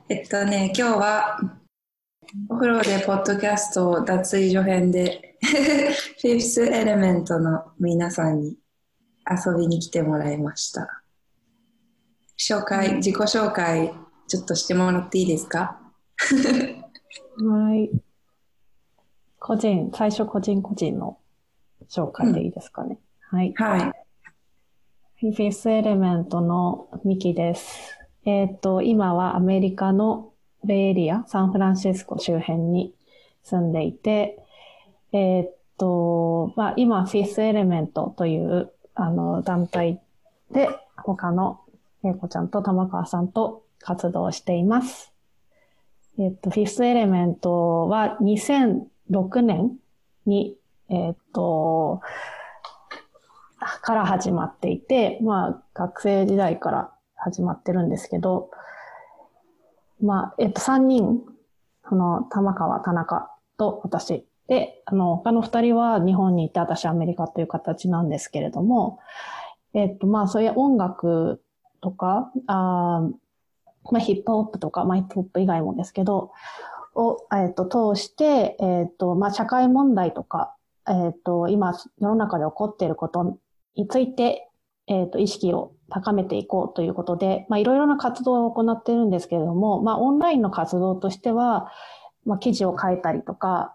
今日はお風呂でポッドキャスト脱衣所編でフィフスエレメントの皆さんに遊びに来てもらいました。自己紹介ちょっとしてもらっていいですか？ はい。最初個人の紹介でいいですかね。はい。 はい。 フィフスエレメントのミキです。今はアメリカのベイエリア、サンフランシスコ周辺に住んでいて、今、フィフスエレメントという、団体で、他の、恵子ちゃんと玉川さんと活動しています。フィフスエレメントは2006年に、から始まっていて、学生時代から始まってるんですけど、3人、玉川、田中と私で、他の2人は日本にいて、私アメリカという形なんですけれども、そういう音楽とか、ヒップホップとか、ヒップホップ以外もですけど、通して、社会問題とか、今、世の中で起こっていることについて、意識を高めていこうということで、いろいろな活動を行っているんですけれども、オンラインの活動としては、記事を書いたりとか、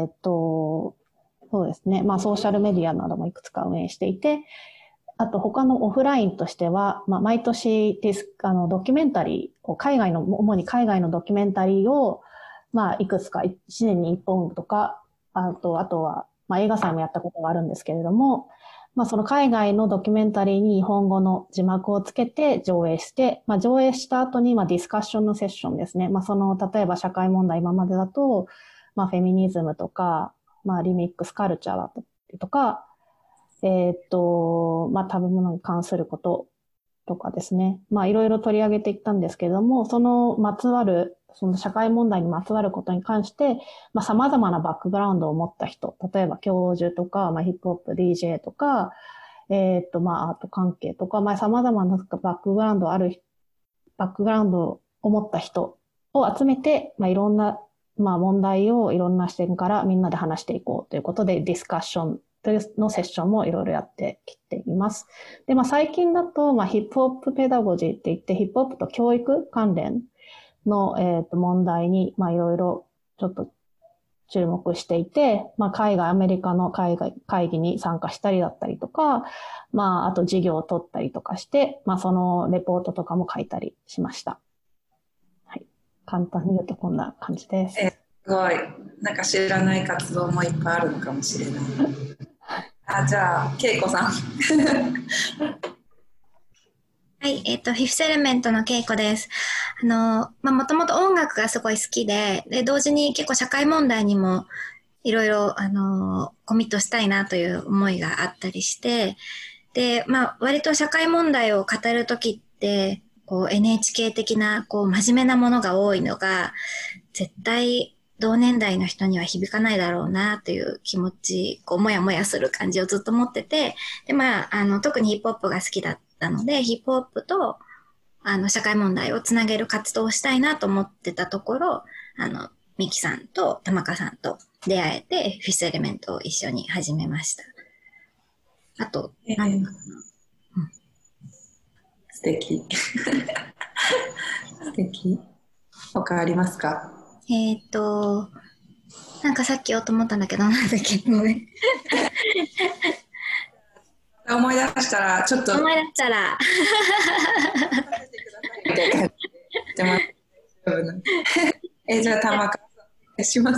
そうですね、ソーシャルメディアなどもいくつか運営していて、あと他のオフラインとしては、毎年ドキュメンタリーを主に海外のドキュメンタリーを、いくつか1年に1本とか、あとは、映画祭もやったことがあるんですけれども、その海外のドキュメンタリーに日本語の字幕をつけて上映して、上映した後に、ディスカッションのセッションですね。例えば社会問題今までだと、フェミニズムとか、リミックスカルチャーだったりとか、食べ物に関することとかですね。いろいろ取り上げていったんですけれども、その社会問題にまつわることに関して、様々なバックグラウンドを持った人、例えば教授とか、ヒップホップ DJ とか、アート関係とか、様々なバックグラウンドを持った人を集めて、いろんな、問題をいろんな視点からみんなで話していこうということで、ディスカッションのセッションもいろいろやってきています。で、最近だと、ヒップホップペダゴジーって言って、ヒップホップと教育関連の、問題に、いろいろちょっと注目していて、アメリカの会議に参加したりだったりとか、あと授業を取ったりとかして、そのレポートとかも書いたりしました。はい。簡単に言うとこんな感じです。 すごい。なんか知らない活動もいっぱいあるのかもしれない。じゃあ、恵子さん。 はい、フィフスエレメントの恵子です。もともと音楽がすごい好きで、同時に結構社会問題にもいろいろ、コミットしたいなという思いがあったりして、で、割と社会問題を語るときって、NHK 的な、真面目なものが多いのが、絶対、同年代の人には響かないだろうなという気持ち、もやもやする感じをずっと持ってて、で、特にヒップホップが好きだったので、ヒップホップと、社会問題をつなげる活動をしたいなと思ってたところ、ミキさんと玉川さんと出会えて、フィスエレメントを一緒に始めました。あと、 素敵。素敵。他ありますか？ なんかさっき言おうと思ったんだけど、なんだっけ思い出したら、ちょっと。 思い出したら。 じゃあ、玉川さん、お願いします。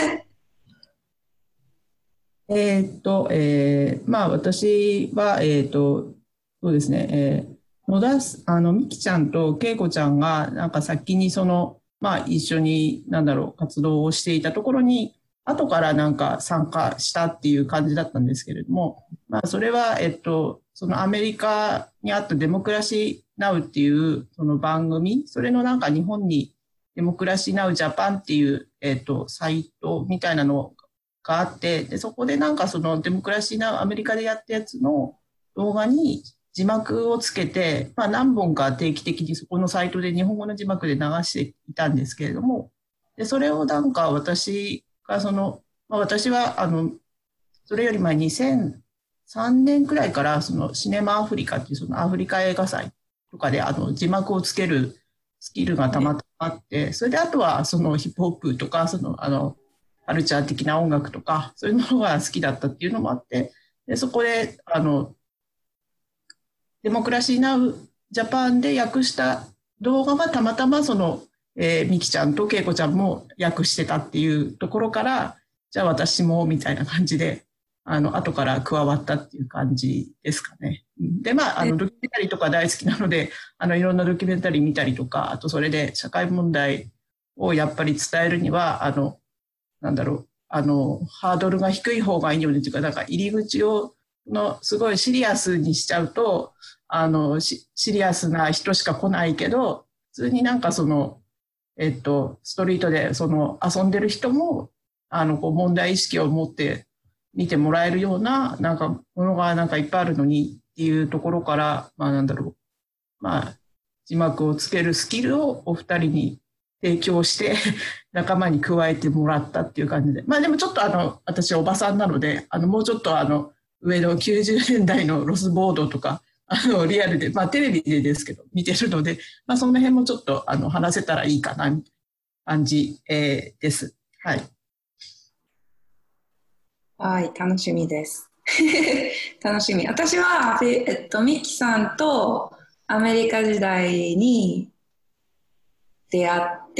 私は、そうですね、みきちゃんとけいこちゃんが、なんか先に一緒に、活動をしていたところに、後からなんか参加したっていう感じだったんですけれども、それは、そのアメリカにあったデモクラシーナウっていうその番組、それのなんか日本にデモクラシーナウジャパンっていう、サイトみたいなのがあって、でそこでなんかそのデモクラシーナウアメリカでやったやつの動画に字幕をつけて、まあ、何本か定期的にそこのサイトで日本語の字幕で流していたんですけれども、でそれをなんか私がまあ、私はそれより前2003年くらいからそのシネマアフリカっていうそのアフリカ映画祭とかで字幕をつけるスキルがたまたまあって、それであとはそのヒップホップとかカルチャー的な音楽とかそういうのが好きだったっていうのもあって、でそこでデモクラシーナウジャパンで訳した動画がたまたまミキちゃんとケイコちゃんも訳してたっていうところから、じゃあ私もみたいな感じで後から加わったっていう感じですかね。でまあドキュメンタリーとか大好きなのでいろんなドキュメンタリー見たりとか、あとそれで社会問題をやっぱり伝えるにはなんだろうハードルが低い方がいいよねっていうか、なんか入り口をすごいシリアスにしちゃうとシリアスな人しか来ないけど、普通になんかストリートで遊んでる人もこう問題意識を持って見てもらえるようななんかものがなんかいっぱいあるのにっていうところから、まあなんだろう、まあ字幕をつけるスキルをお二人に提供して仲間に加えてもらったっていう感じで、まあでもちょっと私おばさんなのでもうちょっと上の90年代のロスボードとかリアルで、まあテレビでですけど見てるので、まあその辺もちょっと話せたらいいかなみたいな感じ、です。はい。 はい、楽しみです。楽しみ。私は、ミキさんとアメリカ時代に出会って、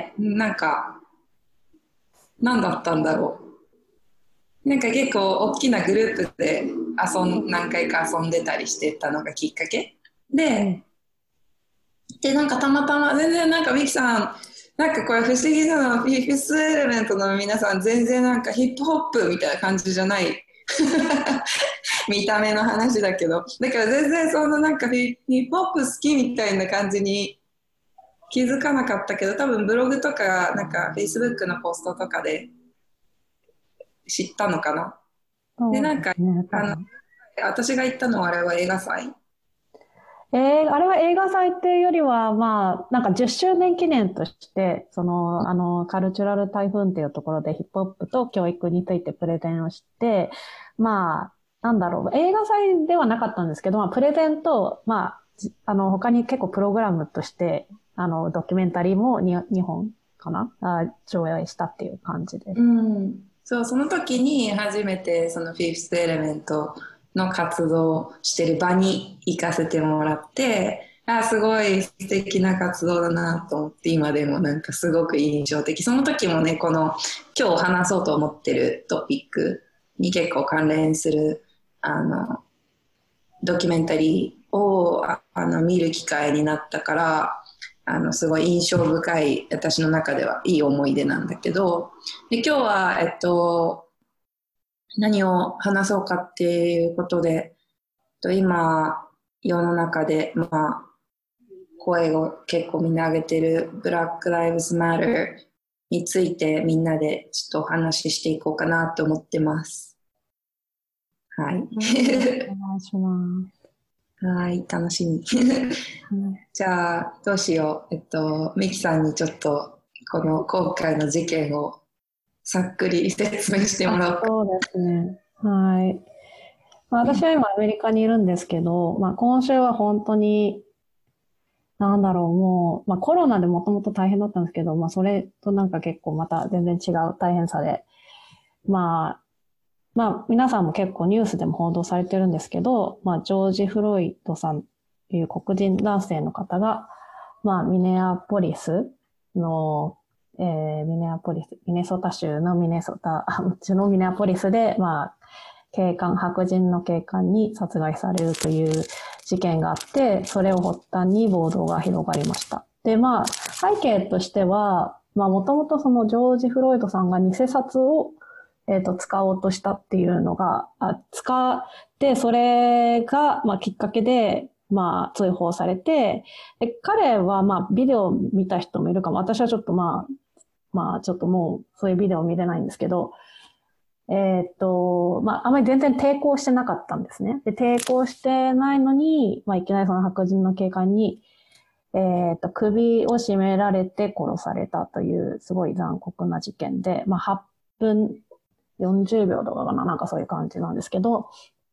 なんか、何だったんだろう。なんか結構大きなグループで何回か遊んでたりしてたのがきっかけで、なんかたまたま、全然なんかミキさん、なんかこれ不思議なの、フィフスエレメントの皆さん全然なんかヒップホップみたいな感じじゃない見た目の話だけど、だから全然なんかヒップホップ好きみたいな感じに気づかなかったけど、多分ブログとかなんかフェイスブックのポストとかで知ったのかな。で、なんか、私が行ったのはあれは映画祭。 あれは映画祭っていうよりは、まあ、なんか10周年記念として、カルチュラル台風っていうところでヒップホップと教育についてプレゼンをして、まあ、なんだろう、映画祭ではなかったんですけど、まあ、プレゼンと、まあ、他に結構プログラムとして、ドキュメンタリーも2本かな上映したっていう感じです。 そう、その時に初めてフィフスエレメントの活動してる場に行かせてもらって、すごい素敵な活動だなと思って、今でもなんかすごく印象的。その時もね、今日話そうと思ってるトピックに結構関連する、ドキュメンタリーを見る機会になったから、すごい印象深い、私の中ではいい思い出なんだけど、で今日は、何を話そうかっていうことで、今、世の中で、まあ、声を結構みんな上げてる Black Lives Matter についてみんなでちょっとお話ししていこうかなと思ってます。はい。お願いします。 はい、楽しみ。じゃあ、どうしよう。ミキさんにちょっと、今回の事件をさっくり説明してもらおうか。 そうですね。はい。まあ、私は今アメリカにいるんですけど、まあ今週は本当に、なんだろう、もう、まあコロナでもともと大変だったんですけど、まあそれとなんか結構また全然違う大変さで、まあ皆さんも結構ニュースでも報道されてるんですけど、まあジョージ・フロイドさんという黒人男性の方が、まあミネソタ州のミネアポリスで、まあ、白人の警官に殺害されるという事件があって、それを発端に暴動が広がりました。で、まあ、背景としては、まあ、もともとそのジョージ・フロイドさんが偽札を、使おうとしたっていうのが、使って、それが、まあ、きっかけで、まあ、追放されて、で彼は、まあ、ビデオを見た人もいるかも。私はちょっとちょっともう、そういうビデオを見れないんですけど、 あまり全然抵抗してなかったんですね。で、抵抗してないのに、いきなりその白人の警官に、首を絞められて殺されたという、すごい残酷な事件で、8分40秒とかかな、なんかそういう感じなんですけど、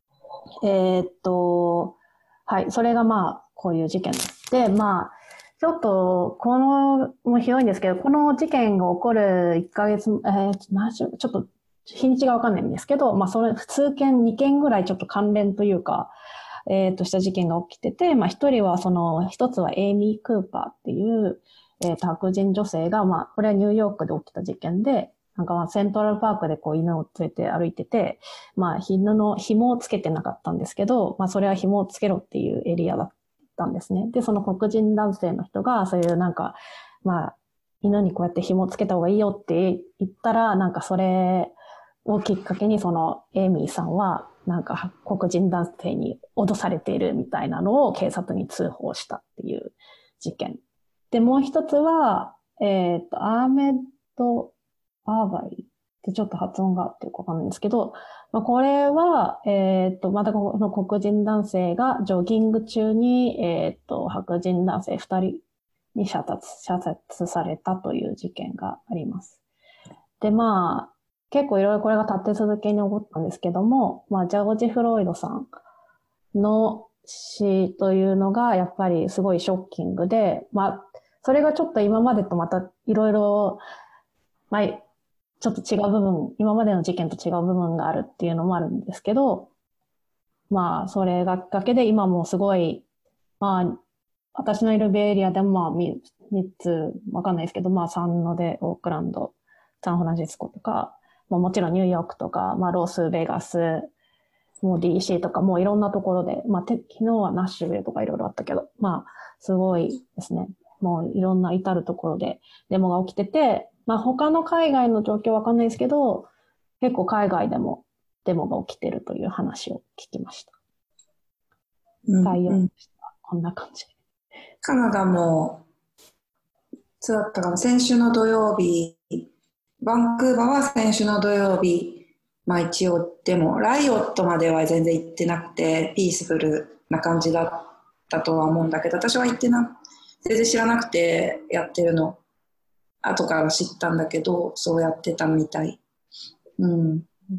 はい、それがこういう事件です。で、ちょっと、もうひどいんですけど、この事件が起こる1ヶ月、ちょっと日にちがわかんないんですけど、それ、数件、2件ぐらいちょっと関連というか、した事件が起きてて、一人は一つはエイミー・クーパーっていう、白人女性が、これはニューヨークで起きた事件で、なんかセントラルパークでこう犬を連れて歩いてて、犬の紐をつけてなかったんですけど、それは紐をつけろっていうエリアだったんですね。で、その黒人男性の人が、そういうなんか、犬にこうやって紐をつけた方がいいよって言ったら、なんかそれをきっかけにそのエイミーさんは、なんか黒人男性に脅されているみたいなのを警察に通報したっていう事件。で、もう一つは、アーメッド・アーバイってちょっと発音があってよくわかんないんですけど、これは、またこの黒人男性がジョギング中に、白人男性2人に射殺されたという事件があります。で、結構いろいろこれが立て続けに起こったんですけども、ジャージ・フロイドさんの死というのがやっぱりすごいショッキングで、それがちょっと今までとまたいろいろ、ちょっと違う部分、今までの事件と違う部分があるっていうのもあるんですけど、それがきっかけで今もすごい、私のいるベイエリアでも3つ、わかんないですけど、サンノで、オークランド、サンフランシスコとか、もちろんニューヨークとか、ロスベガス、もう DC とか、もういろんなところで、昨日はナッシュビルとかいろいろあったけど、すごいですね。もういろんな至るところでデモが起きてて、他の海外の状況わかんないですけど、結構海外でもデモが起きてるという話を聞きました。概要としてはこんな感じ。 カナダも、そうだったかな、先週の土曜日、バンクーバーは先週の土曜日、一応でもライオットまでは全然行ってなくてピースフルな感じだったとは思うんだけど、私は全然知らなくてやってるの後から知ったんだけど、そうやってたみたい。 そう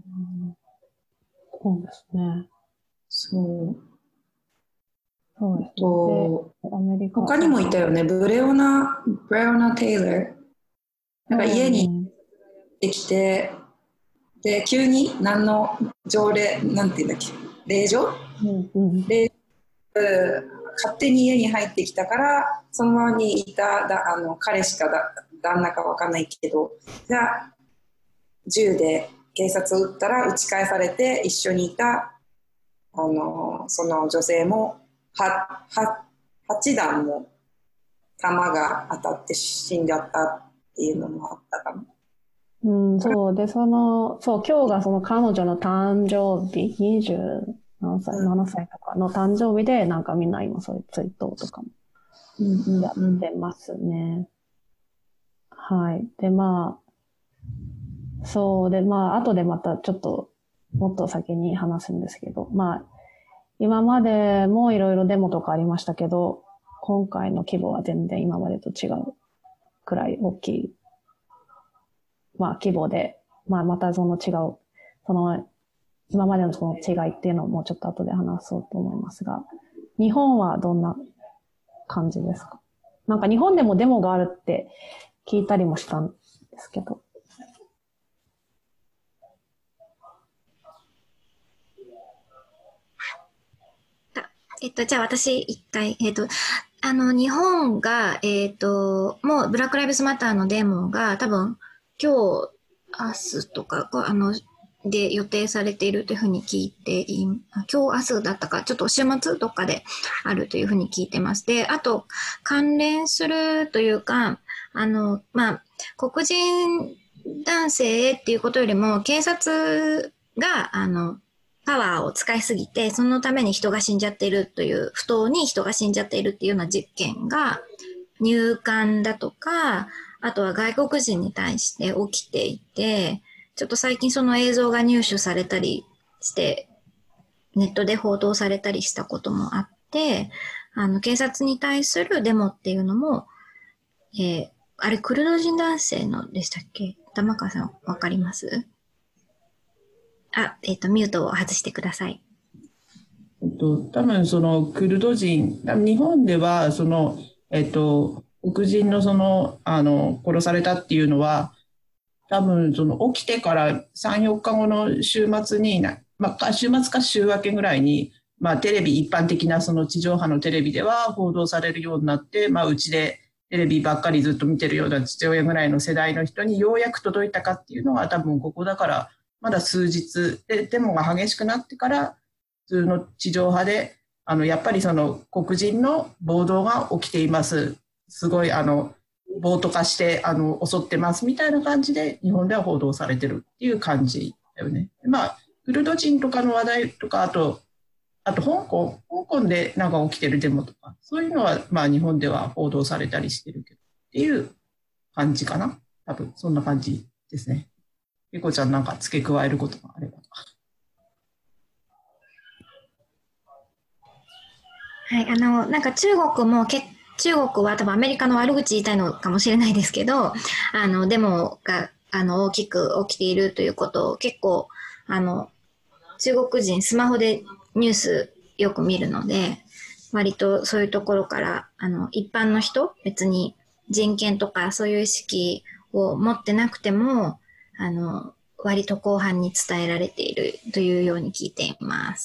ですね。 そうですね。アメリカ他にもいたよね。ブレオナ・テイラー。なんか家にできて、で急に何の条例、なんていうんだっけ、令状、勝手に家に入ってきたから、そのままにいた彼しか旦那か分かんないけど、じゃあ銃で警察を撃ったら撃ち返されて、一緒にいたその女性も8弾も弾が当たって死んじゃったっていうのもあったかな。 そうで、今日がその彼女の誕生日、20何歳、7歳とかの誕生日で、なんかみんな今そういうツイートとかもやってますね。はい。で、そうで、後でまたちょっともっと先に話すんですけど、今までもいろいろデモとかありましたけど、今回の規模は全然今までと違うくらい大きい規模で、またその違う、今までのその違いっていうのをもうちょっと後で話そうと思いますが、日本はどんな感じですか？なんか日本でもデモがあるって聞いたりもしたんですけど。 じゃあ私一回、日本が、もうブラックライブズマターのデモが多分今日、明日とか、で予定されているというふうに聞いて、今日、明日だったか、ちょっと週末どっかであるというふうに聞いてます。で、あと、関連するというか、黒人男性っていうことよりも、警察が、パワーを使いすぎて、そのために人が死んじゃっているという、不当に人が死んじゃっているっていうような実験が、入管だとか、あとは外国人に対して起きていて、 ちょっと最近その映像が入手されたりして、ネットで報道されたりしたこともあって、警察に対するデモっていうのも、あれ、クルド人男性のでしたっけ？玉川さん、わかります？ミュートを外してください。 多分そのクルド人、日本ではその、黒人の殺されたっていうのは、多分その起きてから3、4日後の週末に、週末か週明けぐらいに、テレビ、一般的なその地上波のテレビでは報道されるようになって、うちでテレビばっかりずっと見てるような父親ぐらいの世代の人にようやく届いたかっていうのが多分ここだから、まだ数日でデモが激しくなってから普通の地上波でやっぱりその黒人の暴動が起きています、すごい暴徒化して襲ってますみたいな感じで日本では報道されてるっていう感じだよね。クルド人とかの話題とか、あと香港でなんか起きてるデモとか、そういうのは日本では報道されたりしてるけどっていう感じかな。多分そんな感じですね。ゆこちゃんなんか付け加えることがあれば。 はい、なんか中国は多分アメリカの悪口言いたいのかもしれないですけど、デモが大きく起きているということを結構中国人スマホでニュースよく見るので、割とそういうところから一般の人、別に人権とかそういう意識を持ってなくても割と広範に伝えられているというように聞いています。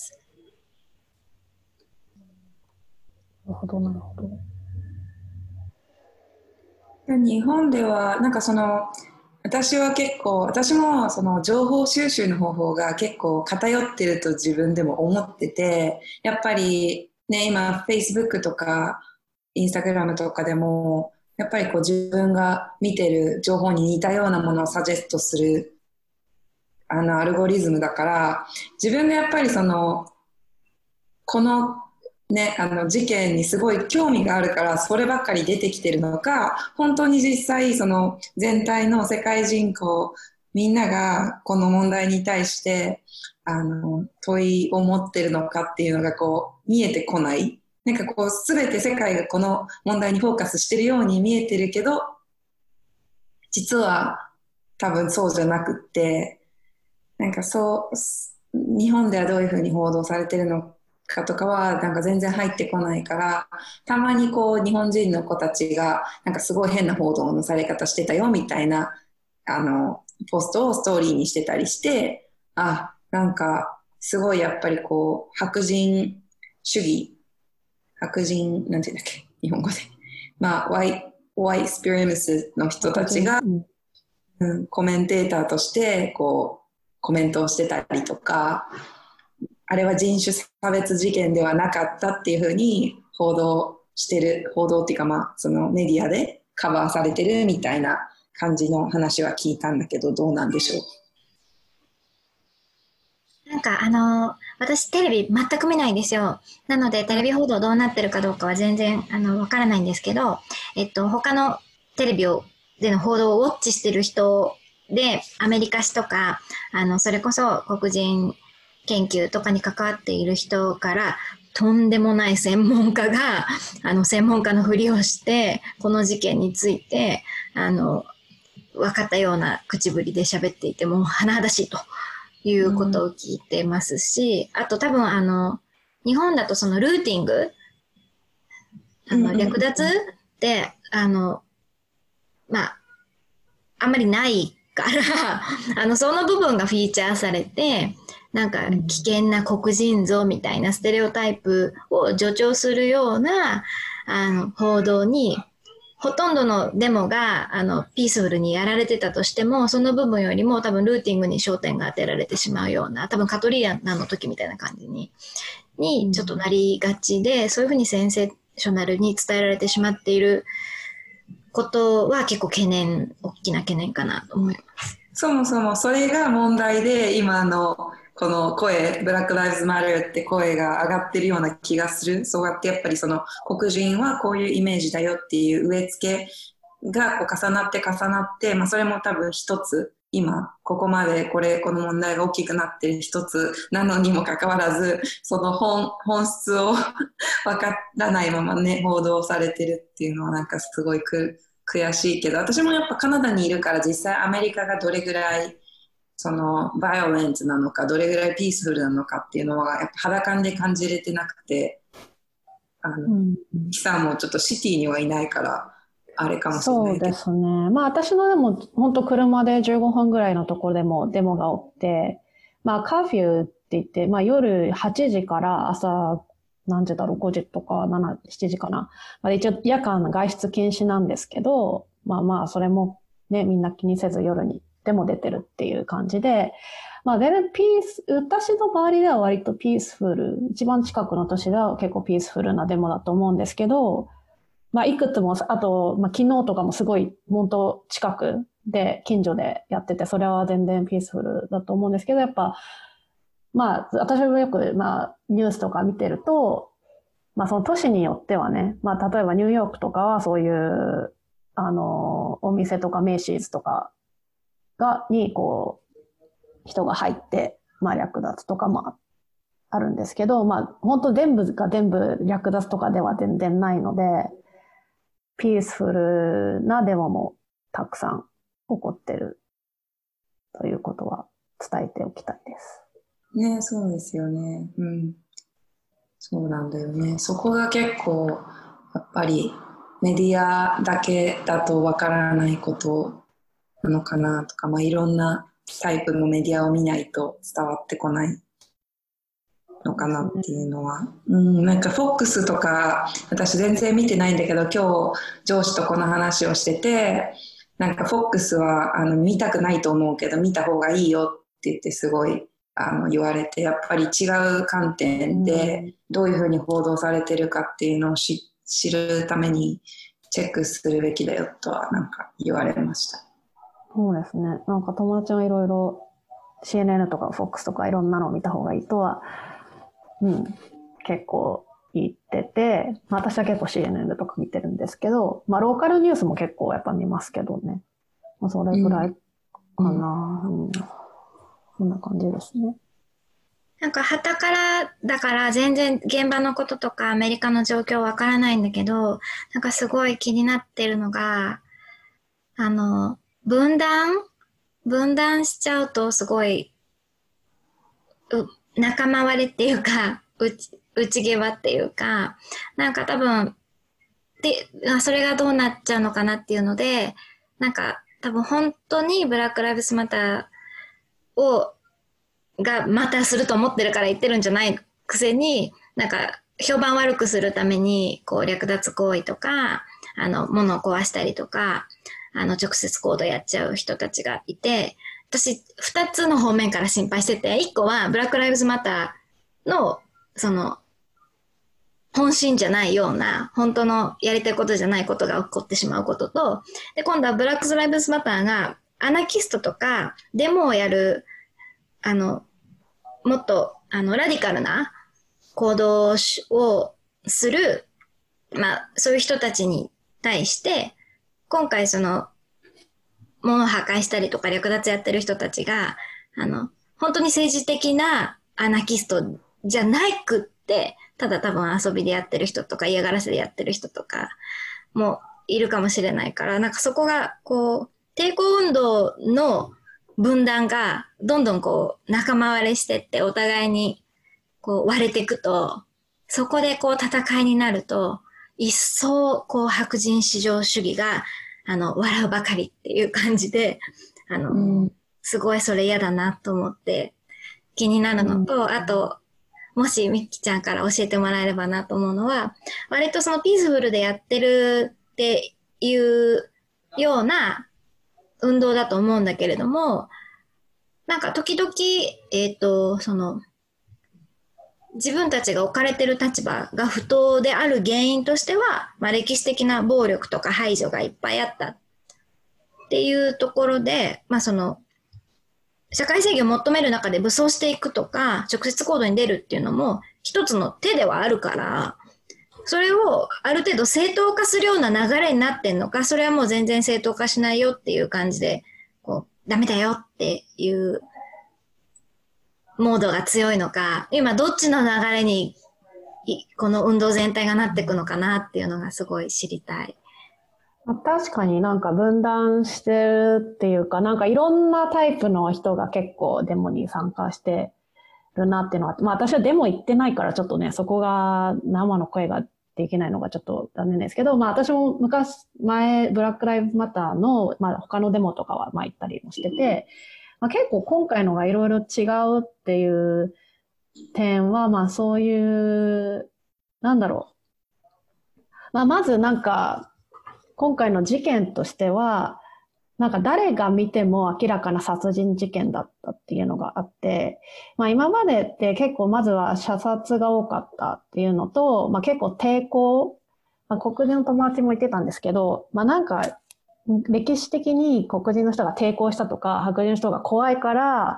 なるほど、なるほど。 日本ではなんか私もその情報収集の方法が結構偏ってると自分でも思ってて、やっぱりね、今 Facebook とか Instagram とかでもやっぱり自分が見てる情報に似たようなものをサジェストするアルゴリズムだから、自分がやっぱりこのね、事件にすごい興味があるからそればっかり出てきてるのか、本当に実際全体の世界人口みんながこの問題に対して問いを持ってるのかっていうのが見えてこない。なんか全て世界がこの問題にフォーカスしてるように見えてるけど、実は多分そうじゃなくって、なんか日本ではどういうふうに報道されてるのかとかはなんか全然入ってこないから、たまに日本人の子たちがなんかすごい変な報道のされ方してたよみたいなポストをストーリーにしてたりして、なんかすごいやっぱり白人主義、白人なんていうんだっけ日本語で、ワイスピリムスの人たちが、コメンテーターとしてコメントをしてたりとか、あれは人種差別事件ではなかったっていうふうに報道っていうか、そのメディアでカバーされてるみたいな感じの話は聞いたんだけど、どうなんでしょう？ なんか私テレビ全く見ないんですよ。なのでテレビ報道どうなってるかどうかは全然わからないんですけど、他のテレビでの報道をウォッチしてる人で、アメリカ史とかそれこそ黒人研究とかに関わっている人からとんでもない専門家が専門家のふりをしてこの事件について分かったような口ぶりで喋っていても甚だしいということを聞いてますし、あと多分日本だとそのルーティング略奪ってあんまりないからその部分がフィーチャーされて、なんか危険な黒人像みたいなステレオタイプを助長するような報道に、ほとんどのデモがピースフルにやられてたとしても、その部分よりも多分ルーティングに焦点が当てられてしまうような、多分カトリアナの時みたいな感じにちょっとなりがちで、そういうふうにセンセーショナルに伝えられてしまっていることは結構大きな懸念かなと思います。 そもそもそれが問題で、今この声、ブラック・ライブズ・マターって声が上がってるような気がする。そうやってやっぱり黒人はこういうイメージだよっていう植え付けが重なって、それも多分一つ今、ここまでこの問題が大きくなってる一つなのにもかかわらず、その本質をわからないままね、報道されてるっていうのはなんかすごい悔しいけど、私もやっぱカナダにいるから実際アメリカがどれぐらいそのバイオレンスなのか、どれぐらいピースフルなのかっていうのはやっぱ肌感で感じれてなくて、キさんもちょっとシティにはいないから、あれかもしれないけど。 そうですね。まあ私のでも本当車で15分ぐらいのところでもデモが起きて、まあカーフューって言って、まあ夜8時から朝何時だろう、5時とか7、7時かな。まあ一応夜間外出禁止なんですけど、まあそれもね、みんな気にせず夜にでも出てるっていう感じで、まあ全然私の周りでは割とピースフル、一番近くの都市では結構ピースフルなデモだと思うんですけど、まあ、いくつも、あと、まあ、昨日とかもすごい、本当近くで、近所でやってて、それは全然ピースフルだと思うんですけど、やっぱ、まあ、私もよく、まあ、ニュースとか見てると、まあ、その都市によってはね、まあ、例えばニューヨークとかはそういう、お店とかメイシーズとかに、こう、人が入って、まあ、略奪とかもあるんですけど、まあ、本当全部が全部略奪とかでは全然ないので、ピースフルなデモもたくさん起こってるということは伝えておきたいです。 ね、そうですよね。うん。そうなんだよね。そこが結構、やっぱりメディアだけだとわからないことなのかなとか、まあいろんなタイプのメディアを見ないと伝わってこないのかなっていうのは、なんか FOX とか私全然見てないんだけど、今日上司とこの話をしてて、なんか FOX は見たくないと思うけど見た方がいいよって言ってすごい言われて、やっぱり違う観点でどういうふうに報道されてるかっていうのを知るためにチェックするべきだよとはなんか言われました。 そうですね。なんか友達はいろいろ CNN とか FOX とかいろんなのを見た方がいいとは結構言ってて、まあ、私は結構 CNN とか見てるんですけど、まあローカルニュースも結構やっぱ見ますけどね。まあ、それぐらいかな。こんな感じですね。 なんか傍からだから全然現場のこととかアメリカの状況わからないんだけど、なんかすごい気になってるのが、分断しちゃうとすごい仲間割れっていうか、内毛場っていうか、なんか多分、それがどうなっちゃうのかなっていうので、なんか多分本当にブラックライブスマターがマターすると思ってるから言ってるんじゃないくせに、なんか評判悪くするために、こう略奪行為とか、物を壊したりとか、直接行動やっちゃう人たちがいて、私、二つの方面から心配してて、一個はブラックライブズマターの、本心じゃないような、本当のやりたいことじゃないことが起こってしまうことと、で、今度はブラックライブズマターがアナキストとかデモをやる、もっと、ラディカルな行動をする、まあ、そういう人たちに対して、今回物を破壊したりとか略奪やってる人たちが、本当に政治的なアナキストじゃなくって、ただ多分遊びでやってる人とか嫌がらせでやってる人とかもいるかもしれないから、なんかそこがこう、抵抗運動の分断がどんどんこう仲間割れしてってお互いにこう割れていくと、そこでこう戦いになると、一層こう白人至上主義が笑うばかりっていう感じで、すごいそれ嫌だなと思って気になるのと、あと、もしみきちゃんから教えてもらえればなと思うのは、割とそのピースフルでやってるっていうような運動だと思うんだけれども、なんか時々、自分たちが置かれてる立場が不当である原因としては、まあ、歴史的な暴力とか排除がいっぱいあったっていうところで、まあ社会正義を求める中で武装していくとか、直接行動に出るっていうのも一つの手ではあるから、それをある程度正当化するような流れになってんのか、それはもう全然正当化しないよっていう感じで、こう、 ダメだよっていうモードが強いのか、今どっちの流れにこの運動全体がなっていくのかなっていうのがすごい知りたい。 確かになんか分断してるっていうか、なんかいろんなタイプの人が結構デモに参加してるなっていうのは、まあ私はデモ行ってないからちょっとね、そこが生の声ができないのがちょっと残念ですけど、まあ私も前、ブラックライブマターの、まあ他のデモとかはまあ行ったりもしてて、まあ結構今回のがいろいろ違うっていう点は、まあそういう、なんだろう。まあまずなんか、今回の事件としては、なんか誰が見ても明らかな殺人事件だったっていうのがあって、まあ今までって結構まずは射殺が多かったっていうのと、まあ結構抵抗、まあ、黒人の友達も言ってたんですけど、まあなんか歴史的に黒人の人が抵抗したとか、白人の人が怖いから、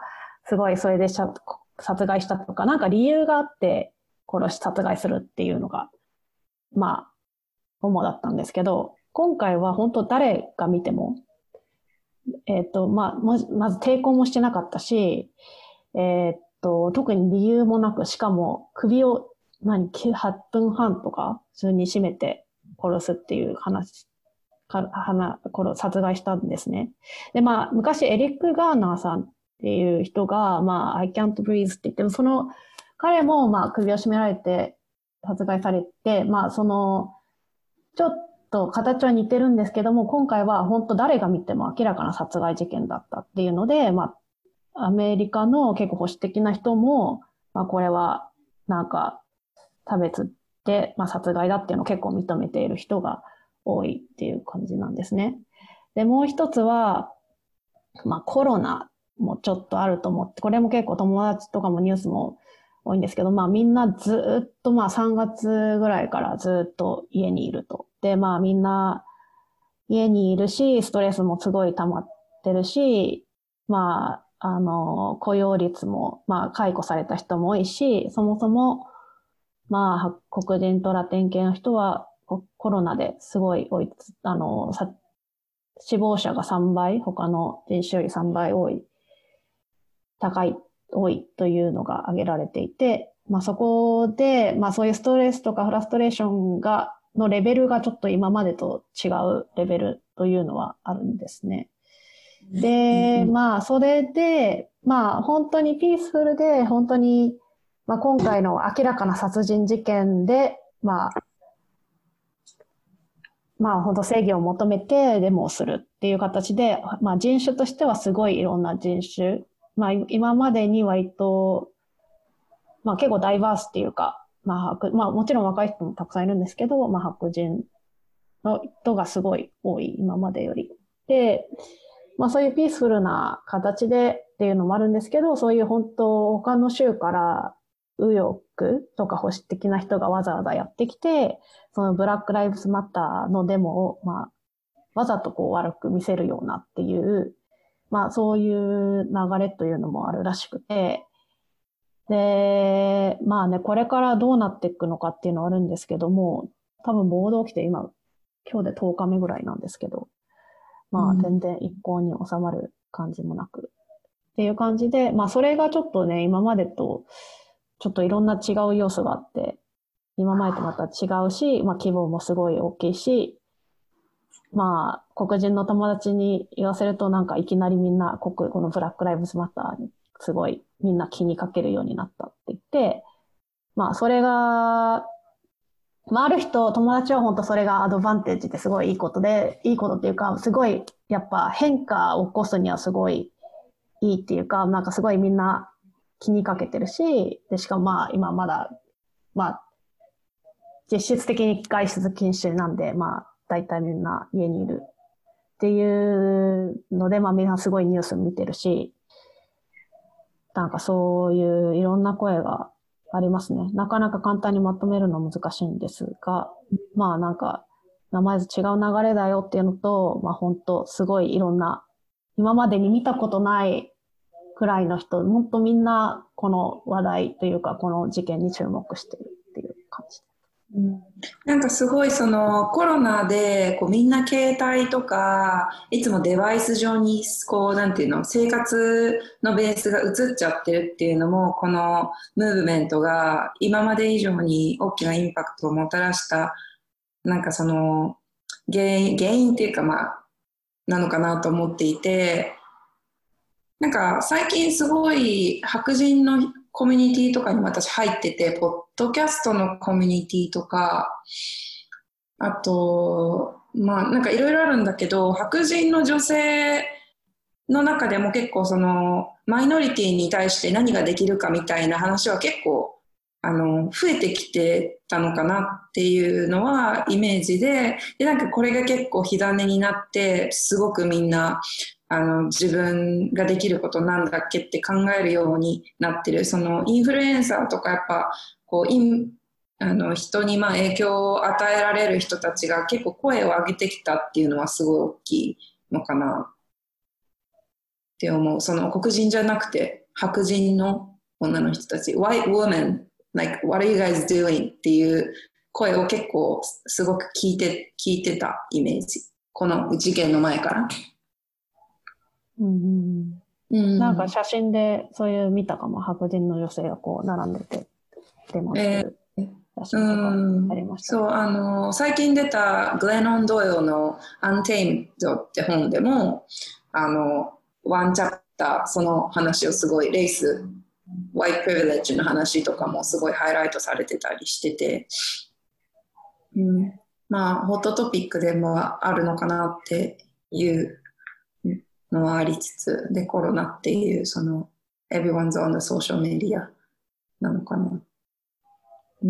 すごいそれで殺害したとか、なんか理由があって殺害するっていうのが、まあ主だったんですけど、今回は本当誰が見ても、まず抵抗もしてなかったし、特に理由もなく、しかも首を8分半とか普通に絞めて殺すっていう殺害したんですね。で、まあ、昔エリック・ガーナーさんっていう人が、まあ、I can't breathe って言っても、彼もまあ首を絞められて殺害されて、まあ、ちょっと形は似てるんですけども、今回は本当誰が見ても明らかな殺害事件だったっていうので、まあ、アメリカの結構保守的な人も、まあ、これはなんか差別で、まあ、殺害だっていうのを結構認めている人が多いっていう感じなんですね。で、もう一つは、まあ、コロナもちょっとあると思って、これも結構友達とかもニュースも多いんですけど、まあみんなずっとまあ3月ぐらいからずっと家にいると。で、まあみんな家にいるし、ストレスもすごい溜まってるし、まあ、雇用率も、まあ解雇された人も多いし、そもそも、まあ黒人とラテン系の人はコロナですごい死亡者が3倍、他の人種より3倍多いというのが挙げられていて、まあそこで、まあそういうストレスとかフラストレーションのレベルがちょっと今までと違うレベルというのはあるんですね。で、まあそれで、まあ本当にピースフルで、本当に、まあ今回の明らかな殺人事件で、まあ本当正義を求めてデモをするっていう形で、まあ人種としてはすごいいろんな人種、まあ今までに割と、まあ結構ダイバースっていうか、まあもちろん若い人もたくさんいるんですけど、まあ白人の人がすごい多い、今までより。で、まあそういうピースフルな形でっていうのもあるんですけど、そういう本当他の州から右翼とか保守的な人がわざわざやってきて、そのブラックライブズマターのデモを、まあ、わざとこう悪く見せるようなっていう、まあそういう流れというのもあるらしくて、で、まあね、これからどうなっていくのかっていうのはあるんですけども、多分暴動起きて今日で10日目ぐらいなんですけど、まあ全然一向に収まる感じもなく。っていう感じで、まあそれがちょっとね、今までとちょっといろんな違う要素があって、今までとまた違うし、まあ規模もすごい大きいし、まあ黒人の友達に言わせるとなんかいきなりみんなこのブラックライブズマターにすごいみんな気にかけるようになったって言って、まあそれが、まあある人、友達は本当それがアドバンテージですごいいいことで、いいことっていうか、すごいやっぱ変化を起こすにはすごいいいっていうか、なんかすごいみんな気にかけてるし、で、しかもまあ今まだ、まあ実質的に外出禁止なんで、まあ大体みんな家にいるっていうので、まあみんなすごいニュース見てるし、なんかそういういろんな声がありますね。なかなか簡単にまとめるの難しいんですが、まあなんか、名前ず違う流れだよっていうのと、まあ本当すごいいろんな、今までに見たことないくらいの人、本当みんなこの話題というかこの事件に注目しているっていう感じ。 なんかすごいそのコロナでこうみんな携帯とかいつもデバイス上にこうなんていうの生活のベースが移っちゃってるっていうのもこのムーブメントが今まで以上に大きなインパクトをもたらしたなんかその原因っていうかまあなのかなと思っていて、なんか最近すごい白人のコミュニティとかに私入ってて、ポッドキャストのコミュニティとか、あと、まあなんかいろいろあるんだけど、白人の女性の中でも結構そのマイノリティに対して何ができるかみたいな話は結構増えてきてたのかなっていうのはイメージで、なんかこれが結構火種になってすごくみんな自分ができることなんだっけって考えるようになってる。そのインフルエンサーとかやっぱこう人にまあ影響を与えられる人たちが結構声を上げてきたっていうのはすごい大きいのかなって思う。その黒人じゃなくて白人の女の人たち、white woman like what are you guys doing っていう声を結構すごく聞いてたイメージ。この事件の前から。 なんか写真でそういう見たかも、白人の女性がこう並んでてデモしてる写真とかありました、 そう最近出たグレノン・ドイルの Untamed って本でもワンチャプターその話をすごいレイスワイトプリビレッジの話とかもすごいハイライトされてたりしてて、まあホットトピックでもあるのかなっていうのはありつつ、でコロナっていうその everyone's on the social media なのかな。 で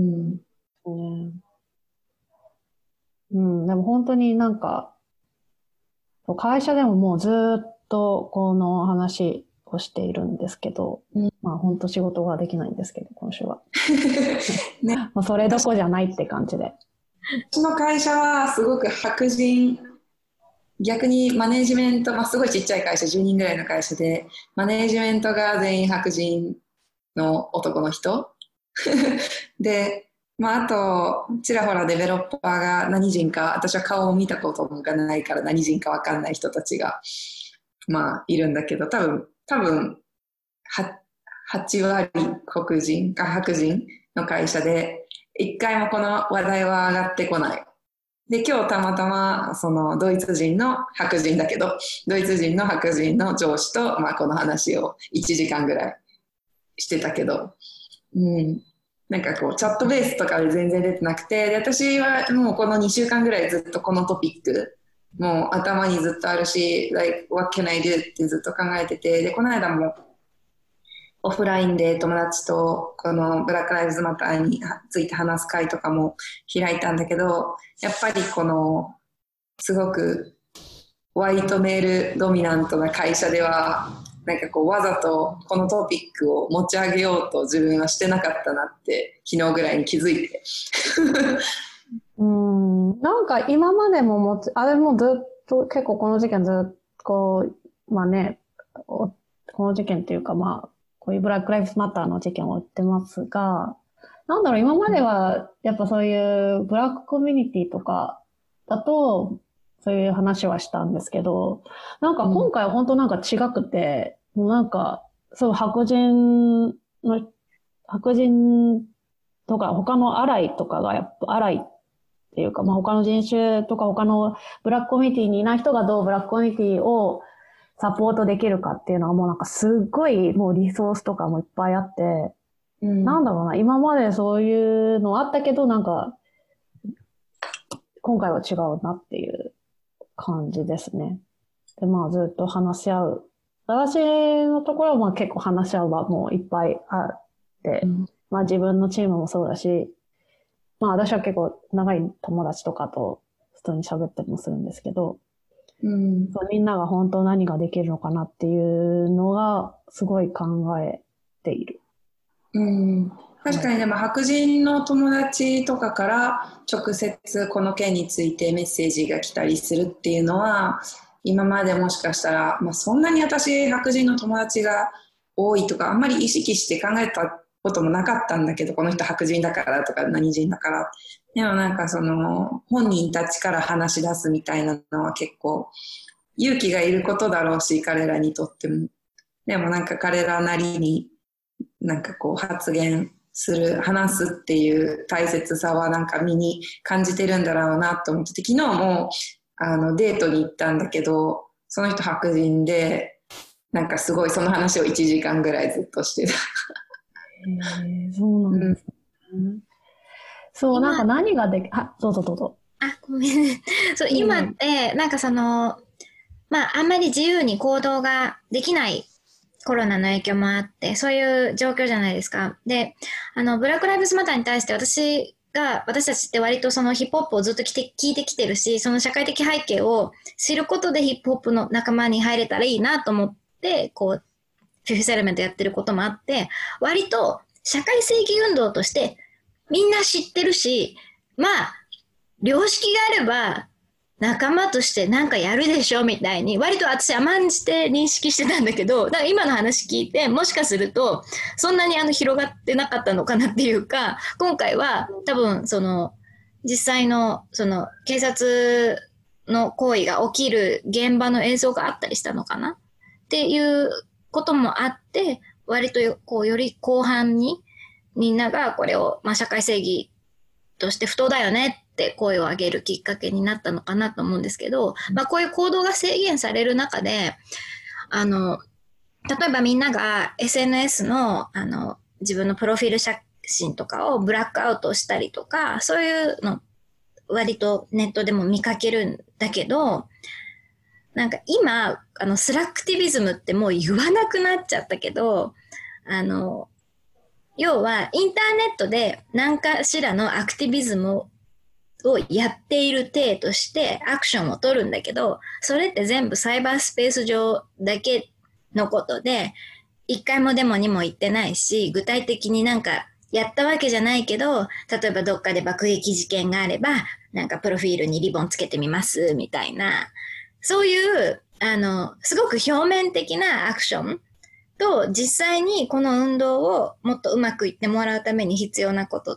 も本当になんか会社でももうずっとこの話をしているんですけど、まあ本当仕事ができないんですけど今週は、ね、もうそれどこじゃないって感じで。 私の会社はすごく白人、逆にマネージメント、まあ、すごいちっちゃい会社10人ぐらいの会社でマネージメントが全員白人の男の人で、まあ、あとちらほらデベロッパーが何人か、私は顔を見たことがないから何人か分かんない人たちがまあいるんだけど、多分8割黒人か白人の会社で一回もこの話題は上がってこない。で今日たまたまそのドイツ人の白人だけどドイツ人の白人の上司と、まあ、この話を1時間ぐらいしてたけど、なんかこうチャットベースとかで全然出てなくて、で私はもうこの2週間ぐらいずっとこのトピックもう頭にずっとあるし like what can I do ってずっと考えてて、でこの間もオフラインで友達とこのブラックライブズマターについて話す会とかも開いたんだけど、やっぱりこのすごくワイトメールドミナントな会社ではなんかこうわざとこのトピックを持ち上げようと自分はしてなかったなって昨日ぐらいに気づいてなんか今までもあれもずっと結構この事件ずっとまあねこの事件っていうかまあこういうブラックライブズマターの事件を追ってますが、なんだろう、今まではやっぱそういうブラックコミュニティとかだとそういう話はしたんですけど、なんか今回は本当なんか違くて、なんかそう白人とか他のアライとかがやっぱアライっていうか、まあ他の人種とか他のブラックコミュニティにいない人がどうブラックコミュニティをサポートできるかっていうのはもうなんかすっごいもうリソースとかもいっぱいあって、なんだろうな、今までそういうのあったけどなんか今回は違うなっていう感じですね。でまあずっと話し合う。私のところはまあ結構話し合う場もいっぱいあって、まあ自分のチームもそうだし、まあ私は結構長い友達とかと普通に喋ったりもするんですけど、そうみんなが本当何ができるのかなっていうのがすごい考えている。 確かにでも白人の友達とかから直接この件についてメッセージが来たりするっていうのは今までもしかしたら、まあ、そんなに私白人の友達が多いとかあんまり意識して考えたこともなかったんだけど、この人白人だからとか何人だからでもなんかその本人たちから話し出すみたいなのは結構勇気がいることだろうし、彼らにとっても。でもなんか彼らなりになんかこう発言する、話すっていう大切さはなんか身に感じてるんだろうなと思ってて、昨日もデートに行ったんだけど、その人白人で、なんかすごいその話を1時間ぐらいずっとしてた。 そうなんですね。そう、なんか何がどうぞどうぞ。 あ、ごめん。そう、今って、なんかその、まあ、あんまり自由に行動ができないコロナの影響もあって、そういう状況じゃないですか。で、ブラックライブズマターに対して私たちって割とそのヒップホップをずっと聞いてきてるし、その社会的背景を知ることでヒップホップの仲間に入れたらいいなと思って、こう、フィフスエレメントやってることもあって、割と社会正義運動としてみんな知ってるし、まあ、良識があれば仲間としてなんかやるでしょみたいに、割と私甘んじて認識してたんだけど、だから今の話聞いて、もしかするとそんなに広がってなかったのかなっていうか、今回は多分その実際のその警察の行為が起きる現場の映像があったりしたのかなっていうこともあって、割とこうより後半にみんながこれを、まあ、社会正義として不当だよねって声を上げるきっかけになったのかなと思うんですけど、まあ、こういう行動が制限される中で、例えばみんなが SNS の、自分のプロフィール写真とかをブラックアウトしたりとか、そういうの割とネットでも見かけるんだけど、なんか今、スラクティビズムってもう言わなくなっちゃったけど、要はインターネットで何かしらのアクティビズムをやっている体としてアクションを取るんだけど、それって全部サイバースペース上だけのことで、一回もデモにも行ってないし、具体的になんかやったわけじゃないけど、例えばどっかで爆撃事件があれば、なんかプロフィールにリボンつけてみますみたいな、そういうすごく表面的なアクションと、実際にこの運動をもっとうまくいってもらうために必要なことって、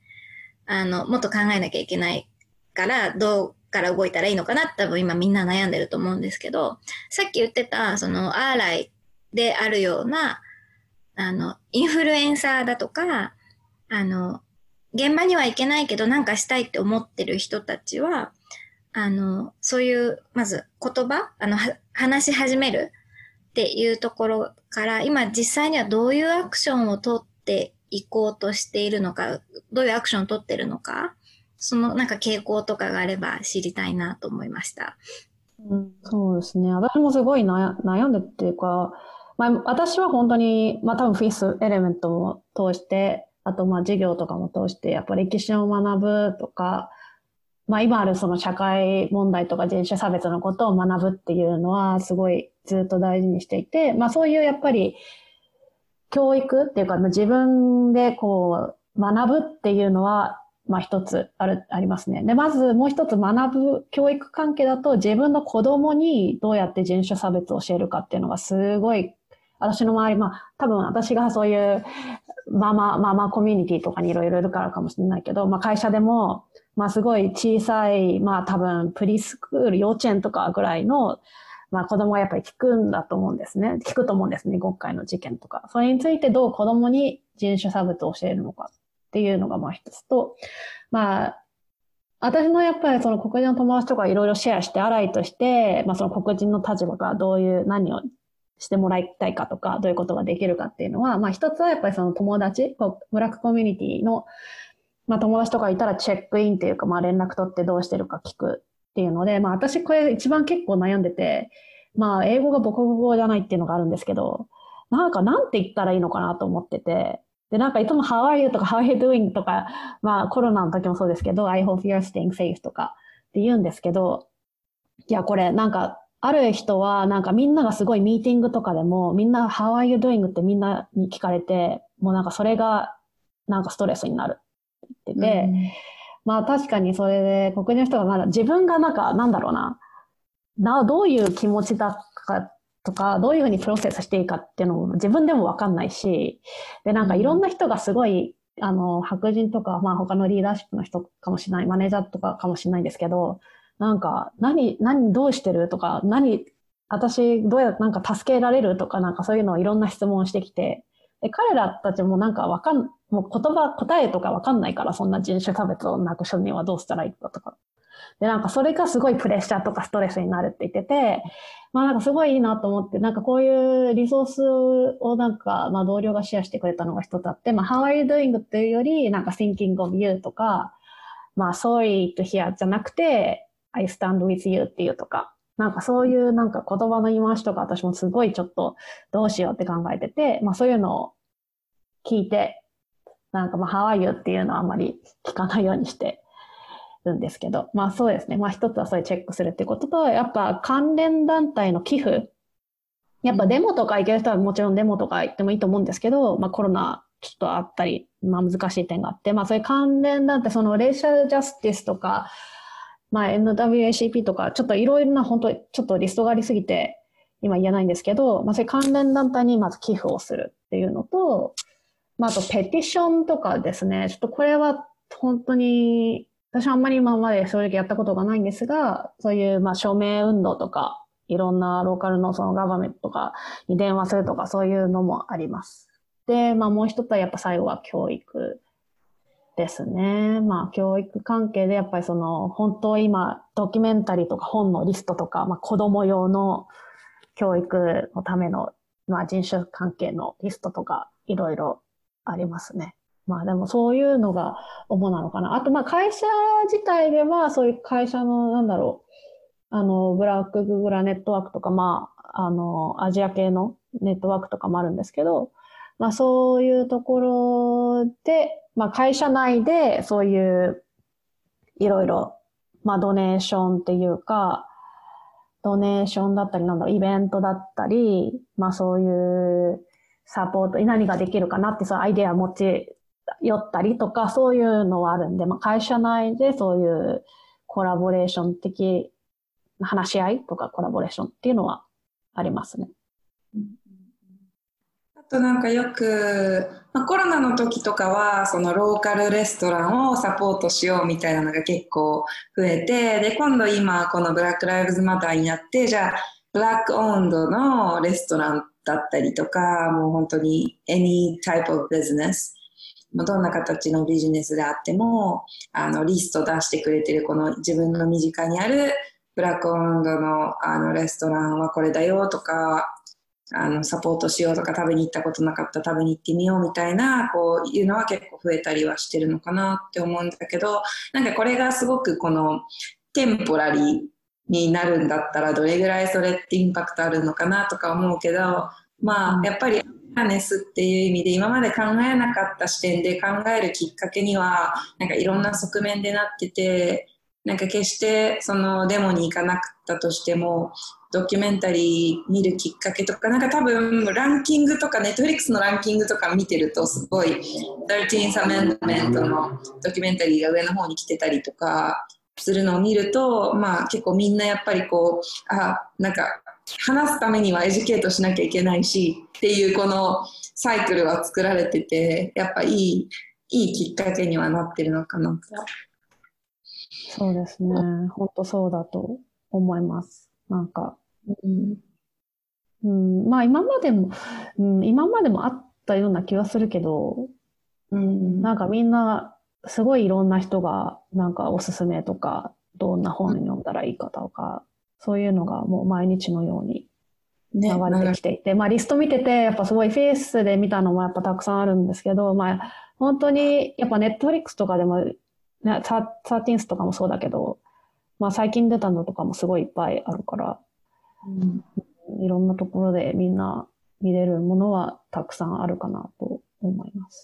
もっと考えなきゃいけないから、どうから動いたらいいのかなって多分今みんな悩んでると思うんですけど、さっき言ってた、その、アーライであるような、インフルエンサーだとか、現場には行けないけどなんかしたいって思ってる人たちは、そういう、まず言葉、話し始めるっていうところから、今実際にはどういうアクションを取っていこうとしているのか、どういうアクションを取ってるのか、そのなんか傾向とかがあれば知りたいなと思いました。 そうですね。私もすごい悩んでっていうか、まあ、私は本当に、まあ多分フィスエレメントを通して、あとまあ授業とかも通して、やっぱ歴史を学ぶとか、まあ今あるその社会問題とか人種差別のことを学ぶっていうのはすごいずっと大事にしていて、まあそういうやっぱり教育っていうか自分でこう学ぶっていうのはまあ一つありますね。で、まずもう一つ学ぶ教育関係だと自分の子供にどうやって人種差別を教えるかっていうのがすごい私の周り、まあ多分私がそういうママコミュニティとかにいろいろいるからかもしれないけど、まあ会社でもまあすごい小さい、まあ多分プリスクール、幼稚園とかぐらいの、まあ子供がやっぱり聞くんだと思うんですね。聞くと思うんですね、今回の事件とか。それについてどう子供に人種差別を教えるのかっていうのがまあ一つと、まあ、私のやっぱりその黒人の友達とかいろいろシェアして、アライとして、まあその黒人の立場がどういう、何をしてもらいたいかとか、どういうことができるかっていうのは、まあ一つはやっぱりその友達、ブラックコミュニティのまあ友達とかいたらチェックインっていうか、まあ連絡取ってどうしてるか聞くっていうので、まあ私これ一番結構悩んでて、まあ英語が母国語じゃないっていうのがあるんですけど、なんて言ったらいいのかなと思ってて、で、なんかいつも How are you とか How are you doing とか、まあコロナの時もそうですけど、I hope you're staying safe とかって言うんですけど、いやこれなんか、ある人はなんかみんながすごいミーティングとかでもみんな How are you doing ってみんなに聞かれて、もうなんかそれがなんかストレスになるって言ってて、まあ確かにそれで黒人の人がまだ自分がなんかなんだろうな、どういう気持ちだかとか、どういうふうにプロセスしていいかっていうのも自分でもわかんないし、でなんかいろんな人がすごい白人とか、まあ他のリーダーシップの人かもしれない、マネージャーとかかもしれないんですけど、なんか、どうしてるとか、私、どうやってなんか助けられるとか、なんかそういうのをいろんな質問をしてきて、で、彼らたちもなんかもう答えとかわかんないから、そんな人種差別をなくすにはどうしたらいいかとか。で、なんかそれがすごいプレッシャーとかストレスになるって言ってて、まあなんかすごいいいなと思って、なんかこういうリソースをなんか、まあ同僚がシェアしてくれたのが一つあって、まあ How are you doing っていうより、なんか Thinking of you とか、まあ Sorry to hear じゃなくて、I stand with you っていうとか、なんかそういうなんか言葉の言い回しとか私もすごいちょっとどうしようって考えてて、まあそういうのを聞いて、なんかまあ How are you っていうのはあんまり聞かないようにしてるんですけど、まあそうですね。まあ一つはそういうチェックするってことと、やっぱ関連団体の寄付、やっぱデモとか行ける人はもちろんデモとか行ってもいいと思うんですけど、まあコロナちょっとあったり、まあ難しい点があって、まあそういう関連団体、そのレーシャルジャスティスとか、まあ NWACP とか、ちょっといろいろな本当ちょっとリストがありすぎて、今言えないんですけど、まあそういう関連団体にまず寄付をするっていうのと、まああとペティションとかですね、ちょっとこれは本当に、私はあんまり今まで正直やったことがないんですが、そういうまあ署名運動とか、いろんなローカルのそのガバメントとかに電話するとかそういうのもあります。で、まあもう一つはやっぱ最後は教育ですね。まあ教育関係でやっぱりその本当今ドキュメンタリーとか本のリストとか、まあ子供用の教育のためのまあ人種関係のリストとかいろいろありますね。まあでもそういうのが主なのかな。あとまあ会社自体ではそういう会社のなんだろう。ブラックググラネットワークとか、まあ、アジア系のネットワークとかもあるんですけど、まあそういうところで、まあ会社内でそういういろいろ、まあドネーションっていうか、ドネーションだったり、なんだろう、イベントだったり、まあそういうサポート、何ができるかなってそうアイデア持ち寄ったりとか、そういうのはあるんで、まあ会社内でそういうコラボレーション的話し合いとかコラボレーションっていうのはありますね。 あとなんかよく、まあ、コロナの時とかはそのローカルレストランをサポートしようみたいなのが結構増えて、で今度今このブラックライブズマターになって、じゃあブラックオンドのレストランだったりとか、もう本当に any type of business、どんな形のビジネスであってもリスト出してくれてる、この自分の身近にあるブラックオンドのレストランはこれだよとか、サポートしようとか、食べに行ったことなかった食べに行ってみようみたいな、こういうのは結構増えたりはしてるのかなって思うんだけど、なんかこれがすごくこのテンポラリーになるんだったらどれぐらいそれってインパクトあるのかなとか思うけど、まあやっぱりアウェアネスっていう意味で今まで考えなかった視点で考えるきっかけにはなんかいろんな側面でなってて、なんか決してそのデモに行かなかったとしてもドキュメンタリー見るきっかけとか、なんか多分ランキングとかネットフリックスのランキングとか見てるとすごい 13th Amendment のドキュメンタリーが上の方に来てたりとかするのを見ると、まあ結構みんなやっぱりこう、なんか話すためにはエデュケートしなきゃいけないしっていうこのサイクルは作られてて、やっぱいいきっかけにはなってるのかなと。 そうですね。本当そうだと思います。なんか、まあ今までもあったような気はするけど、なんかみんな、すごいいろんな人が、なんかおすすめとか、どんな本読んだらいいかとか、そういうのがもう毎日のように流れてきていて、まあリスト見てて、やっぱすごいフェイスで見たのもやっぱたくさんあるんですけど、まあ本当に、やっぱネットフリックスとかでも、ね、13th とかもそうだけど、まあ最近出たのとかもすごいいっぱいあるから、いろんなところでみんな見れるものはたくさんあるかなと思います。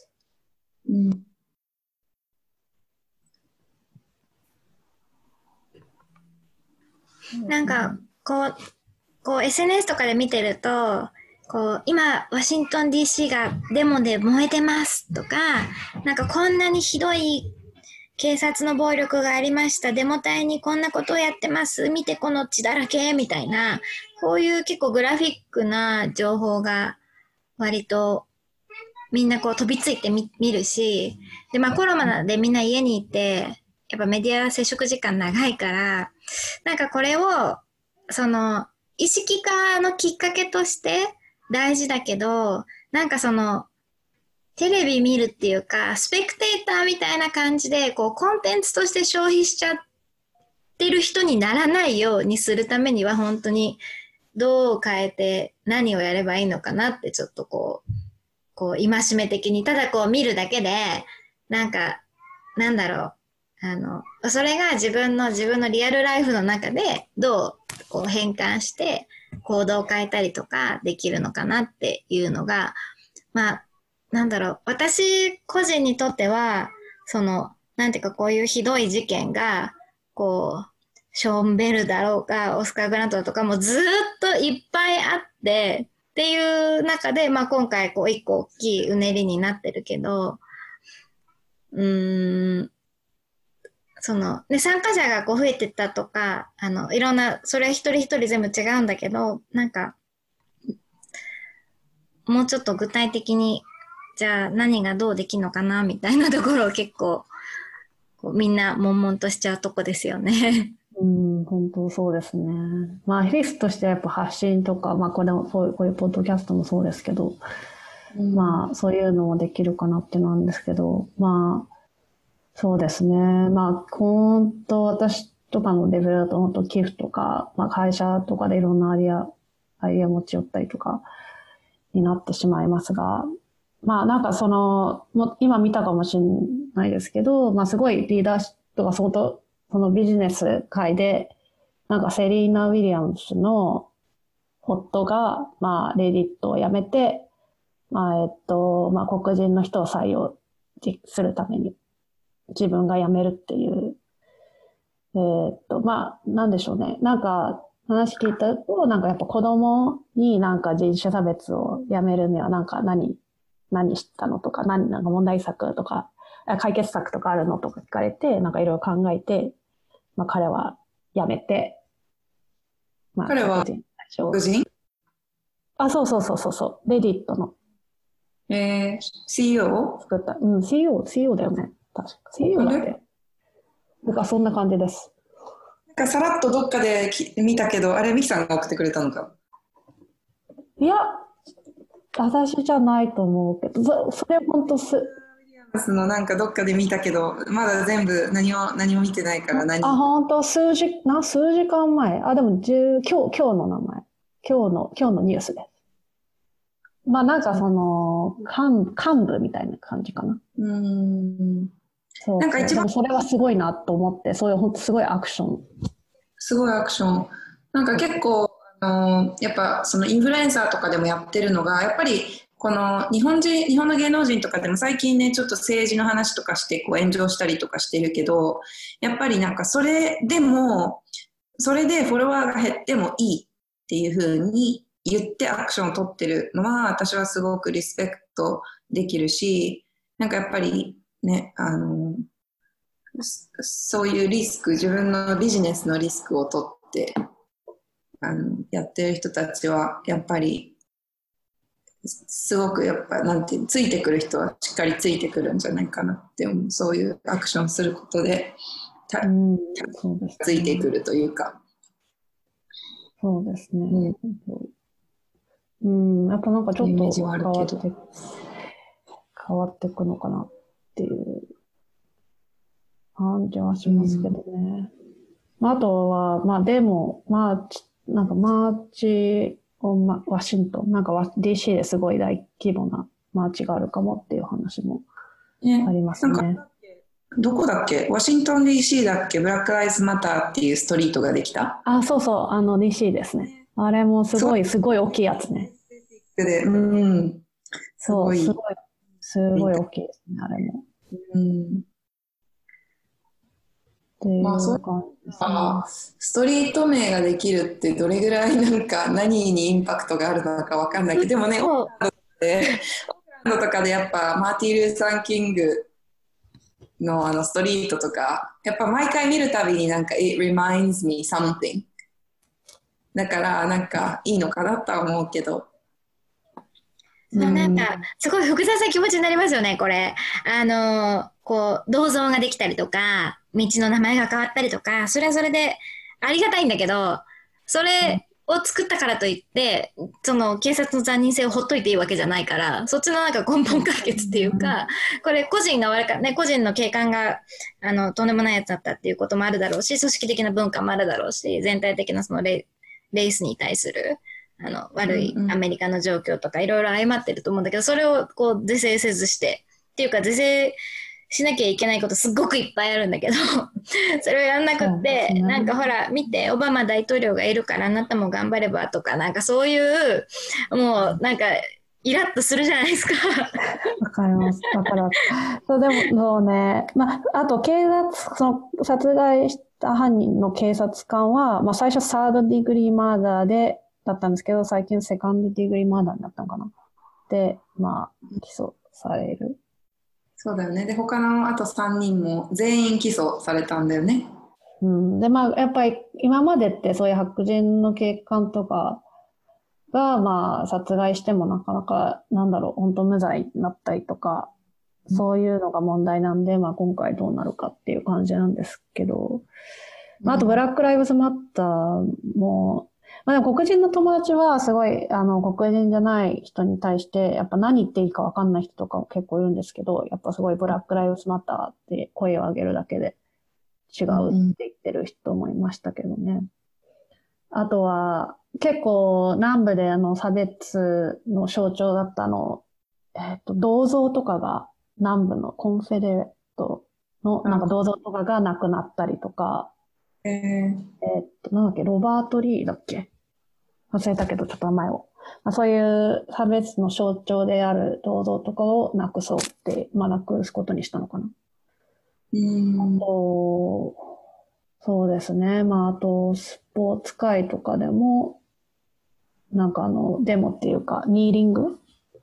なんかこう SNS とかで見てると、こう今ワシントン DC がデモで燃えてますとか、なんかこんなにひどい警察の暴力がありました、デモ隊にこんなことをやってます、見てこの血だらけみたいな、こういう結構グラフィックな情報が割とみんなこう飛びついて見るし、で、まあコロナでみんな家にいて、やっぱメディア接触時間長いから、なんかこれを、その、意識化のきっかけとして大事だけど、なんかその、テレビ見るっていうか、スペクテーターみたいな感じで、こう、コンテンツとして消費しちゃってる人にならないようにするためには、本当に、どう変えて何をやればいいのかなって、ちょっとこう、戒め的に、ただこう見るだけで、なんか、なんだろう、それが自分のリアルライフの中で、どう、こう変換して、行動を変えたりとかできるのかなっていうのが、まあ、なんだろう、私個人にとっては、その、なんていうかこういうひどい事件が、こう、ショーン・ベルだろうか、オスカー・グラントだとかもずーっといっぱいあって、っていう中で、まあ今回こう一個大きいうねりになってるけど、その、ね、参加者がこう増えてったとか、いろんな、それは一人一人全部違うんだけど、なんか、もうちょっと具体的に、じゃあ何がどうできるのかな、みたいなところを結構、こうみんな悶々としちゃうとこですよね。 本当そうですね。まあ、フェイスとしてはやっぱ発信とか、まあ、こういうポッドキャストもそうですけど、まあ、そういうのもできるかなっていうのなんですけど、まあ、そうですね。まあ、本当私とかのレベルだと本当寄付とか、まあ、会社とかでいろんなアイデア持ち寄ったりとかになってしまいますが、まあ、なんかその、今見たかもしれないですけど、まあ、すごいリーダーシップが相当、そのビジネス界で、なんかセリーナ・ウィリアムスの夫が、まあ、レディットを辞めて、まあ、まあ、黒人の人を採用するために、自分が辞めるっていう、まあ、なんでしょうね。なんか、話聞いたと、なんかやっぱ子供になんか人種差別をやめるにはなんか何したのとか、なんか問題作とか、解決策とかあるのとか聞かれて、なんかいろいろ考えて、まあ彼は辞めて、まあ彼は黒人？ あ、そう。レディットの。 CEO？ 作った。CEO だよね。確か。CEO だって。なんかそんな感じです。 なんかさらっとどっかで見たけど、あれミキさんが送ってくれたのか？ いや、私じゃないと思うけど、それ本当のなんかどっかで見たけど、まだ全部何も見てないから本当数時間前。あ、でも今日の名前。今日のニュースです。まあなんかその、幹部みたいな感じかな。そう。なんか一番それはすごいなと思って、そういう本当すごいアクション。 すごいアクション。なんか結構、やっぱそのインフルエンサーとかでもやってるのが、やっぱりこの日本の芸能人とかでも最近ね、ちょっと政治の話とかしてこう炎上したりとかしてるけど、やっぱりなんかそれでフォロワーが減ってもいいっていう風に言ってアクションを取ってるのは私はすごくリスペクトできるし、なんかやっぱりね、そういうリスク、自分のビジネスのリスクを取ってやってる人たちはやっぱりすごくやっぱなんてついてくる人はしっかりついてくるんじゃないかなって思う。そういうアクションすることでついてくるというか。 そうですね。やっぱなんかちょっと変わっていくのかなっていう感じはしますけどね。あとは、まあでも、なんかマーチワシントン、なんかDC ですごい大規模なマーチがあるかもっていう話もありますね。 どこだっけ？ワシントン DC だっけ？ブラックライズマターっていうストリートができた。 あ、そう、DC ですね。あれもすごい大きいやつね。すごい大きいですね、あれも。 まあそうストリート名ができるってどれぐらいなんか何にインパクトがあるのかわかんないけど、でもね、オーランドとかでやっぱマーティン・ルーサー・キングのストリートとかやっぱ毎回見るたびになんか It reminds me something だからなんかいいのかなとは思うけど、 なんか、すごい複雑な気持ちになりますよね、これ。こう、銅像ができたりとか、道の名前が変わったりとか、それはそれでありがたいんだけど、それを作ったからといって、その警察の残忍性をほっといていいわけじゃないから、そっちのなんか根本解決っていうか、これ個人が悪かった、ね、個人の警官が、とんでもないやつだったっていうこともあるだろうし、組織的な文化もあるだろうし、全体的なそのレースに対する、悪いアメリカの状況とかいろいろ相まってると思うんだけど、それをこう是正せずして、っていうか是正しなきゃいけないことすっごくいっぱいあるんだけど、それをやんなくって、なんかほら、見て、オバマ大統領がいるからあなたも頑張ればとか、なんかそういう、もうなんか、イラッとするじゃないですか。 わかります。わかります。そう、でも、そうね。まあ、あと、警察、その、殺害した犯人の警察官は、まあ、最初、サードディグリーマーダーだったんですけど、最近、セカンドディグリーマーダーになったのかな。で、まあ、起訴される。 そうだよね。で、他のあと3人も全員起訴されたんだよね。 うん。で、まあ、やっぱり、今までってそういう白人の警官とかが、まあ、殺害してもなかなか、なんだろう、本当無罪になったりとか、そういうのが問題なんで、まあ今回どうなるかっていう感じなんですけど、まあ、あとブラックライブズマッターも、まあでも黒人の友達はすごい、黒人じゃない人に対して、やっぱ何言っていいか分かんない人とか結構いるんですけど、やっぱすごいブラックライブズマッターって声を上げるだけで違うって言ってる人もいましたけどね。あとは、結構南部で差別の象徴だった銅像とかが南部のコンフェデレートのなんか銅像とかがなくなったりとか、なんだっけ、ロバート・リーだっけ忘れたけど、ちょっと名前を。まあ、そういう差別の象徴である銅像とかをなくそうって、まあなくすことにしたのかな。あと、そうですね。まあ、あと、スポーツ界とかでも、なんかデモっていうか、ニーリング、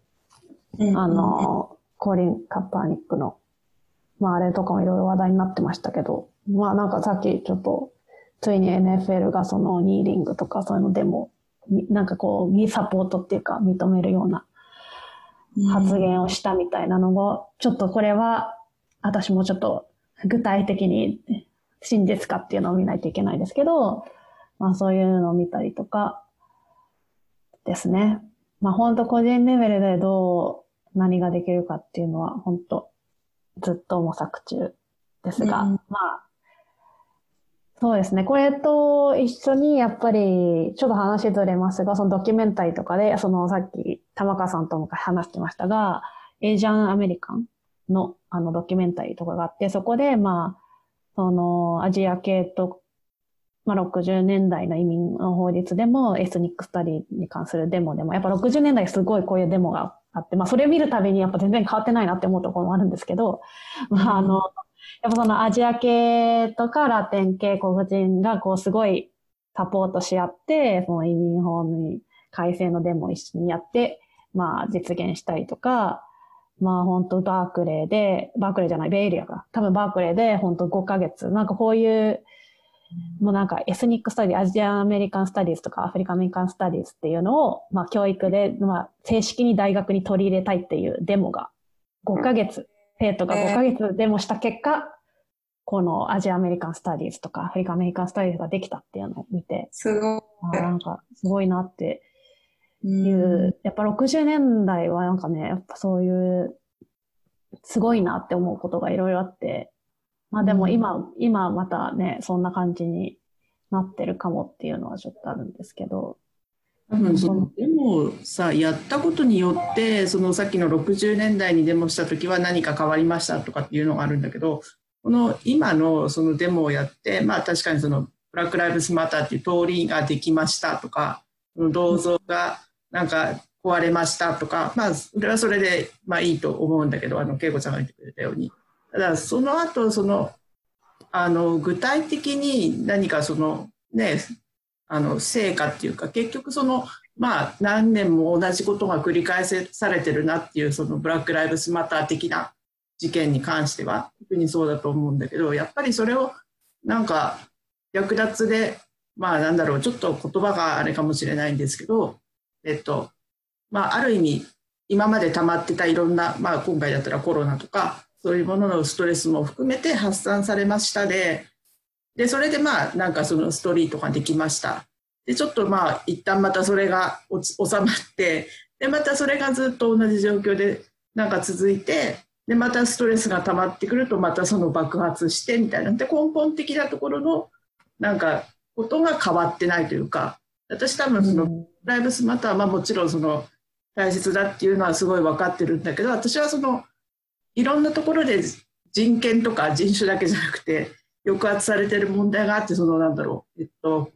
コリン・カッパーニックの、まあ、あれとかもいろいろ話題になってましたけど、まあ、なんかさっきちょっと、ついに NFL がそのニーリングとかそういうのデモ、なんかこう、サポートっていうか、認めるような発言をしたみたいなのが、ちょっとこれは、私もちょっと具体的に真実かっていうのを見ないといけないですけど、まあそういうのを見たりとかですね。まあ本当個人レベルで何ができるかっていうのは本当ずっと模索中ですが、まあそうですね。これと一緒にやっぱりちょっと話ずれますが、そのドキュメンタリーとかで、さっき玉川さんとも話してましたが、エイジャンアメリカンのドキュメンタリーとかがあって、そこでまあアジア系と、まあ、60年代の移民の法律でもエスニックスタディに関するデモでも、やっぱ60年代すごいこういうデモがあって、まあそれを見るたびにやっぱ全然変わってないなって思うところもあるんですけど、まあやっぱそのアジア系とかラテン系黒人がこうすごいサポートし合って、その移民法に改正のデモを一緒にやって、まあ実現したりとか、まあ本当バークレーじゃない、ベイエリアか。多分バークレーで本当5ヶ月、なんかこういう、もうなんかエスニックスタディ、アジアンアメリカンスタディーズとかアフリカンアメリカンスタディーズっていうのを、まあ教育で、まあ正式に大学に取り入れたいっていうデモが5ヶ月、生徒が5ヶ月デモした結果、このアジアンアメリカンスタディーズとかアフリカンアメリカンスタディーズができたっていうのを見て、 すごい。 なんかすごいなっていう、やっぱ60年代はなんかね、やっぱそういうすごいなって思うことがいろいろあって、まあでも今またね、そんな感じになってるかもっていうのはちょっとあるんですけど。 多分でもさ、やったことによって、そのさっきの60年代にデモした時は何か変わりましたとかっていうのがあるんだけど、この今のそのデモをやって、まあ確かにそのブラックライブズマターっていう通りができましたとか、銅像がなんか壊れましたとか、まあそれはそれでまあいいと思うんだけど、恵子ちゃんが言ってくれたように。ただその後具体的に何かそのね、成果っていうか、結局まあ何年も同じことが繰り返されてるなっていう、そのブラックライブズマター的な事件に関しては特にそうだと思うんだけど、やっぱりそれをなんか略奪で、まあなんだろう、ちょっと言葉があれかもしれないんですけど、まあある意味今まで溜まってたいろんな、まあ、今回だったらコロナとかそういうもののストレスも含めて発散されましたで、それでまあなんかそのストリートができました。でちょっとまあ一旦またそれが収まって、でまたそれがずっと同じ状況でなんか続いて、でまたストレスが溜まってくるとまたその爆発してみたいな、で根本的なところのなんかことが変わってないというか、私多分そのライブスマターはもちろんその大切だっていうのはすごい分かってるんだけど、私はそのいろんなところで人権とか人種だけじゃなくて抑圧されてる問題があって、そのなんだろう、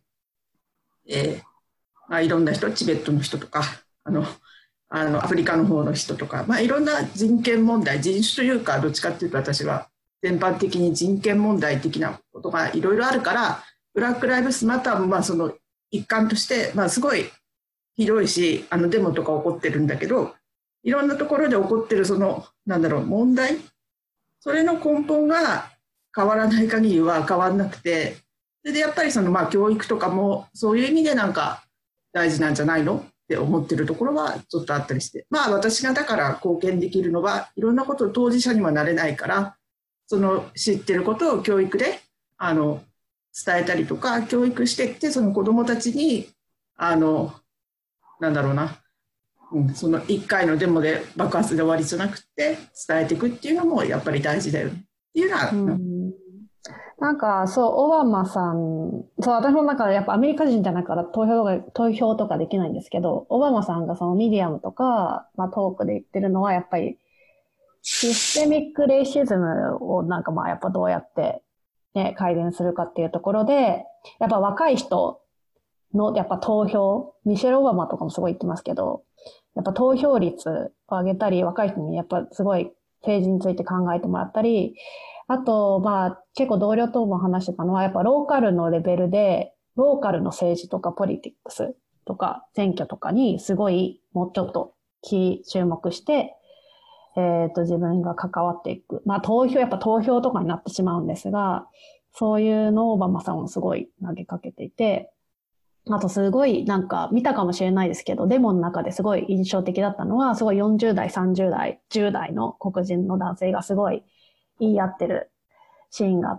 まあ、いろんな人、チベットの人とかアフリカの方の人とか、まあ、いろんな人権問題、人種というかどっちかっていうと私は全般的に人権問題的なことがいろいろあるから、ブラック・ライブスマターもまあその一環として、まあ、すごいひどいしデモとか起こってるんだけど、いろんなところで起こってるそのなんだろう問題、それの根本が変わらない限りは変わらなくて、それでやっぱりそのまあ教育とかもそういう意味でなんか大事なんじゃないのって思ってるところはちょっとあったりして、まあ私がだから貢献できるのはいろんなこと当事者にはなれないから、その知ってることを教育で伝えたりとか、教育していってその子どもたちになんだろうな、その1回のデモで爆発で終わりじゃなくて伝えていくっていうのもやっぱり大事だよねっていうのは、 なんかそうオバマさん、そう私もなんかやっぱアメリカ人じゃないから投票とかできないんですけど、オバマさんがそのミディアムとか、まあ、トークで言ってるのはやっぱりシステミックレイシズムをなんかまあやっぱどうやってね改善するかっていうところで、やっぱ若い人のやっぱ投票、ミシェル・オバマとかもすごい言ってますけど、やっぱ投票率を上げたり、若い人にやっぱすごい政治について考えてもらったり、あと、まあ、結構同僚とも話してたのは、やっぱローカルのレベルで、ローカルの政治とかポリティクスとか選挙とかにすごいもうちょっと注目して、自分が関わっていく。まあやっぱ投票とかになってしまうんですが、そういうのをオバマさんはすごい投げかけていて、あとすごいなんか見たかもしれないですけど、デモの中ですごい印象的だったのは、すごい40代、30代、10代の黒人の男性がすごい言い合ってるシーンがあって、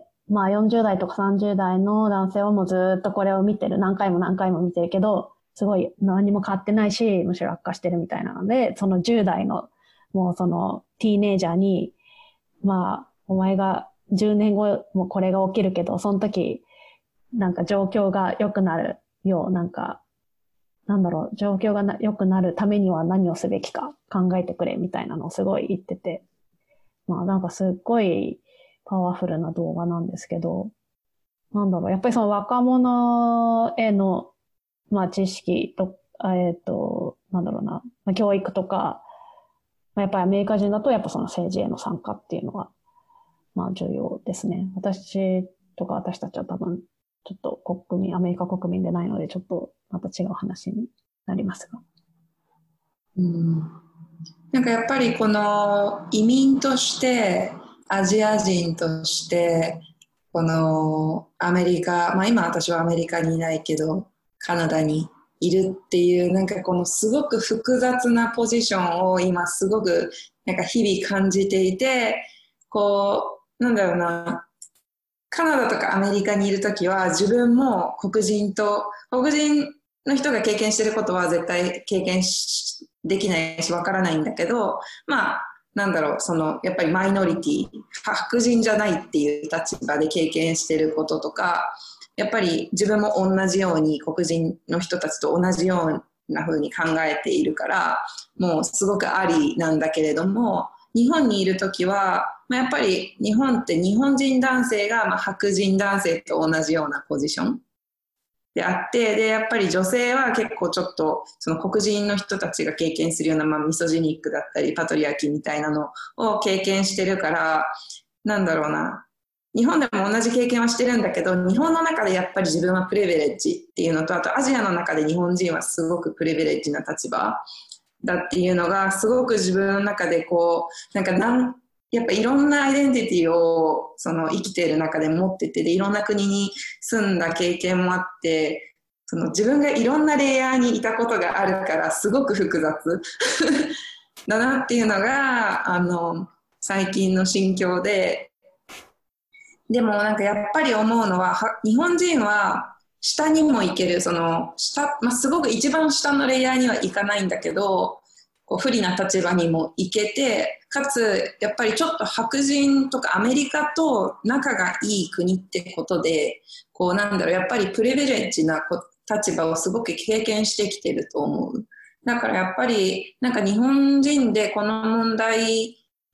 まあ40代とか30代の男性はもうずっとこれを見てる、何回も何回も見てるけど、すごい何も変わってないし、むしろ悪化してるみたいなので、その10代のもうそのティーネイジャーに、まあお前が10年後もこれが起きるけど、その時なんか状況が良くなるよう、なんかなんだろう、状況が良くなるためには何をすべきか考えてくれみたいなのをすごい言ってて、まあなんかすっごいパワフルな動画なんですけど、なんだろう、やっぱりその若者への、まあ知識と、なんだろうな、まあ、教育とか、まあ、やっぱりアメリカ人だとやっぱその政治への参加っていうのは、まあ重要ですね。私とか私たちは多分、ちょっとアメリカ国民でないので、ちょっとまた違う話になりますが。 なんかやっぱりこの移民としてアジア人としてこのアメリカ、まあ今私はアメリカにいないけどカナダにいるっていうなんかこのすごく複雑なポジションを今すごくなんか日々感じていて、こうなんだろうな、カナダとかアメリカにいるときは自分も黒人の人が経験してることは絶対経験できないしわからないんだけど、まあなんだろう、そのやっぱりマイノリティ、白人じゃないっていう立場で経験してることとか、やっぱり自分も同じように黒人の人たちと同じような風に考えているから、もうすごくありなんだけれども、日本にいるときは、まあ、やっぱり日本って日本人男性がまあ白人男性と同じようなポジションであって、でやっぱり女性は結構ちょっとその黒人の人たちが経験するような、まあ、ミソジニックだったりパトリアキみたいなのを経験してるから、なんだろうな、日本でも同じ経験はしてるんだけど、日本の中でやっぱり自分はプリヴィレッジっていうのと、あとアジアの中で日本人はすごくプリヴィレッジな立場だっていうのがすごく自分の中でこうやっぱいろんなアイデンティティをその生きている中で持ってて、でいろんな国に住んだ経験もあって、 その自分がいろんなレイヤーにいたことがあるからすごく複雑だなっていうのが最近の心境で、でもなんかやっぱり思うのは、日本人は下にも行ける、その下、すごく一番下のレイヤーには行かないんだけど、こう不利な立場にも行けて、かつやっぱりちょっと白人とかアメリカと仲がいい国ってことで、こうなんだろう、やっぱりプリビレッジな立場をすごく経験してきてると思う。だからやっぱりなんか日本人でこの問題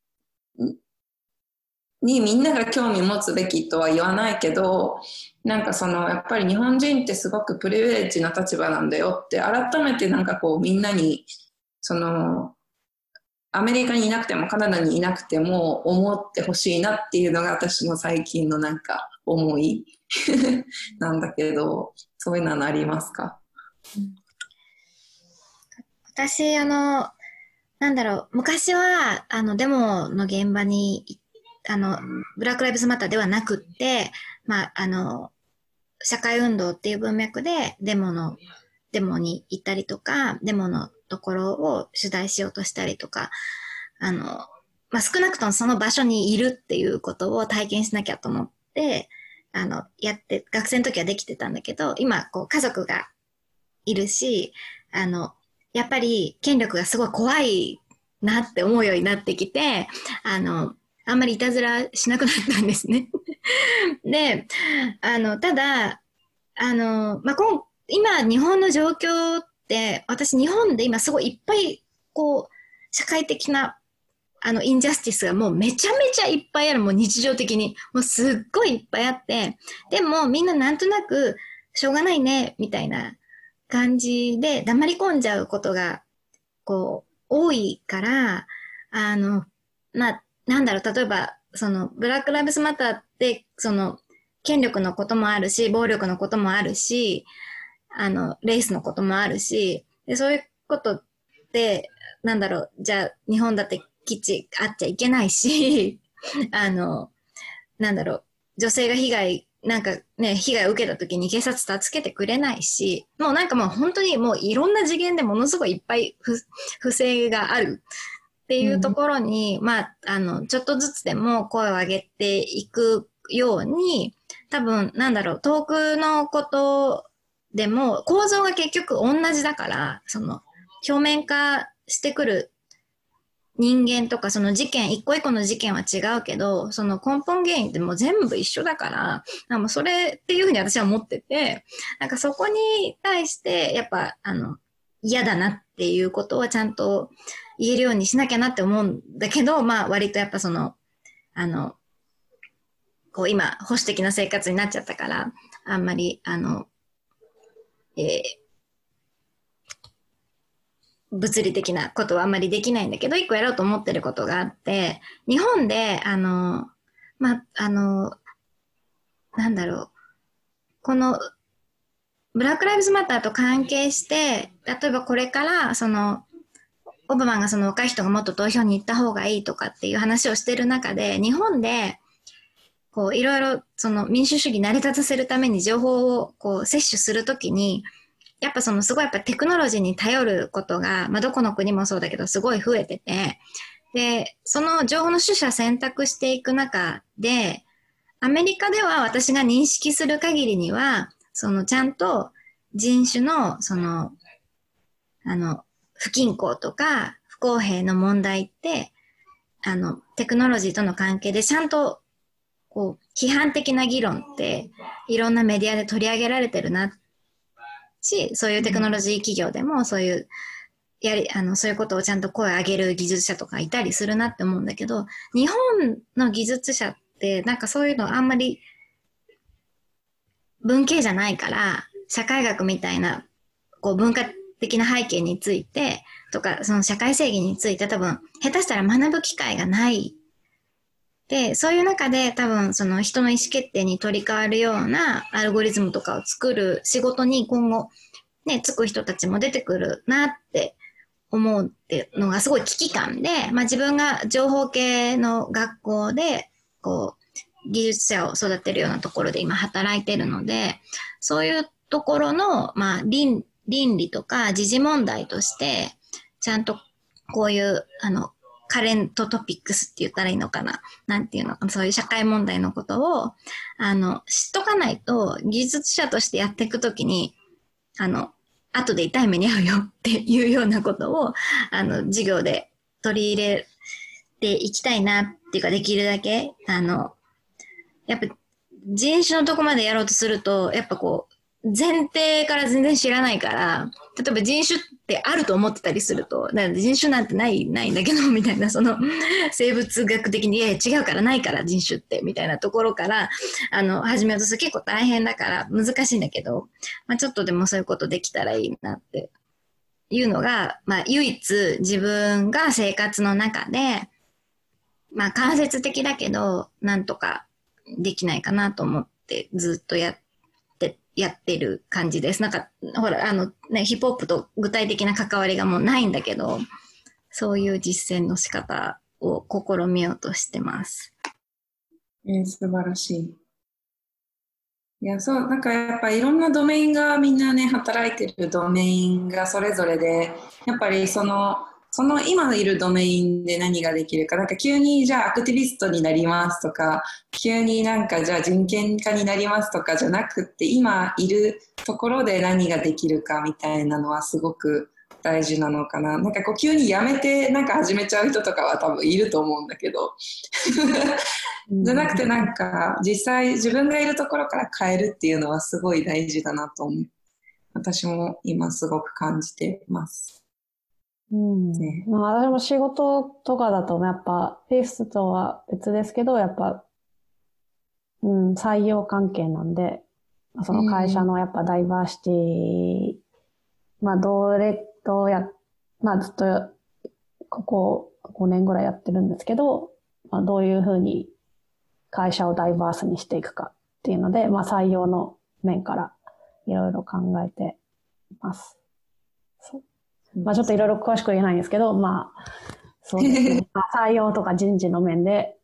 にみんなが興味持つべきとは言わないけど、なんかそのやっぱり日本人ってすごくプリビレッジな立場なんだよって改めてなんかこうみんなにそのアメリカにいなくてもカナダにいなくても思ってほしいなっていうのが私の最近のなんか思いなんだけど、そういうのはありますか？ 私、なんだろう、昔は、デモの現場に、ブラックライブズマターではなくって、社会運動っていう文脈でデモに行ったりとか、デモのところを取材しようとしたりとか、少なくともその場所にいるっていうことを体験しなきゃと思って、やって、学生の時はできてたんだけど、今、こう、家族がいるし、やっぱり権力がすごい怖いなって思うようになってきて、あんまりいたずらしなくなったんですね。で、ただ、今、日本の状況って、私、日本で今すごいいっぱい、こう、社会的な、インジャスティスがもうめちゃめちゃいっぱいある、もう日常的に。もうすっごいいっぱいあって、でもみんななんとなく、しょうがないね、みたいな感じで黙り込んじゃうことが、こう、多いから、なんだろう、例えば、ブラックライブスマターって、権力のこともあるし、暴力のこともあるし、レースのこともあるし、で、そういうことって、なんだろう、じゃあ、日本だって基地あっちゃいけないし、なんだろう、女性が被害を受けた時に警察助けてくれないし、もうなんかもう本当にもういろんな次元でものすごいいっぱい不正があるっていうところに、ちょっとずつでも声を上げていくように、多分、なんだろう、遠くのことでも構造が結局同じだから、表面化してくる人間とかその事件、一個一個の事件は違うけど、その根本原因ってもう全部一緒だから、それっていうふうに私は思ってて、なんかそこに対してやっぱ嫌だなっていうことはちゃんと言えるようにしなきゃなって思うんだけど、割とやっぱこう今保守的な生活になっちゃったから、あんまり物理的なことはあんまりできないんだけど、一個やろうと思ってることがあって、日本で、なんだろう、この、ブラックライブズマターと関係して、例えばこれから、オバマが若い人がもっと投票に行った方がいいとかっていう話をしてる中で、日本で、こう、いろいろ、民主主義成り立たせるために情報を、こう、摂取するときに、やっぱすごいやっぱテクノロジーに頼ることが、どこの国もそうだけどすごい増えてて、で、その情報の取捨選択していく中で、アメリカでは私が認識する限りには、ちゃんと人種の、不均衡とか不公平の問題って、テクノロジーとの関係でちゃんと、こう、批判的な議論って、いろんなメディアで取り上げられてるなし、そういうテクノロジー企業でもそういうそういうことをちゃんと声を上げる技術者とかいたりするなって思うんだけど、日本の技術者ってなんかそういうのあんまり文系じゃないから、社会学みたいなこう文化的な背景についてとか、その社会正義について多分下手したら学ぶ機会がない。で、そういう中で多分人の意思決定に取り替わるようなアルゴリズムとかを作る仕事に今後ね、つく人たちも出てくるなって思うっていうのがすごい危機感で、自分が情報系の学校でこう技術者を育てるようなところで今働いてるので、そういうところの、まあ、倫理とか時事問題として、ちゃんとこういう、カレントトピックスって言ったらいいのかな、なんていうのかな、そういう社会問題のことを、知っとかないと、技術者としてやっていくときに、後で痛い目に遭うよっていうようなことを、授業で取り入れていきたいなっていうか、できるだけ、やっぱ人種のとこまでやろうとすると、やっぱこう、前提から全然知らないから、例えば人種ってあると思ってたりすると、人種なんてないんだけど、みたいな、その生物学的に、いや違うからないから人種って、みたいなところから、始めようとすると結構大変だから難しいんだけど、まあちょっとでもそういうことできたらいいなっていうのが、まあ唯一自分が生活の中で、まあ間接的だけど、なんとかできないかなと思ってずっとやってる感じです。なんか、ほら、ヒップホップと具体的な関わりがもうないんだけど、そういう実践の仕方を試みようとしてます。 素晴らしい。いや、そう、なんかやっぱいろんなドメインがみんなね、働いてるドメインがそれぞれで、やっぱりその今いるドメインで何ができるか、なんか急にじゃあアクティビストになりますとか、急になんかじゃあ人権家になりますとかじゃなくって、今いるところで何ができるかみたいなのはすごく大事なのかな。なんかこう急にやめてなんか始めちゃう人とかは多分いると思うんだけど。じゃなくてなんか実際自分がいるところから変えるっていうのはすごい大事だなと思う。私も今すごく感じてます。 ね、まあ私も仕事とかだとやっぱフィフスとは別ですけど、やっぱ、採用関係なんで、その会社のやっぱダイバーシティ、まあまあずっとここ5年ぐらいやってるんですけど、まあどういうふうに会社をダイバースにしていくかっていうので、まあ採用の面からいろいろ考えています。まあちょっといろいろ詳しく言えないんですけど、まあ、そうですね。採用とか人事の面で、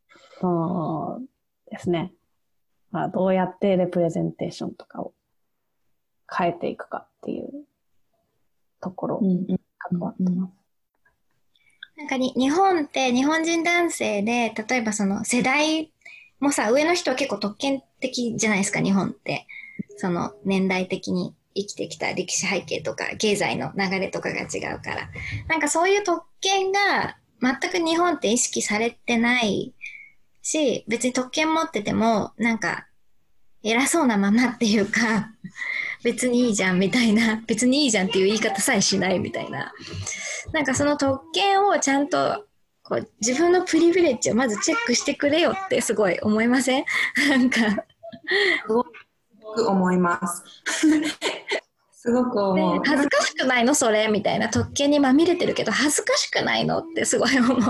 ですね。まあどうやってレプレゼンテーションとかを変えていくかっていうところに関わってます。 なんか日本って日本人男性で、例えばその世代もさ、上の人は結構特権的じゃないですか、日本って。その年代的に。生きてきた歴史背景とか経済の流れとかが違うから。なんかそういう特権が全く日本って意識されてないし、別に特権持っててもなんか偉そうなままっていうか、別にいいじゃんみたいな、別にいいじゃんっていう言い方さえしないみたいな。なんかその特権をちゃんとこう自分のプリビレッジをまずチェックしてくれよってすごい思いません？なんか。 すごく思います。すごく思う。 恥ずかしくないのそれみたいな、特権にまみれてるけど恥ずかしくないのってすごい思う。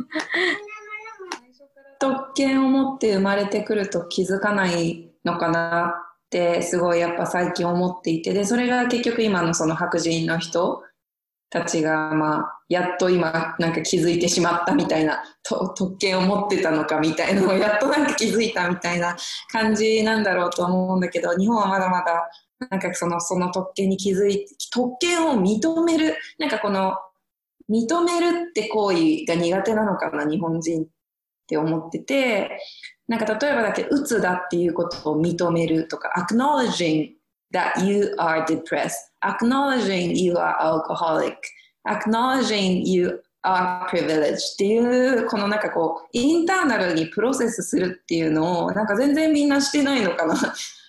特権を持って生まれてくると気づかないのかなってすごいやっぱ最近思っていて、でそれが結局今のその白人の人たちがまあやっと今なんか気づいてしまったみたいな、特権を持ってたのかみたいなのをやっとなんか気づいたみたいな感じなんだろうと思うんだけど、日本はまだまだなんかその特権に気づいて、特権を認める、なんかこの認めるって行為が苦手なのかな日本人って思ってて、なんか例えばだけどうつだっていうことを認めるとか、 acknowledging that you are depressed, acknowledging you are alcoholic, acknowledging you are privileged っていうこのなんかこうインターナルにプロセスするっていうのをなんか全然みんなしてないのかな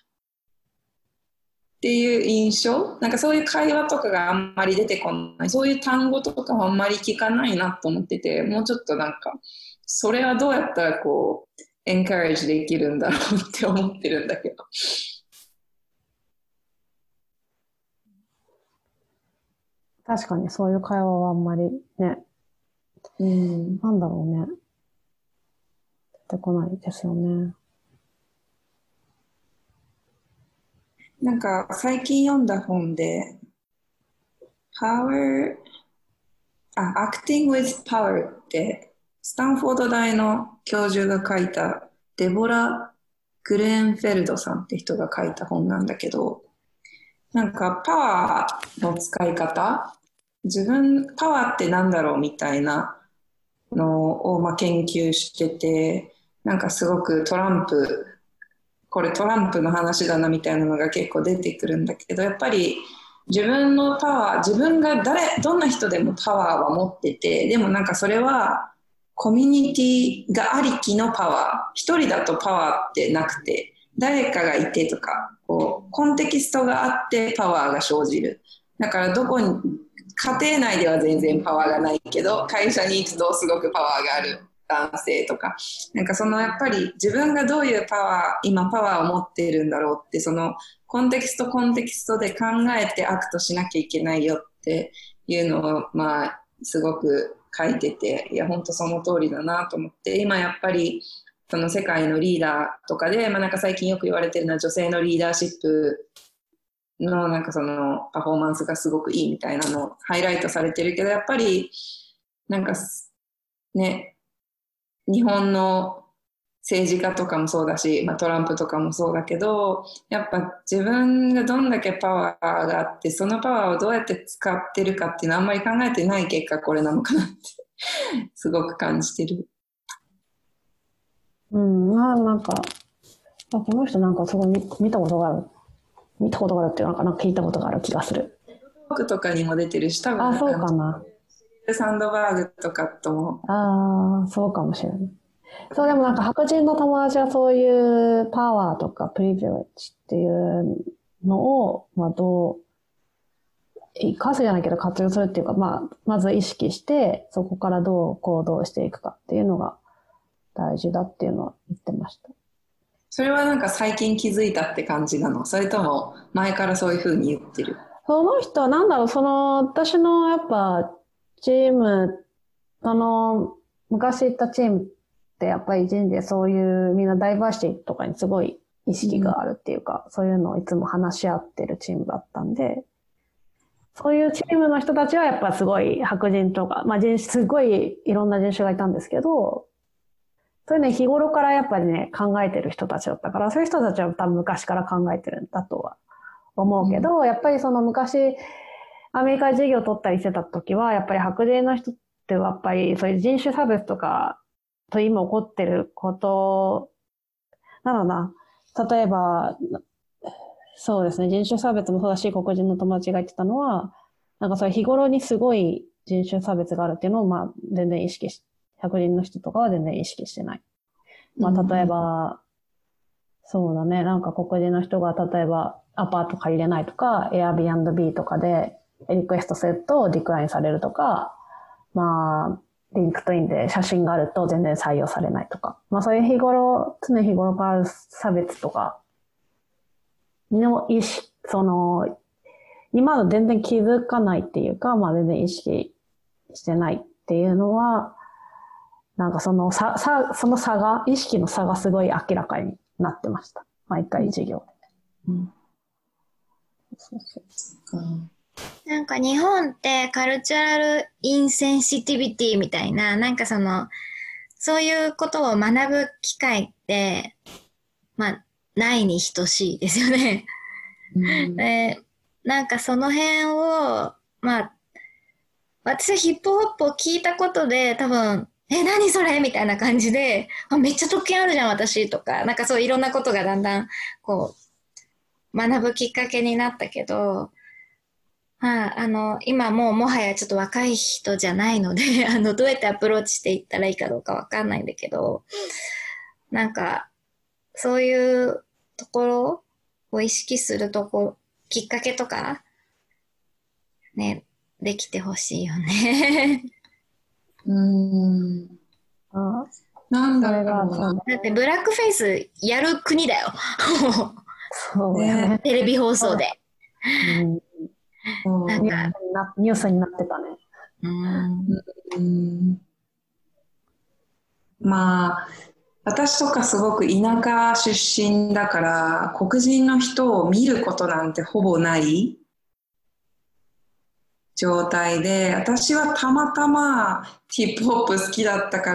っていう印象。なんかそういう会話とかがあんまり出てこない、そういう単語とかもあんまり聞かないなと思ってて、もうちょっとなんかそれはどうやったらこうエンカレッジできるんだろうって思ってるんだけど。 確かにそういう会話はあんまりね、なんだろうね、出てこないですよね。 なんか最近読んだ本で Acting with Power ってスタンフォード大の教授が書いたデボラ・グレーンフェルドさんって人が書いた本なんだけど、 なんかパワーの使い方、パワーってなんだろうみたいなのを研究してて、なんかすごくこれトランプの話だなみたいなのが結構出てくるんだけど、やっぱり自分のパワー、自分がどんな人でもパワーは持ってて、でもなんかそれはコミュニティがありきのパワー。一人だとパワーってなくて、誰かがいてとか、こう、コンテキストがあってパワーが生じる。だから家庭内では全然パワーがないけど、会社に行くとすごくパワーがある男性とか、なんかやっぱり自分がどういう今パワーを持っているんだろうって、そのコンテキストで考えてアクトしなきゃいけないよっていうのを、すごく書いてて、いや、本当その通りだなと思って、今やっぱり、その世界のリーダーとかで、なんか最近よく言われてるのは女性のリーダーシップのなんかそのパフォーマンスがすごくいいみたいなのハイライトされてるけど、やっぱりなんかね、日本の政治家とかもそうだし、トランプとかもそうだけど、やっぱ自分がどんだけパワーがあって、そのパワーをどうやって使ってるかっていうのはあんまり考えてない結果これなのかなってすごく感じてる。 なんか、この人なんかすごい見たことがあるっていうか、なんか聞いたことがある気がする。 僕とかにも出てるし、多分そうかな。 サンドバーグとかとも。 そうかもしれない。そう、でもなんか白人の友達はそういうパワーとかプリビレッジっていうのを、どう生かすじゃないけど活用するっていうか、まず意識して、そこからどう行動していくかっていうのが大事だっていうのは言ってました。 それはなんか最近気づいたって感じなの？それとも前からそういうふうに言ってる？ その人はなんだろう、私のやっぱチーム、昔行ったチームってやっぱり人事でそういうみんなダイバーシティとかにすごい意識があるっていうか、そういうのをいつも話し合ってるチームだったんで、そういうチームの人たちはやっぱすごい白人とか、すごいいろんな人種がいたんですけど、そういうね、日頃からやっぱりね、考えてる人たちだったから、そういう人たちは多分昔から考えてるんだとは思うけど、やっぱり昔、アメリカで授業を取ったりしてた時は、やっぱり白人の人ってやっぱりそういう人種差別とか、と今起こってること、例えば、そうですね、人種差別もそうだし、黒人の友達が言ってたのは、なんかそういう日頃にすごい人種差別があるっていうのを、全然白人の人とかは全然意識してない。例えば、そうだね、なんか黒人の人が例えばアパート借りれないとか、Airbnb とかでリクエストするとディクラインされるとか、リンクトインで写真があると全然採用されないとか、そういう常日頃からある差別とかの意識、今の全然気づかないっていうか、全然意識してないっていうのは、なんかその差が、意識の差がすごい明らかになってました。毎回授業で。 なんか日本ってカルチャラルインセンシティビティみたいな、なんかそういうことを学ぶ機会って、ないに等しいですよね。なんかその辺を、私はヒップホップを聞いたことで多分、何それみたいな感じで、めっちゃ特権あるじゃん、私とか、なんかそういろんなことがだんだん、学ぶきっかけになったけど、今もはやちょっと若い人じゃないので、どうやってアプローチしていったらいいかどうかわかんないんだけど、なんか、そういうところを意識するきっかけとか、ね、できてほしいよね。 なんだろうな。 だってブラックフェイスやる国だよ。 そうね。 テレビ放送で。 なんかニュースになってたね。 私とかすごく田舎出身だから、黒人の人を見ることなんてほぼない状態で、私はたまたまヒップホップ好きだったから、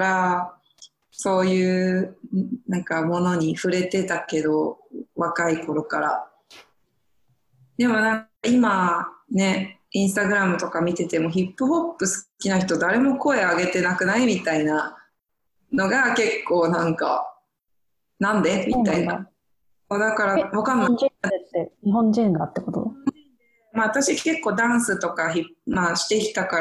そういうなんかものに触れてたけど、若い頃から。 でもなんか今ね、インスタグラムとか見ててもヒップホップ好きな人誰も声上げてなくないみたいなのが結構なんか、なんでみたいな。だからわかんない。 日本人がってこと？ まあ私結構ダンスとかまあしてきたから、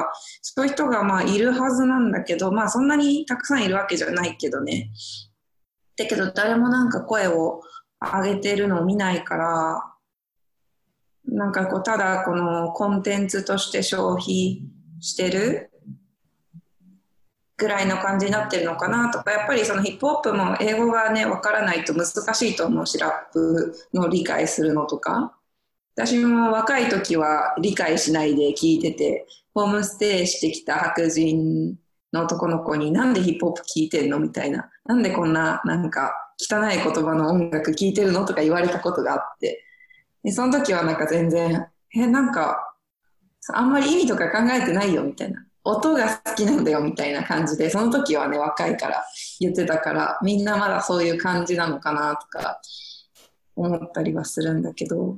そういう人がまあいるはずなんだけど、まあそんなにたくさんいるわけじゃないけどね。だけど誰もなんか声を上げてるのを見ないから、なんかこうただこのコンテンツとして消費してるぐらいの感じになってるのかなとか、やっぱりそのヒップホップも英語がね、わからないと難しいと思うし、ラップの理解するのとか。私も若い時は理解しないで聞いてて、ホームステイしてきた白人の男の子になんでヒップホップ聞いてんのみたいな。なんでこんななんか汚い言葉の音楽聞いてるのとか言われたことがあって。でその時はなんか全然、なんかあんまり意味とか考えてないよみたいな。音が好きなんだよみたいな感じで、その時はね、若いから言ってたから、みんなまだそういう感じなのかなとか思ったりはするんだけど、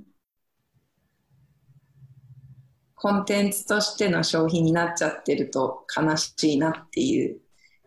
コンテンツとしての消費になっちゃってると悲しいなっていう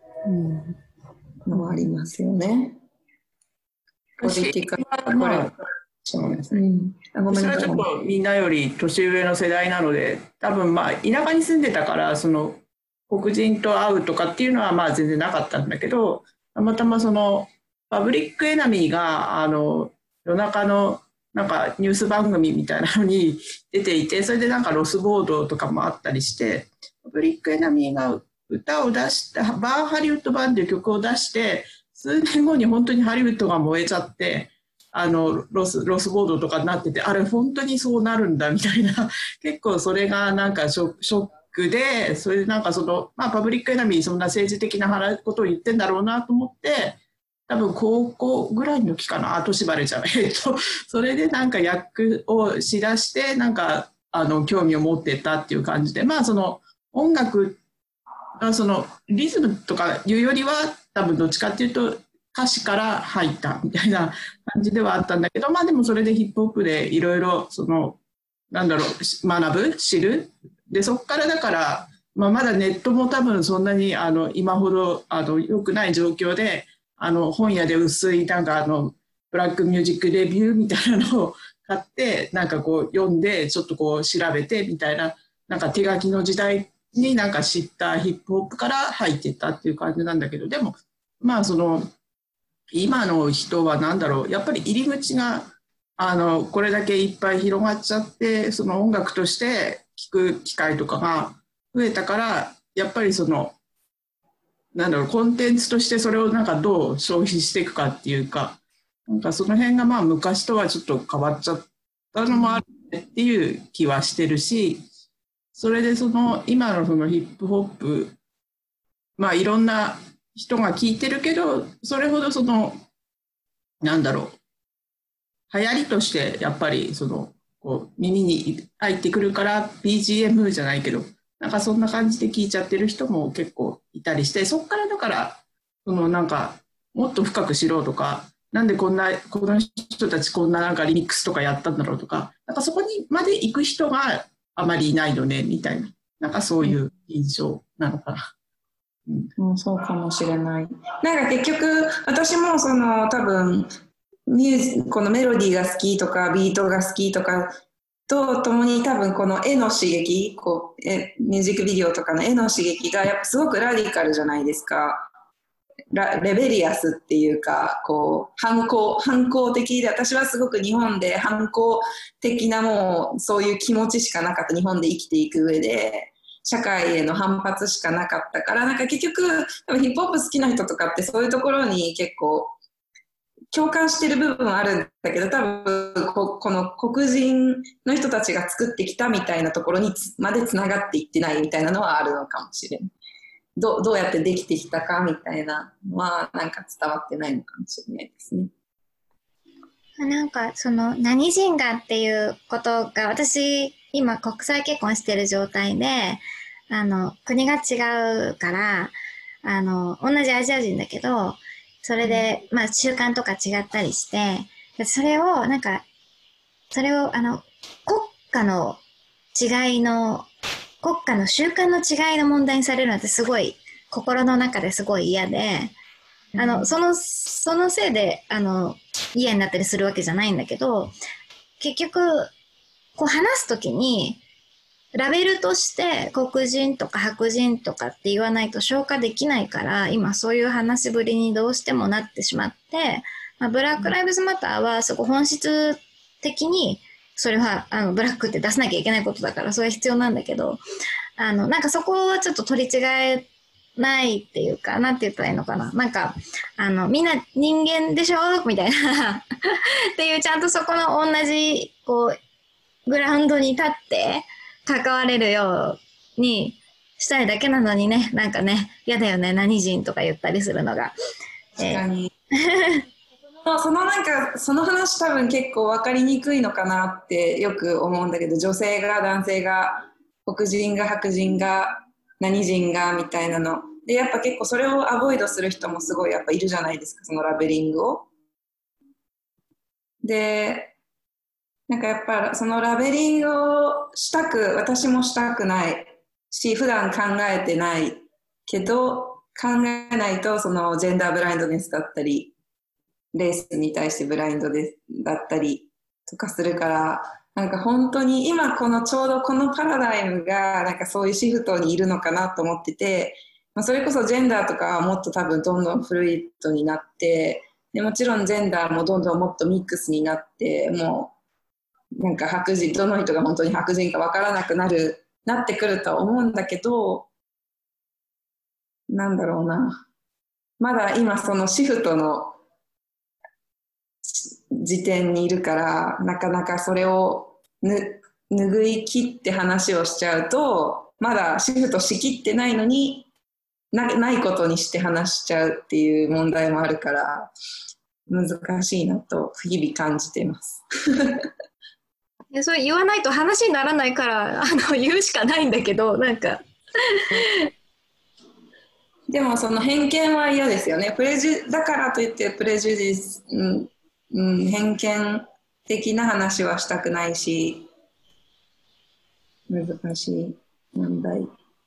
のはありますよね。ポリティカルこれ。 そうですね。私はちょっとみんなより年上の世代なので、多分まあ田舎に住んでたからその黒人と会うとかっていうのはまあ全然なかったんだけど、たまたまそのパブリックエナミーが夜中のなんかニュース番組みたいなのに出ていて、それでなんかロスボードとかもあったりして、パブリックエナミーが歌を出したバーハリウッド版っていう曲を出して、数年後に本当にハリウッドが燃えちゃって、ロスボードとかになってて、あれ本当にそうなるんだみたいな、結構それがなんかショックで、それでなんかその、まあパブリックエナミーそんな政治的なことを言ってんだろうなと思って、多分高校ぐらいの時かな、年バレちゃう。それでなんか役をしだして、なんか興味を持ってたっていう感じで、まあその音楽、そのリズムとかいうよりは、多分どっちかっていうと、歌詞から入ったみたいな感じではあったんだけど、まあでもそれでヒップホップでいろいろそのなんだろう学ぶ知るで、そこからだから、まあ、まだネットも多分そんなに今ほど良くない状況で本屋で薄いなんかブラックミュージックレビューみたいなのを買ってなんかこう読んでちょっとこう調べてみたいな、なんか手書きの時代になんか知ったヒップホップから入っていったっていう感じなんだけど、でもまあその今の人はなんだろう、やっぱり入り口がこれだけいっぱい広がっちゃって、その音楽として聴く機会とかが増えたから、やっぱりそのなんだろう、コンテンツとしてそれをなんかどう消費していくかっていうか、なんかその辺がまあ昔とはちょっと変わっちゃったのもあるっていう気はしてるし、それでその今のそのヒップホップ、まあいろんな人が聞いてるけど、それほどそのなんだろう、流行りとしてやっぱりそのこう耳に入ってくるから BGM じゃないけど、なんかそんな感じで聞いちゃってる人も結構いたりして、そこからだからそのなんかもっと深く知ろうとか、なんでこの人たちこんななんかリミックスとかやったんだろうとか、なんかそこにまで行く人があまりいないよねみたいな、なんかそういう印象なのかな。 そうかもしれない。なんか結局私もその多分このメロディーが好きとかビートが好きとかとともに多分この絵の刺激、こうミュージックビデオとかの絵の刺激がやっぱすごくラディカルじゃないですか。レベリアスっていうか、こう反抗的で、私はすごく日本で反抗的なもうそういう気持ちしかなかった。日本で生きていく上で社会への反発しかなかったから、なんか結局多分ヒップホップ好きな人とかってそういうところに結構共感してる部分はあるんだけど、多分この黒人の人たちが作ってきたみたいなところにまでつながっていってないみたいなのはあるのかもしれない。どうやってできてきたかみたいなのはなんか伝わってないのかもしれないですね。 なんかその何人がっていうことが、私今国際結婚してる状態で、国が違うから、同じアジア人だけど、それで、まあ習慣とか違ったりして、それを国家の違いの、国家の習慣の違いの問題にされるのってすごい、心の中ですごい嫌で、そのせいで、嫌になったりするわけじゃないんだけど、結局、こう話すときに、ラベルとして黒人とか白人とかって言わないと消化できないから、今そういう話しぶりにどうしてもなってしまって、ブラックライブズマターはそこ本質的に、それはブラックって出さなきゃいけないことだからそれは必要なんだけど、なんかそこはちょっと取り違えないっていうか、なんて言ったらいいのかな。なんか、みんな人間でしょみたいなっていう、ちゃんとそこの同じ、こう、グラウンドに立って関われるようにしたいだけなのにね、なんかね、嫌だよね、何人とか言ったりするのが。 確かに。その話多分結構分かりにくいのかなってよく思うんだけど、女性が男性が黒人が白人が何人がみたいなので、やっぱ結構それをアボイドする人もすごいやっぱいるじゃないですか、そのラベリングを。で、なんかやっぱそのラベリングを私もしたくないし、普段考えてないけど、考えないとそのジェンダーブラインドネスだったり、レースに対してブラインドだったりとかするから、なんか本当に今ちょうどこのパラダイムがなんかそういうシフトにいるのかなと思ってて、それこそジェンダーとかはもっと多分どんどんフルイットになって、でもちろんジェンダーもどんどんもっとミックスになって、もうなんかどの人が本当に白人かわからなくなってくるとは思うんだけど、なんだろうな。まだ今そのシフトの時点にいるから、なかなかそれを拭い切って話をしちゃうと、まだシフトしきってないのにないことにして話しちゃうっていう問題もあるから、難しいなと日々感じています。 それ言わないと話にならないから言うしかないんだけど、なんかでもその偏見は嫌ですよね。だからといってプレジュディス、偏見的な話はしたくないし、難しい問題。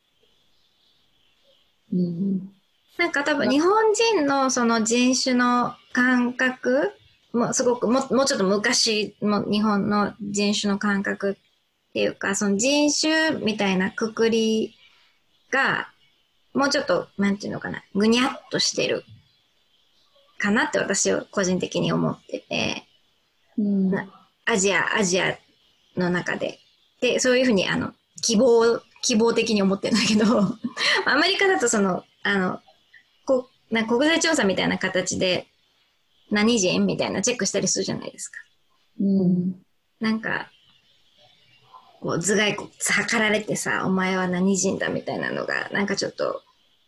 なんか多分日本人のその人種の感覚もすごくもうちょっと昔の日本の人種の感覚っていうか、その人種みたいなくくりがもうちょっとなんていうのかな、ぐにゃっとしてるかなって私は個人的に思ってて、アジアの中でそういうふうに希望的に思ってるんだけどアメリカだとその国税調査みたいな形で何人みたいなチェックしたりするじゃないですか。なんかこう頭蓋骨測られてさ、お前は何人だみたいなのがなんかちょっと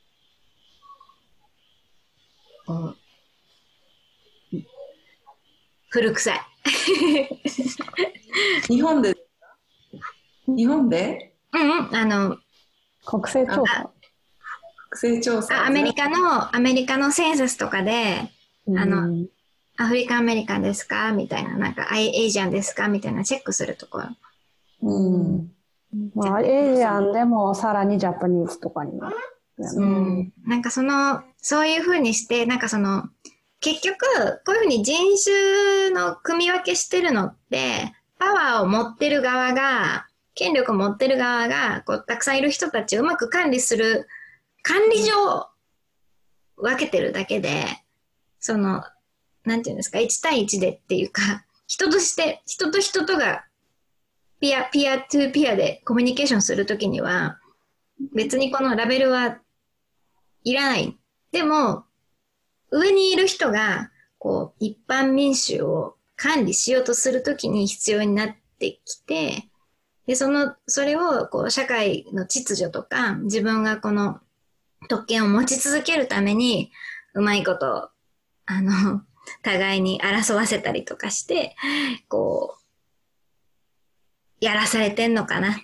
古臭い日本で国勢調査アメリカのセンサスとかで、アフリカンアメリカンですかみたいな、なんかエイジアンですかみたいなチェックするところ。 まあ、エイジアンでもさらにジャパニーズとかになる。 なんかそういうふうにして、なんか結局、こういうふうに人種の組み分けしてるのって、パワーを持ってる側が、権力を持ってる側が、こう、たくさんいる人たちをうまく管理上、分けてるだけで、なんていうんですか、1対1でっていうか、人と人とが、ピアトゥピアでコミュニケーションするときには、別にこのラベルはいらない。でも、上にいる人が、こう、一般民衆を管理しようとするときに必要になってきて、で、それを、こう、社会の秩序とか、自分がこの特権を持ち続けるために、うまいこと、互いに争わせたりとかして、こう、やらされてんのかなって、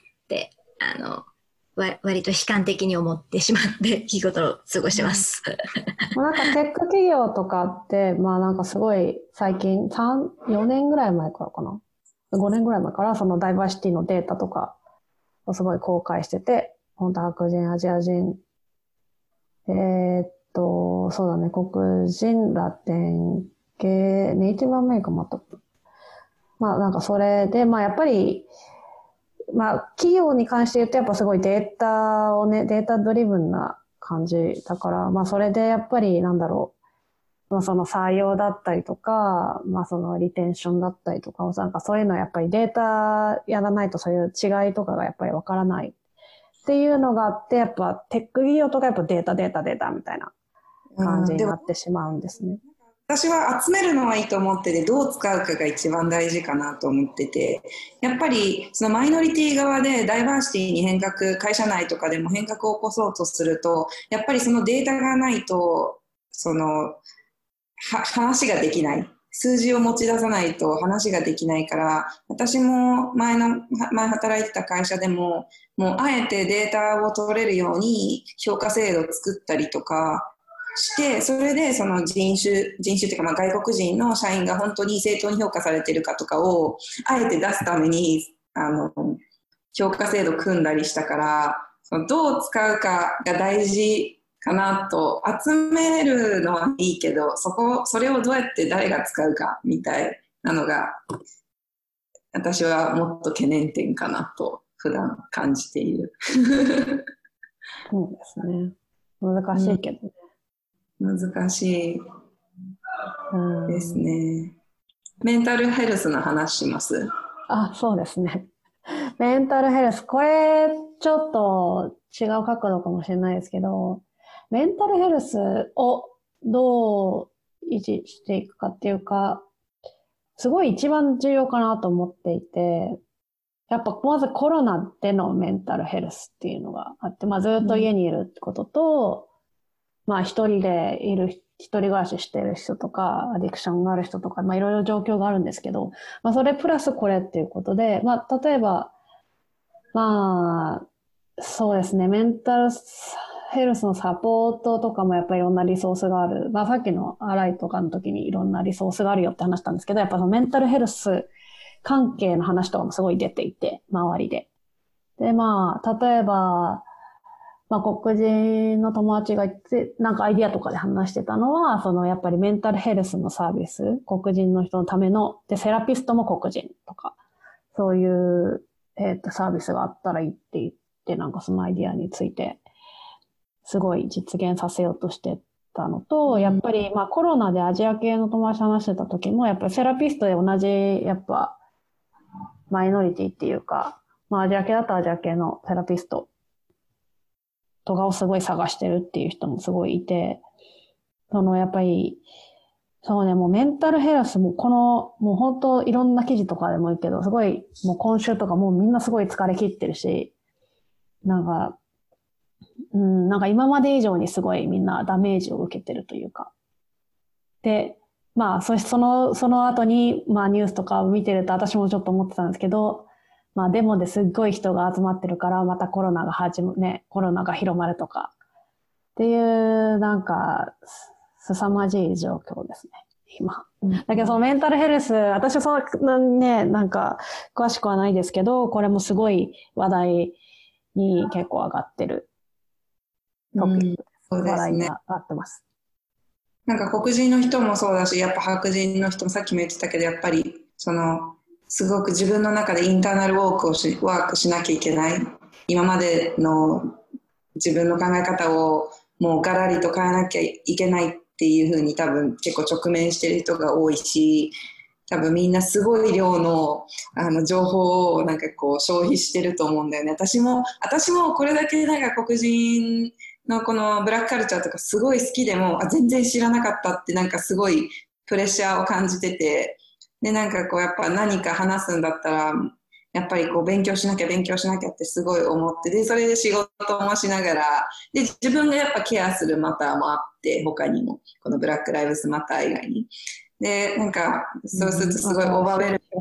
割と悲観的に思ってしまって日ごとを過ごしてます。 なんかテック企業とかって、まあなんかすごい最近4年ぐらい前からかな。 5年ぐらい前からそのダイバーシティのデータとかをすごい公開してて、本当白人、アジア人、そうだね、黒人、ラテン系、ネイティブアメリカもあった。まあなんかそれで、まあやっぱり、まあ企業に関して言うとやっぱすごいデータをね、データドリブンな感じだから、まあそれでやっぱりなんだろう、まあその採用だったりとか、まあそのリテンションだったりとか、なんかそういうのはやっぱりデータやらないとそういう違いとかがやっぱりわからないっていうのがあって、やっぱテック企業とかやっぱデータみたいな感じになってしまうんですね。 私は集めるのはいいと思ってて、どう使うかが一番大事かなと思ってて、やっぱりそのマイノリティ側でダイバーシティに変革、会社内とかでも変革を起こそうとすると、やっぱりそのデータがないと、話ができない。数字を持ち出さないと話ができないから、私も前働いてた会社でも、もうあえてデータを取れるように評価制度を作ったりとかして、それでその人種っていうか、まあ外国人の社員が本当に正当に評価されているかとかをあえて出すために評価制度組んだりしたから、そのどう使うかが大事かなと。集めるのはいいけど、それをどうやって誰が使うかみたいなのが、私はもっと懸念点かなと普段感じている。 そうですね。難しいけどね。 難しいですね。メンタルヘルスの話します？ あ、そうですね。メンタルヘルス。これ、ちょっと違う角度かもしれないですけど、メンタルヘルスをどう維持していくかっていうか、すごい一番重要かなと思っていて、やっぱまずコロナでのメンタルヘルスっていうのがあって、まあずっと家にいるってことと、まあ一人暮らししてる人とか、アディクションがある人とか、まあいろいろ状況があるんですけど、まあそれプラスこれっていうことで、まあ例えば、まあ、そうですね、メンタルヘルスのサポートとかもやっぱりいろんなリソースがある。まあさっきのアライとかの時にいろんなリソースがあるよって話したんですけど、やっぱそのメンタルヘルス関係の話とかもすごい出ていて、周りで。で、まあ、例えば、まあ黒人の友達が言って、なんかアイディアとかで話してたのは、そのやっぱりメンタルヘルスのサービス、黒人の人のための、で、セラピストも黒人とか、そういう、サービスがあったらいいって言って、なんかそのアイディアについて、すごい実現させようとしてたのと、やっぱりまあコロナでアジア系の友達と話してた時も、やっぱりセラピストで同じ、やっぱ、マイノリティっていうか、まあアジア系だとアジア系のセラピストとかをすごい探してるっていう人もすごいいて、やっぱり、そうね、もうメンタルヘルスももう本当いろんな記事とかでもいいけど、すごい、もう今週とかもうみんなすごい疲れ切ってるし、なんか今まで以上にすごいみんなダメージを受けてるというか。で、まあ、その後に、まあニュースとかを見てると私もちょっと思ってたんですけど、まあデモですっごい人が集まってるから、またコロナが広まるとか、っていう、なんか、凄まじい状況ですね、今。だけどそのメンタルヘルス、私はなんか、詳しくはないですけど、これもすごい話題に結構上がってるトピックです。 そうですね。 話題が上がってます。 なんか黒人の人もそうだし、やっぱ白人の人もさっきも言ってたけど、やっぱりすごく自分の中でインターナルワークしなきゃいけない。今までの自分の考え方をもうガラリと変えなきゃいけないっていうふうに多分結構直面してる人が多いし、多分みんなすごい量の情報をなんかこう消費してると思うんだよね。私もこれだけなんか黒人のこのブラックカルチャーとかすごい好きでも全然知らなかったってなんかすごいプレッシャーを感じてて、でなんかこうやっぱ何か話すんだったらやっぱりこう勉強しなきゃってすごい思って、でそれで仕事もしながらで自分がやっぱケアするマターもあって、他にもこのブラックライブズマター以外にでなんかそうするとすごいオーバーウェルム。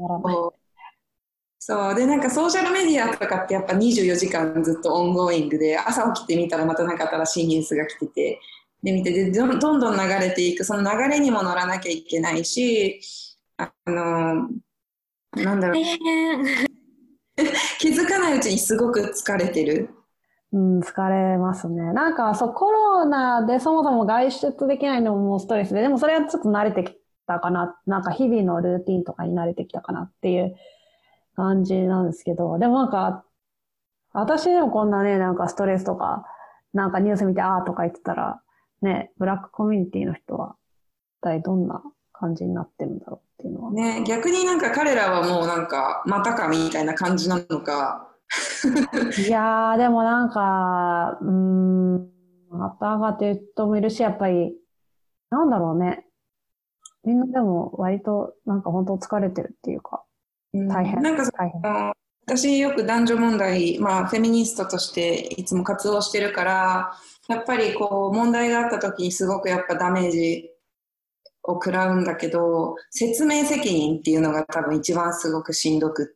そうでなんかソーシャルメディアとかってやっぱ24時間ずっとオンゴーイングで、朝起きてみたらまたなんか新しいニュースが来てて、で見てでどんどん流れていく、その流れにも乗らなきゃいけないし、 なんだろう、 大変。 気づかないうちにすごく疲れてる。 うん、疲れますね。なんか、そう、コロナでそもそも外出できないのもストレスで、でもそれはちょっと慣れてきたかな。なんか日々のルーティンとかに慣れてきたかなっていう感じなんですけど、でもなんか、私でもこんなね、なんかストレスとか、なんかニュース見てあーとか言ってたら、ね、ブラックコミュニティの人は、一体どんな感じになってるんだろうっていうのは。 ね、逆になんか彼らはもうなんか、またかみたいな感じなのか。 いやー、でもなんか、またがっていう人もいるし、やっぱり、なんだろうね。みんなでも割となんか本当疲れてるっていうか、大変、 なんか大変。 私よく男女問題、まあフェミニストとしていつも活動してるから、やっぱりこう問題があった時にすごくやっぱダメージを食らうんだけど、説明責任っていうのが多分一番すごくしんどくって、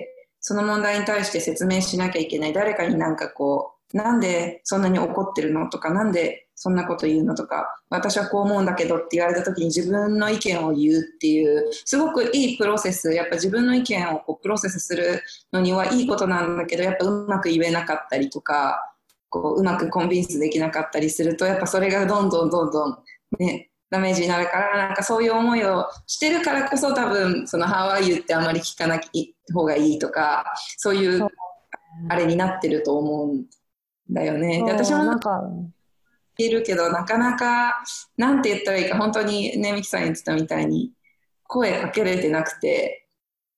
その問題に対して説明しなきゃいけない。誰かになんかこう、なんでそんなに怒ってるのとか、なんでそんなこと言うのとか、私はこう思うんだけどって言われた時に自分の意見を言うっていう、すごくいいプロセス、やっぱ自分の意見をこうプロセスするのにはいいことなんだけど、やっぱうまく言えなかったりとか、こううまくコンビンスできなかったりすると、やっぱそれがどんどんどんどんね、ダメージになるから、なんかそういう思いをしてるからこそ多分、そのハワイユってあまり聞かなき方がいいとか、そういうあれになってると思うんだよね。で、私もなんか、 言えるけど、なかなか、なんて言ったらいいか、本当にね、ミキさん言ってたみたいに、声かけれてなくて、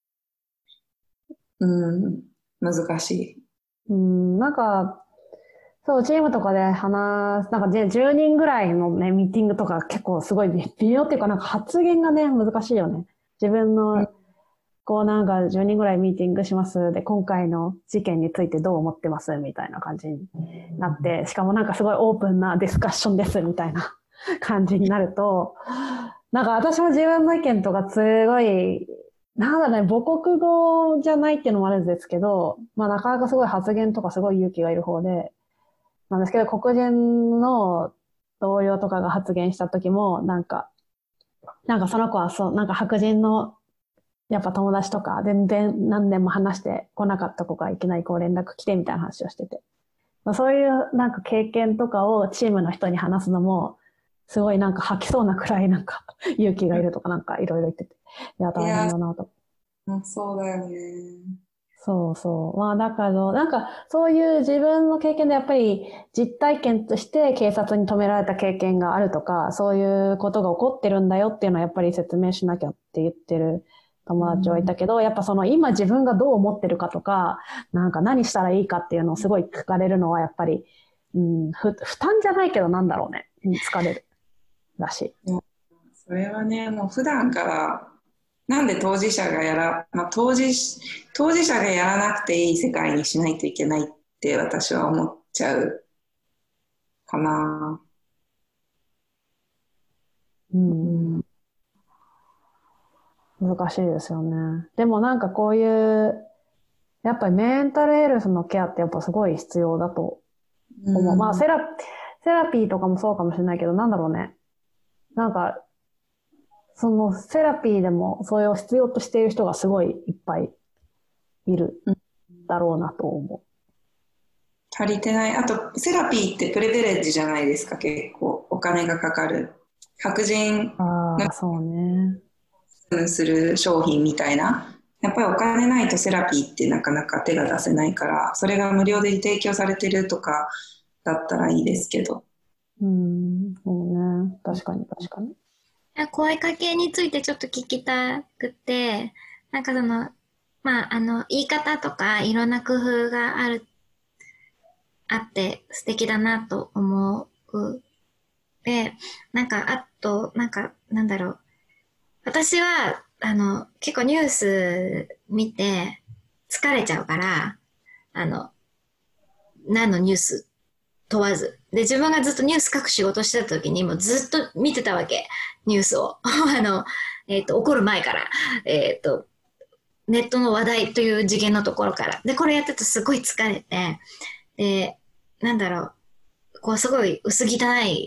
難しい。 なんか、そう、チームとかでなんか10人ぐらいのね、ミーティングとか結構すごい微妙っていうか、なんか発言がね、難しいよね。自分の、こうなんか10人ぐらいミーティングします。で、今回の事件についてどう思ってますみたいな感じになって、しかもなんかすごいオープンなディスカッションですみたいな感じになると、なんか私も自分の意見とかすごい、なんだね、母国語じゃないっていうのもあるんですけど、まあなかなかすごい発言とかすごい勇気がいる方で、なんですけど、黒人の同僚とかが発言した時も、なんかその子はそう、なんか白人のやっぱ友達とか全然何年も話してこなかった子がいきなりこう連絡来てみたいな話をしてて。そういうなんか経験とかをチームの人に話すのも、すごいなんか吐きそうなくらいなんか勇気がいるとかなんかいろいろ言ってて。いや、大変だなと。 そうだよね。 そうそう。まあだけど、なんかそういう自分の経験でやっぱり実体験として警察に止められた経験があるとか、そういうことが起こってるんだよっていうのはやっぱり説明しなきゃって言ってる友達はいたけど、やっぱその今自分がどう思ってるかとか、なんか何したらいいかっていうのをすごい聞かれるのはやっぱり、負担じゃないけどなんだろうね。疲れるらしい。 それはね、もう普段から、なんで当事者が当事者がやらなくていい世界にしないといけないって私は思っちゃうかな。 難しいですよね。でもなんかこういう、やっぱりメンタルヘルスのケアってやっぱすごい必要だと思う。まあセラピーとかもそうかもしれないけど、なんだろうね。なんか、そのセラピーでもそれを必要としている人がすごいいっぱいいるだろうなと思う。 足りてない。あと、セラピーってプレベレッジじゃないですか、結構。お金がかかる。白人がそうね。 する商品みたいな。やっぱりお金ないとセラピーってなかなか手が出せないから、それが無料で提供されてるとかだったらいいですけど。 そうね。確かに確かに。 声かけについてちょっと聞きたくて、なんか言い方とかいろんな工夫があって素敵だなと思う。で、なんだろう。私は、結構ニュース見て疲れちゃうから、何のニュース問わず。で、自分がずっとニュース書く仕事してた時にもうずっと見てたわけ。ニュースを。起こる前から。ネットの話題という次元のところから。で、これやってるとすごい疲れて、で、こうすごい薄汚い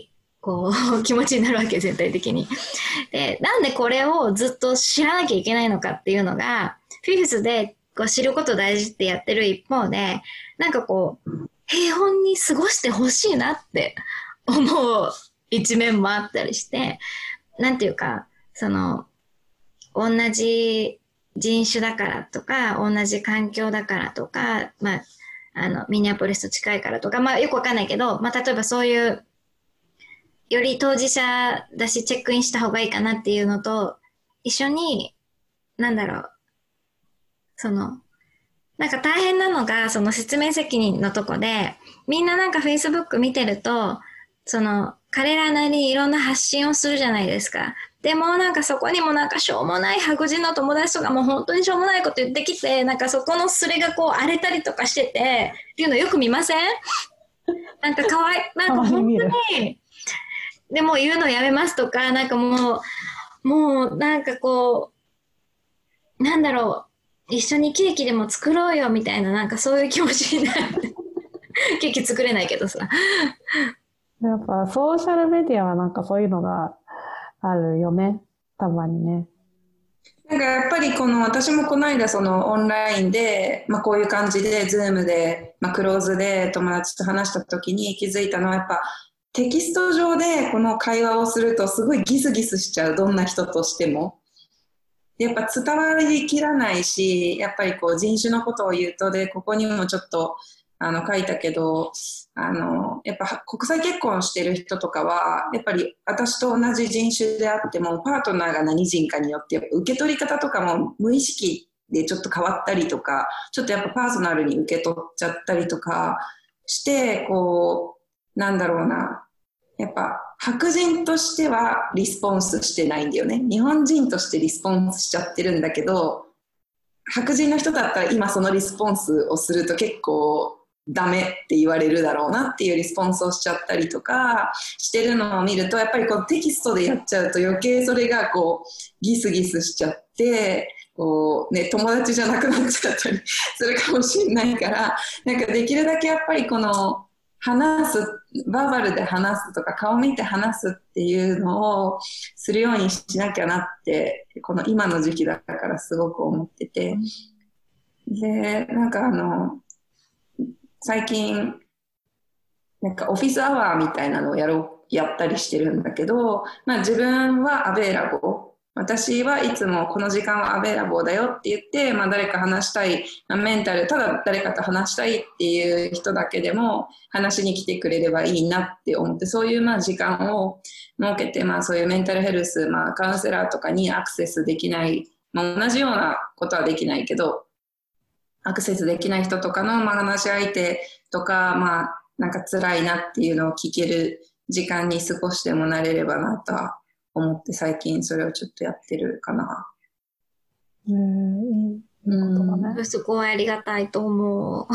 こう気持ちになるわけ、全体的に。で、なんでこれをずっと知らなきゃいけないのかっていうのが、フィフスでこう知ること大事ってやってる一方で、なんかこう、平穏に過ごしてほしいなって思う一面もあったりして、なんていうか、その、同じ人種だからとか、同じ環境だからとか、まあ、ミネアポリスと近いからとか、まあよくわかんないけど、まあ例えばそういう、より当事者だしチェックインした方がいいかなっていうのと、一緒に、なんだろう、その、なんか大変なのが、その説明責任のとこで、みんななんか Facebook 見てると、その、彼らなりにいろんな発信をするじゃないですか。でもなんかそこにもなんかしょうもない白人の友達とかも本当にしょうもないこと言ってきて、なんかそこのすれがこう荒れたりとかしてて、っていうのよく見ません？なんかなんか本当に、でも言うのやめますとか、なんかもうなんかこう、なんだろう、一緒にケーキでも作ろうよみたいな、なんかそういう気持ちになる。ケーキ作れないけどさ。 やっぱソーシャルメディアはなんかそういうのがあるよね。たまにね。 なんかやっぱり私もこの間そのオンラインで、まあこういう感じで、ズームで、まあクローズで友達と話した時に気づいたのはやっぱテキスト上でこの会話をするとすごいギスギスしちゃう、どんな人としても。やっぱ伝わりきらないし、やっぱりこう人種のことを言うと、で、ここにもちょっと書いたけど、やっぱ国際結婚してる人とかは、やっぱり私と同じ人種であっても、パートナーが何人かによって、受け取り方とかも無意識でちょっと変わったりとか、ちょっとやっぱパーソナルに受け取っちゃったりとかして、こう、なんだろうな。やっぱ白人としてはリスポンスしてないんだよね。日本人としてリスポンスしちゃってるんだけど、白人の人だったら今そのリスポンスをすると結構ダメって言われるだろうなっていうリスポンスをしちゃったりとかしてるのを見ると、やっぱりこうテキストでやっちゃうと余計それがこうギスギスしちゃって、こうね、友達じゃなくなっちゃったりするかもしれないから、なんかできるだけやっぱりこの話す、バーバルで話すとか顔見て話すっていうのをするようにしなきゃなって、この今の時期だからすごく思ってて。で、なんか最近、なんかオフィスアワーみたいなのをやったりしてるんだけど、まあ自分はアベーラボー。私はいつもこの時間はアベーラボーだよって言って、まあ誰か話したい、メンタル、ただ誰かと話したいっていう人だけでも話しに来てくれればいいなって思って、そういうまあ時間を設けて、まあそういうメンタルヘルス、まあカウンセラーとかにアクセスできない、まあ同じようなことはできないけど、アクセスできない人とかの、まあ、話し相手とか、まあ、なんか辛いなっていうのを聞ける時間に少しでもなれればなとは思って、最近それをちょっとやってるかな。 いいことだね。 すごいありがたいと思う。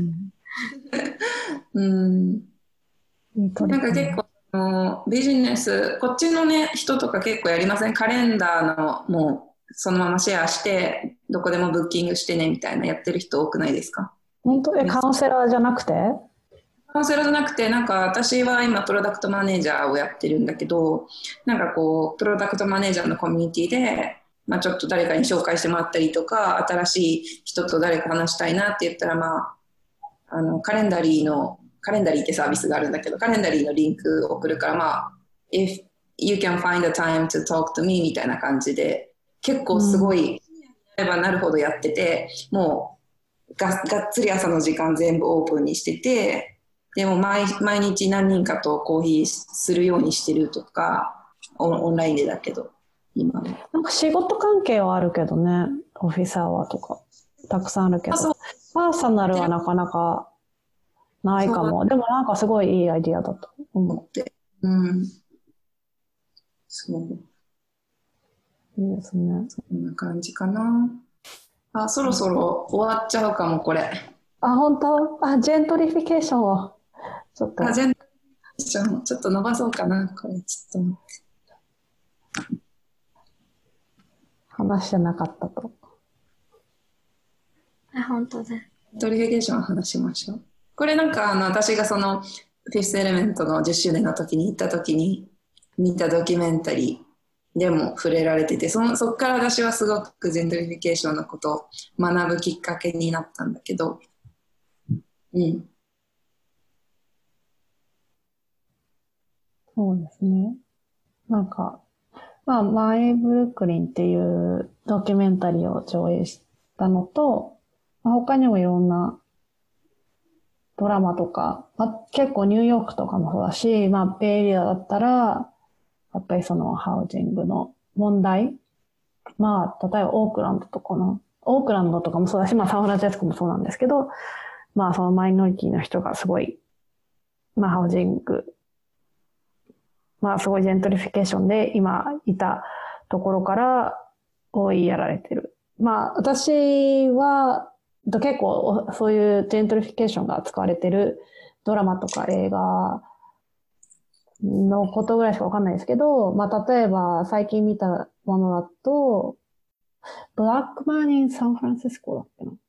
なんか結構ビジネス、こっちのね、人とか結構やりません？カレンダーのもう、そのままシェアして、どこでもブッキングしてねみたいなやってる人多くないですか？ 本当？カウンセラーじゃなくて？ カウンセラーじゃなくて、なんか私は今プロダクトマネージャーをやってるんだけど、なんかこう、プロダクトマネージャーのコミュニティで、まあちょっと誰かに紹介してもらったりとか、新しい人と誰か話したいなって言ったら、まあ、カレンダリーってサービスがあるんだけど、カレンダリーのリンク送るから、まあ、if you can find a time to talk to me みたいな感じで、結構すごい、なればなるほどやってて、もうがっつり朝の時間全部オープンにしてて、でも毎日何人かとコーヒーするようにしてるとか、オンラインでだけど、今も。 なんか仕事関係はあるけどね、オフィスアワーとか、たくさんあるけど、パーソナルはなかなかないかも。でもなんかすごいいいアイディアだと思って。 そう。 いいですね。 そんな感じかな。あ、そろそろ終わっちゃうかも、これ。 あ、本当？あ、ジェントリフィケーションを。ちょっと。 ジェントリフィケーション、ちょっと伸ばそうかな、これ、ちょっと待って。 話してなかったと。 あ、本当だ。 ジェントリフィケーションを話しましょう。これなんか、私がその、 フィフスエレメントの10周年の時に行った時に見たドキュメンタリーでも触れられてて、そっから私はすごくジェントリフィケーションのことを学ぶきっかけになったんだけど、うん。 そうですね。なんか、まあ、マイ・ブルックリンっていうドキュメンタリーを上映したのと、まあ、他にもいろんなドラマとか、まあ、結構ニューヨークとかもそうだし、まあ、ベイエリアだったら、やっぱりそのハウジングの問題、まあ、例えばオークランドとかもそうだし、まあ、サンフランシスコもそうなんですけど、まあ、そのマイノリティの人がすごい、まあ、ハウジング、まあ、すごいジェントリフィケーションで今いたところから追いやられてる。まあ、私は、結構そういうジェントリフィケーションが扱われてるドラマとか映画のことぐらいしかわかんないですけど、まあ、例えば最近見たものだと、ブラックマン・イン・サンフランシスコだっけな。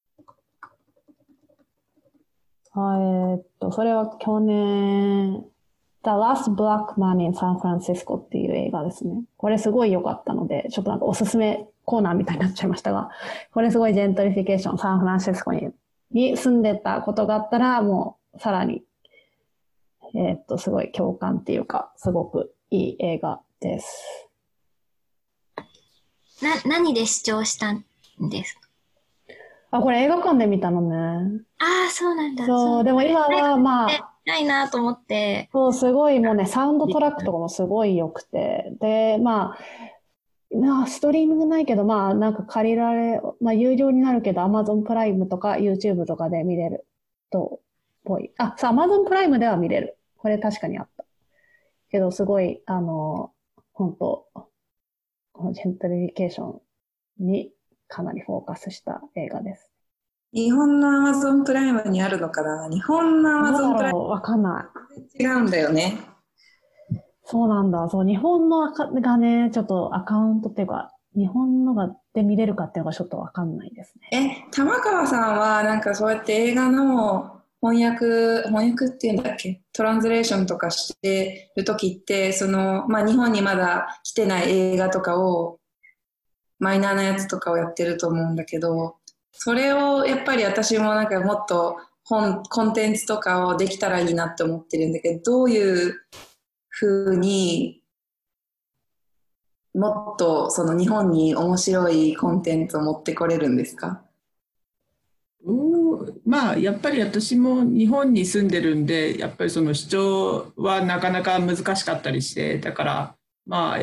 それは去年、The Last Black Man in San Francisco っていう映画ですね。これすごい良かったので、ちょっとなんかおすすめコーナーみたいになっちゃいましたが、これすごいジェントリフィケーション、サンフランシスコに住んでたことがあったら、もうさらに、すごい共感っていうか、すごくいい映画です。 何で視聴したんですか？ これ映画館で見たのね。 ああ、そうなんだ。 そう、でも今はまあ、 ないなと思って。 そう、すごいもうね、サウンドトラックとかもすごい良くて。で、まあ、ストリーミングないけど、まあ、なんか借りられ、まあ、有料になるけど、Amazon プライムとか YouTube とかで見れると、ぽい。さ、Amazon プライムでは見れる。これ確かにあった。けど、すごい、本当このジェントリフィケーションにかなりフォーカスした映画です。 日本の Amazon プライムにあるのかな？日本の Amazon プライムわかんない。 違うんだよね。 そうなんだ。そう、日本のがね、ちょっとアカウントっていうか、日本ので見れるかっていうのがちょっとわかんないですね。 玉川さんはなんかそうやって映画の翻訳っていうんだっけ？トランスレーションとかしてるときって、まあ日本にまだ来てない映画とかを、マイナーなやつとかをやってると思うんだけど、それをやっぱり私もなんかもっとコンテンツとかをできたらいいなって思ってるんだけど、どういう風にもっとその日本に面白いコンテンツを持ってこれるんですか？ まあやっぱり私も日本に住んでるんで、やっぱりその視聴はなかなか難しかったりして、だからまあ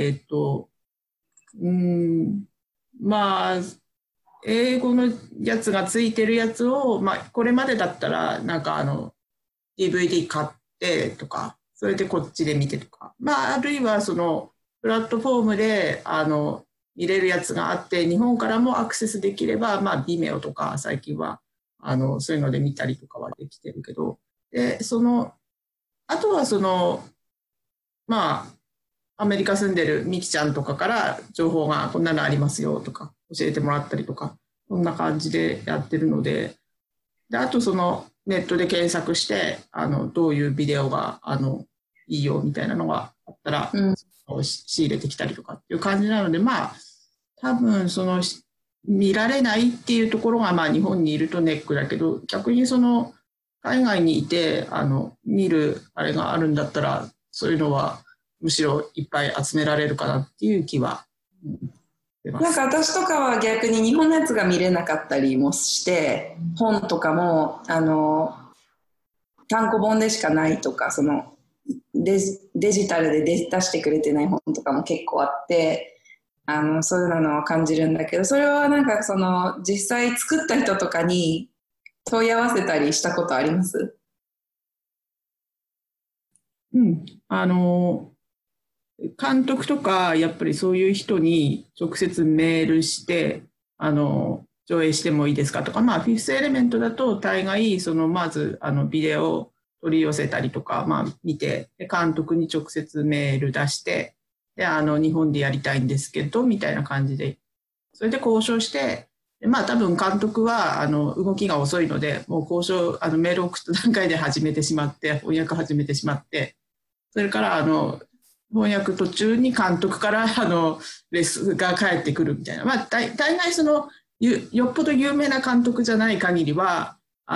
まあ英語のやつがついてるやつを、まあこれまでだったらなんかDVD 買ってとか、それでこっちで見てとか、まああるいはそのプラットフォームで見れるやつがあって、日本からもアクセスできれば、まあ Vimeo とか最近はそういうので見たりとかはできてるけど、であとはまあアメリカ住んでるミキちゃんとかから情報がこんなのありますよとか教えてもらったりとか、そんな感じでやってるので、あとネットで検索してどういうビデオがいいよみたいなのがあったら、仕入れてきたりとかっていう感じなので、まあ多分見られないっていうところがまあ日本にいるとネックだけど、逆に海外にいて見るあれがあるんだったら、そういうのはむしろいっぱい集められるかなっていう気は出ます。 なんか私とかは逆に日本のやつが見れなかったりもして、本とかも単行本でしかないとか、デジタルで出してくれてない本とかも結構あって、そういうのを感じるんだけど、それはなんか実際作った人とかに問い合わせたりしたことあります？ 監督とかやっぱりそういう人に直接メールして上映してもいいですかとか、まあフィフスエレメントだと大概まずビデオを取り寄せたりとか、まあ見て監督に直接メール出して、で日本でやりたいんですけどみたいな感じで、それで交渉してまあ多分監督は動きが遅いので、もう交渉メールを送った段階で始めてしまって、翻訳始めてしまって、それから翻訳途中に監督からレスが返ってくるみたいな、まあ大概そのよっぽど有名な監督じゃない限りは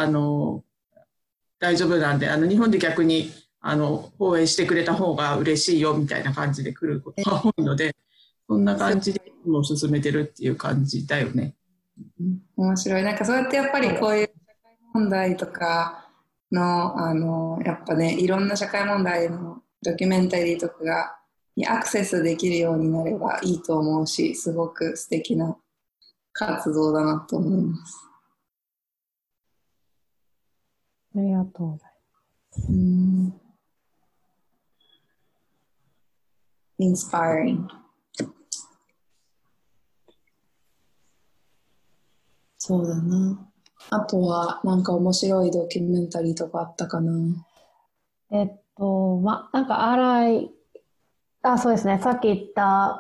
大丈夫なんで、日本で逆に放映してくれた方が嬉しいよみたいな感じで来ることが多いので、そんな感じで進めてるっていう感じだよね。 面白い。なんかそうやってやっぱりこういう社会問題とかの、やっぱね、いろんな社会問題のドキュメンタリーとかにアクセスできるようになればいいと思うし、すごく素敵な活動だなと思います。 ありがとうございます。 Inspiring。そうだな。あとはなんか面白いドキュメンタリーとかあったかな。 なんかそうですね。さっき言った、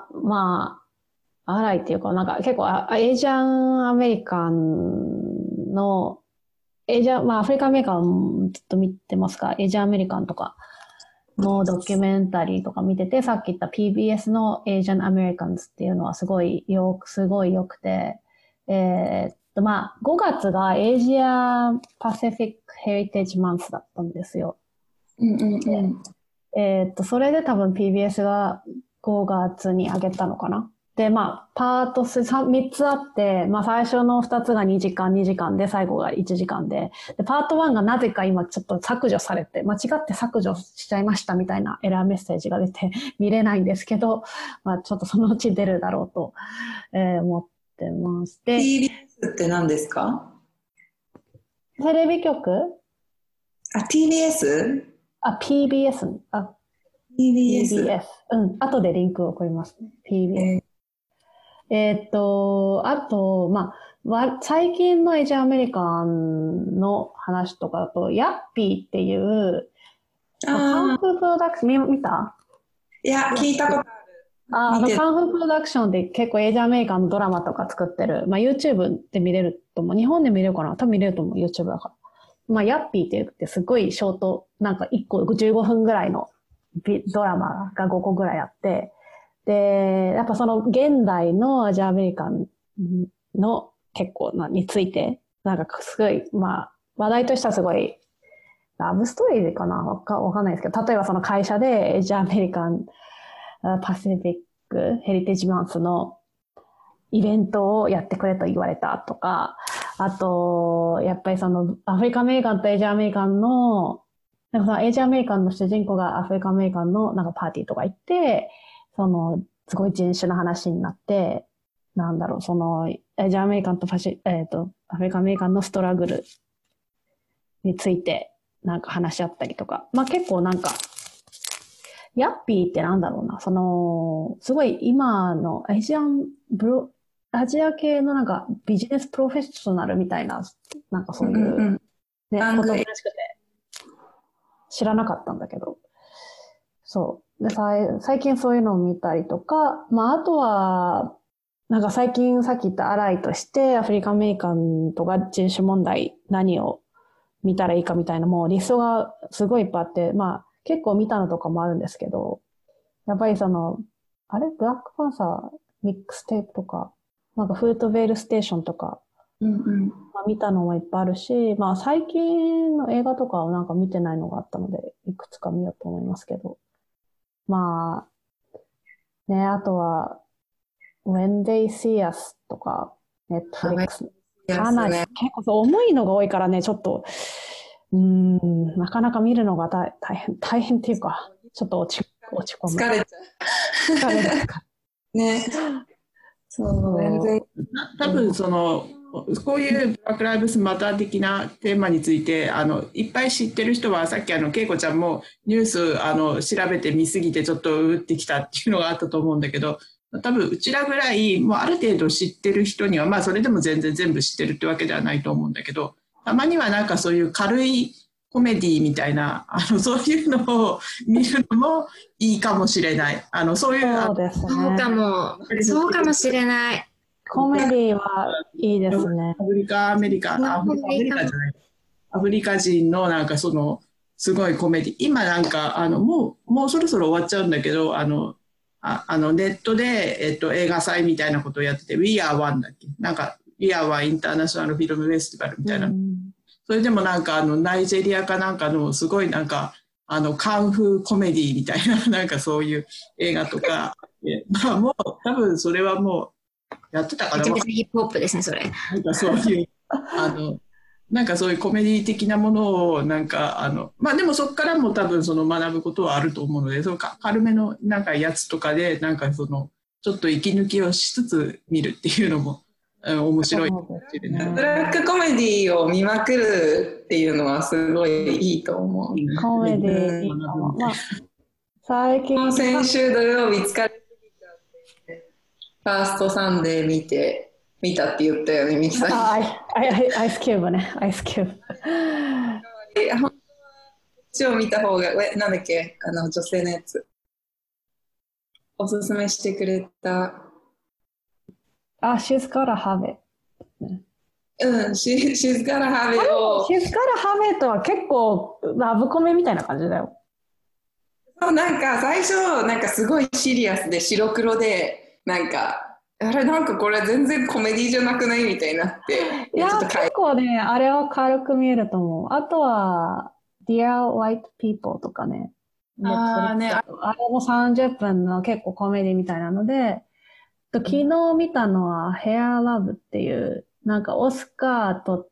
まあ、新井っていうか、なんか結構エイジャンアメリカンの、まあアフリカンアメリカンずっと見てますか、エイジャンアメリカンとかのドキュメンタリーとか見てて、さっき言った PBS のエイジャンアメリカンズっていうのはすごい良くて、まあ、5月がエイジアパシフィックヘリテージマンスだったんですよ。それで多分 PBS が5月に上げたのかな。で、まあ、パート3つあって、まあ、最初の2つが2時間で、最後が1時間で、パート1がなぜか今ちょっと削除されて、間違って削除しちゃいましたみたいなエラーメッセージが出て見れないんですけど、まあ、ちょっとそのうち出るだろうと、思ってまして。 TBS って何ですか？ テレビ局？ TBS？ PBS。PBS。後でリンクを送りますね。PBS。あと、まあ、最近のエイジアンアメリカンの話とかだと、ヤッピーっていう、カンフープロダクション、見た？ いや、聞いたことある。 カンフープロダクションで結構エイジアンアメリカンのドラマとか作ってる。まあ YouTube で見れると思う。日本で見れるかな？多分見れると思う。YouTube だから。まあヤッピーって言ってすごいショート、なんか1個15分ぐらいのドラマが5個ぐらいあって、で、やっぱその現代のアジアアメリカンの結構について、なんかすごい、まあ話題としてはすごいラブストーリーかな？わかんないですけど、例えばその会社でエイジアンアメリカンパシフィックヘリテージマンスのイベントをやってくれと言われたとか、あと、やっぱりそのアフリカアメリカンとエイジアンアメリカンの、なんかそのエイジアンアメリカンの主人公がアフリカアメリカンのなんかパーティーとか行って、その、すごい人種の話になって、なんだろう、その、エイジアンアメリカンとアフリカアメリカンのストラグルについてなんか話し合ったりとか、まあ結構なんか、ヤッピーってなんだろうな、その、すごい今のアジア系のなんかビジネスプロフェッショナルみたいな、なんかそういう、ね、ことらしくて、知らなかったんだけど、そう。で、最近そういうのを見たりとか、まああとは、なんか最近さっき言ったアライとしてアフリカンアメリカンとか人種問題何を見たらいいかみたいなもうリストがすごいいっぱいあって、まあ結構見たのとかもあるんですけど、やっぱりその、ブラックパンサーミックステープとか、なんかフートベールステーションとか、まあ、見たのもいっぱいあるし、まあ最近の映画とかはなんか見てないのがあったので、いくつか見ようと思いますけど。まあ、ね、あとは、When They See Us とか、Netflix。かなり、結構そう重いのが多いからね、ちょっと、なかなか見るのが大変っていうか、ちょっと落ち込む。 疲れちゃう。ね。そう、全然。 多分こういうブラックライブスマター的なテーマについていっぱい知ってる人は、さっき恵子ちゃんもニュース調べて見すぎてちょっと打ってきたっていうのがあったと思うんだけど、多分うちらぐらいもうある程度知ってる人には、まあそれでも全然全部知ってるってわけではないと思うんだけど、たまにはなんかそういう軽いコメディみたいなそういうのを見るのもいいかもしれない。そういうそうかもしれない。 コメディはいいですね。 アフリカじゃない。アフリカ人のなんかその、すごいコメディ。今なんか、もうそろそろ終わっちゃうんだけど、ネットで、映画祭みたいなことをやってて、We Are One だっけなんか、We Are One インターナショナルフィルムフェスティバルみたいな。それでもなんか、ナイジェリアかなんかの、すごいなんか、カンフーコメディみたいな、なんかそういう映画とか、まあもう、多分それはもう、やってたかな。 めちゃめちゃヒップホップですね、それ。 なんかそういう、なんかそういうコメディ的なものを、なんか、まあでもそこからも多分その学ぶことはあると思うので、その軽めのなんかやつとかで、なんかその、ちょっと息抜きをしつつ見るっていうのも、面白いかもしれない。 ブラックコメディを見まくるっていうのはすごいいいと思う。 コメディいいかも。まあ、最近。 先週土曜日疲れすぎちゃって、ファーストサンデー見たって言ったよね、ミキさん。 アイスキューブね、アイスキューブ。 本当はこっちを見た方が、なんだっけ、女性のやつ。おすすめしてくれた。 She's gotta have it。 She's gotta have it を。 She's gotta have it は結構ラブコメみたいな感じだよ。 なんか最初、なんかすごいシリアスで白黒で、なんか、なんかこれ全然コメディじゃなくないみたいになって。 いや、結構ね、あれは軽く見えると思う。あとは、Dear White People とかね。あれも30分の結構コメディみたいなので、昨日見たのは Hair Love っていう、なんかオスカー取った、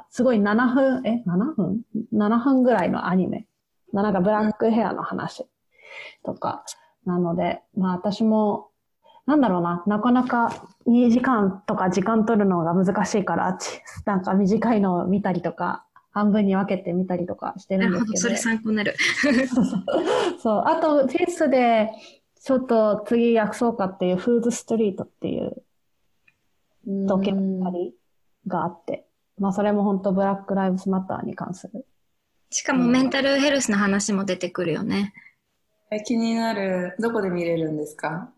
すごい7分ぐらいのアニメ。なんかブラックヘアの話とか。なので、まあ私も、なんだろうな、なかなか2時間とか時間取るのが難しいから、なんか短いのを見たりとか、半分に分けてみたりとかしてるんですけど。 それ参考になる。 そう。あと、フェスで、ちょっと次訳そうかっていうフーズストリートっていうドキュメンタリーがあって、まあそれも本当ブラックライブズマターに関する。 しかもメンタルヘルスの話も出てくるよね。 気になる。どこで見れるんですか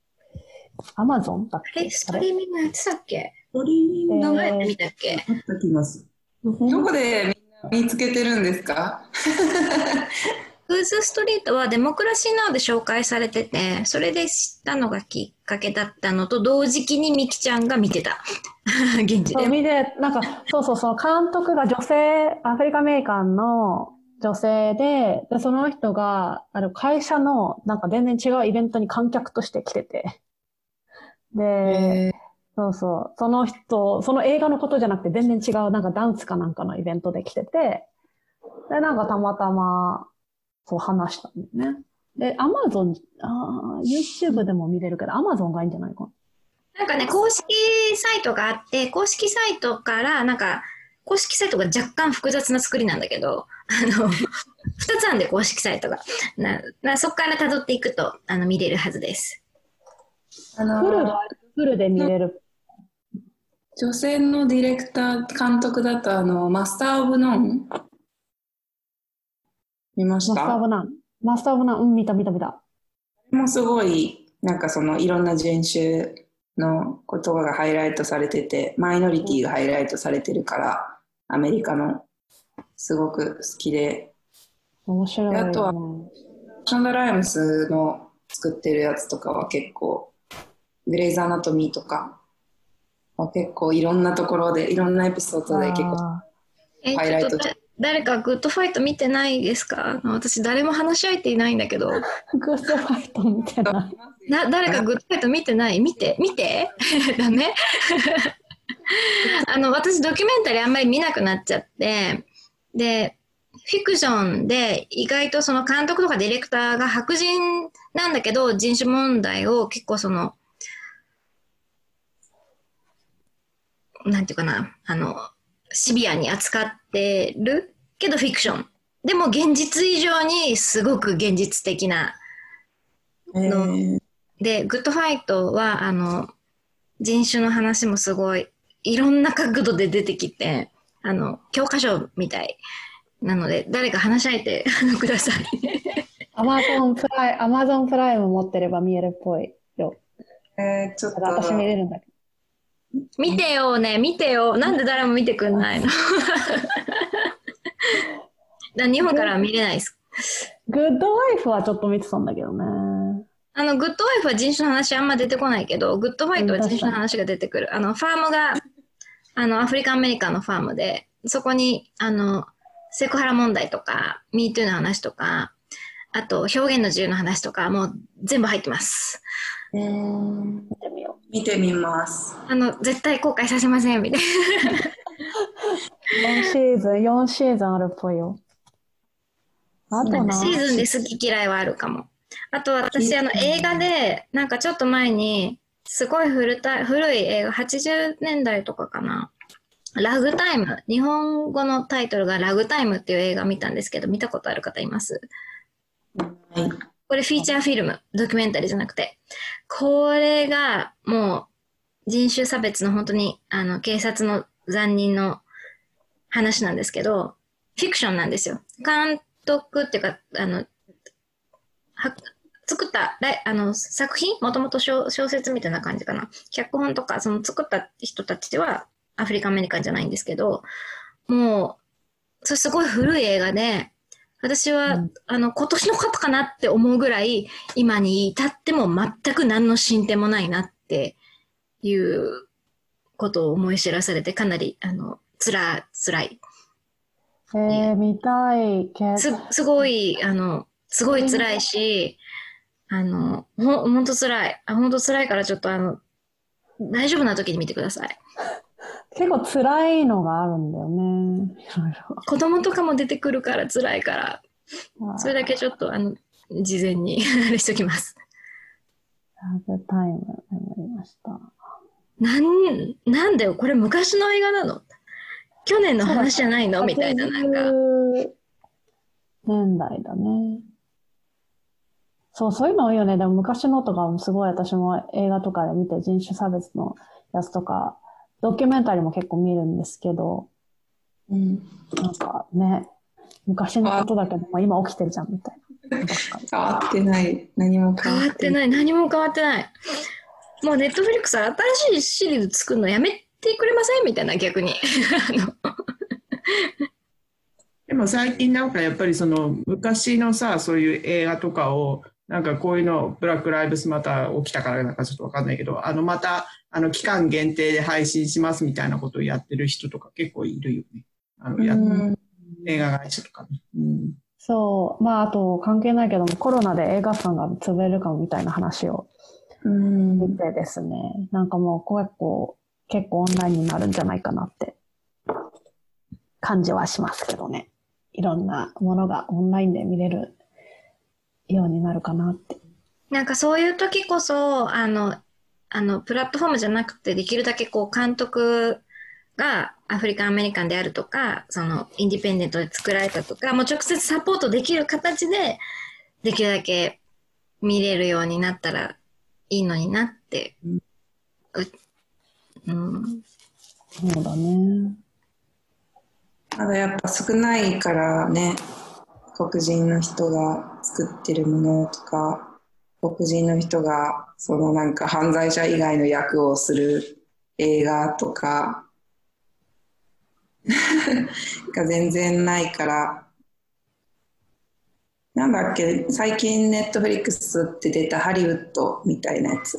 ？Amazon だっけ？ ストリーミングやってたっけ？ ストリーミングどうやって見たっけ？ あった気がする。 どこでみんな見つけてるんですかフーズストリートはデモクラシーナウで紹介されてて、それで知ったのがきっかけだったのと同時期にミキちゃんが見てた。現地で。 見て、なんか、その監督が女性、アフリカアメリカンの女性で、その人が、会社の、なんか全然違うイベントに観客として来てて。で、その人、その映画のことじゃなくて全然違う、なんかダンスかなんかのイベントで来てて、で、なんかたまたま、そう話したんだよね。で、Amazon、YouTube でも見れるけど、Amazon がいいんじゃないかな。 なんかね、公式サイトがあって、公式サイトから、なんか、公式サイトが若干複雑な作りなんだけど、二つあるんで、公式サイトが。そこから辿っていくと、見れるはずです。 フルで見れる。 女性のディレクター、監督だと、マスター・オブ・ノン見ました？ マスターオブナン、見た。もうすごい、なんかいろんな人種の言葉がハイライトされてて、マイノリティがハイライトされてるから、アメリカの、すごく好きで。 面白い、ね。 あとは、ションダ・ライムスの作ってるやつとかは結構、グレイズ・アナトミーとかは結構いろんなところで、いろんなエピソードで結構、ハイライトして。 誰かグッドファイト見てないですか？私誰も話し相手いないんだけど。 グッドファイト見てない。 誰かグッドファイト見てない？見てダメ私ドキュメンタリーあんまり見なくなっちゃって、で、フィクションで意外とその監督とかディレクターが白人なんだけど、人種問題を結構なんていうかな、シビアに扱ってるけどフィクション。でも現実以上にすごく現実的なの。で、グッドファイトは、人種の話もすごい、いろんな角度で出てきて、教科書みたい。なので、誰か話し相手ください。 アマゾンプライム持ってれば見えるっぽいよ。 ちょっと。 私見れるんだけど。 見てよね、見てよ。なんで誰も見てくんないの日本からは見れないです。 グッドワイフはちょっと見てたんだけどね。 グッドワイフは人種の話あんま出てこないけど、グッドファイトは人種の話が出てくる。ファームが、アフリカンアメリカンのファームで、そこに、セクハラ問題とか、MeToo の話とか、あと、表現の自由の話とか、もう全部入ってます。 見てみよ見てみます。 絶対後悔させません、みたいな。4シーズンあるっぽいよ。あとな。 シーズンで好き嫌いはあるかも。あと私、映画で、なんかちょっと前に、すごい古い映画、80年代とかかな。ラグタイム。日本語のタイトルがラグタイムっていう映画見たんですけど、見たことある方います？ はい。 これフィーチャーフィルム、ドキュメンタリーじゃなくて。これがもう人種差別の本当に警察の残忍の話なんですけど、フィクションなんですよ。監督っていうか、作った作品もともと小説みたいな感じかな。脚本とか、その作った人たちはアフリカンアメリカンじゃないんですけど、もう、それすごい古い映画で、私は、今年のことかなって思うぐらい、今に至っても全く何の進展もないなっていうことを思い知らされて、かなり、辛い。 見たいけど。 すごい辛いし、ほんと辛い。ほんと辛いからちょっと大丈夫な時に見てください。 結構辛いのがあるんだよね。 子供とかも出てくるから辛いから、それだけちょっと事前にあれしときます。 ラブタイムになりました。 なんだよ、これ昔の映画なの？去年の話じゃないのみたいな、なんか。 年代だね。そういうの多いよね。でも昔のとかもすごい私も映画とかで見て人種差別のやつとか、ドキュメンタリーも結構見るんですけど、なんかね、昔のことだけど、今起きてるじゃんみたいな。 変わってない。何も変わってない。何も変わってない。もうネットフリックス新しいシリーズ作るのやめてくれませんみたいな、逆に。 でも最近なんかやっぱりその昔のさ、そういう映画とかをなんかこういうのブラックライブスまた起きたからなんかちょっとわかんないけど、また期間限定で配信しますみたいなことをやってる人とか結構いるよね。映画会社とかね。 そう。あと関係ないけども、コロナで映画館が潰れるかもみたいな話を見てですね。なんかもう結構オンラインになるんじゃないかなって感じはしますけどね。いろんなものがオンラインで見れるようになるかなって。 なんかそういう時こそ、プラットフォームじゃなくて、できるだけ監督がアフリカンアメリカンであるとか、インディペンデントで作られたとか、もう直接サポートできる形で、できるだけ見れるようになったらいいのになって。 そうだね。 まだやっぱ少ないからね、黒人の人が作ってるものとか、黒人の人がなんか犯罪者以外の役をする映画とかが全然ないから、なんだっけ、最近ネットフリックスって出たハリウッドみたいなやつ。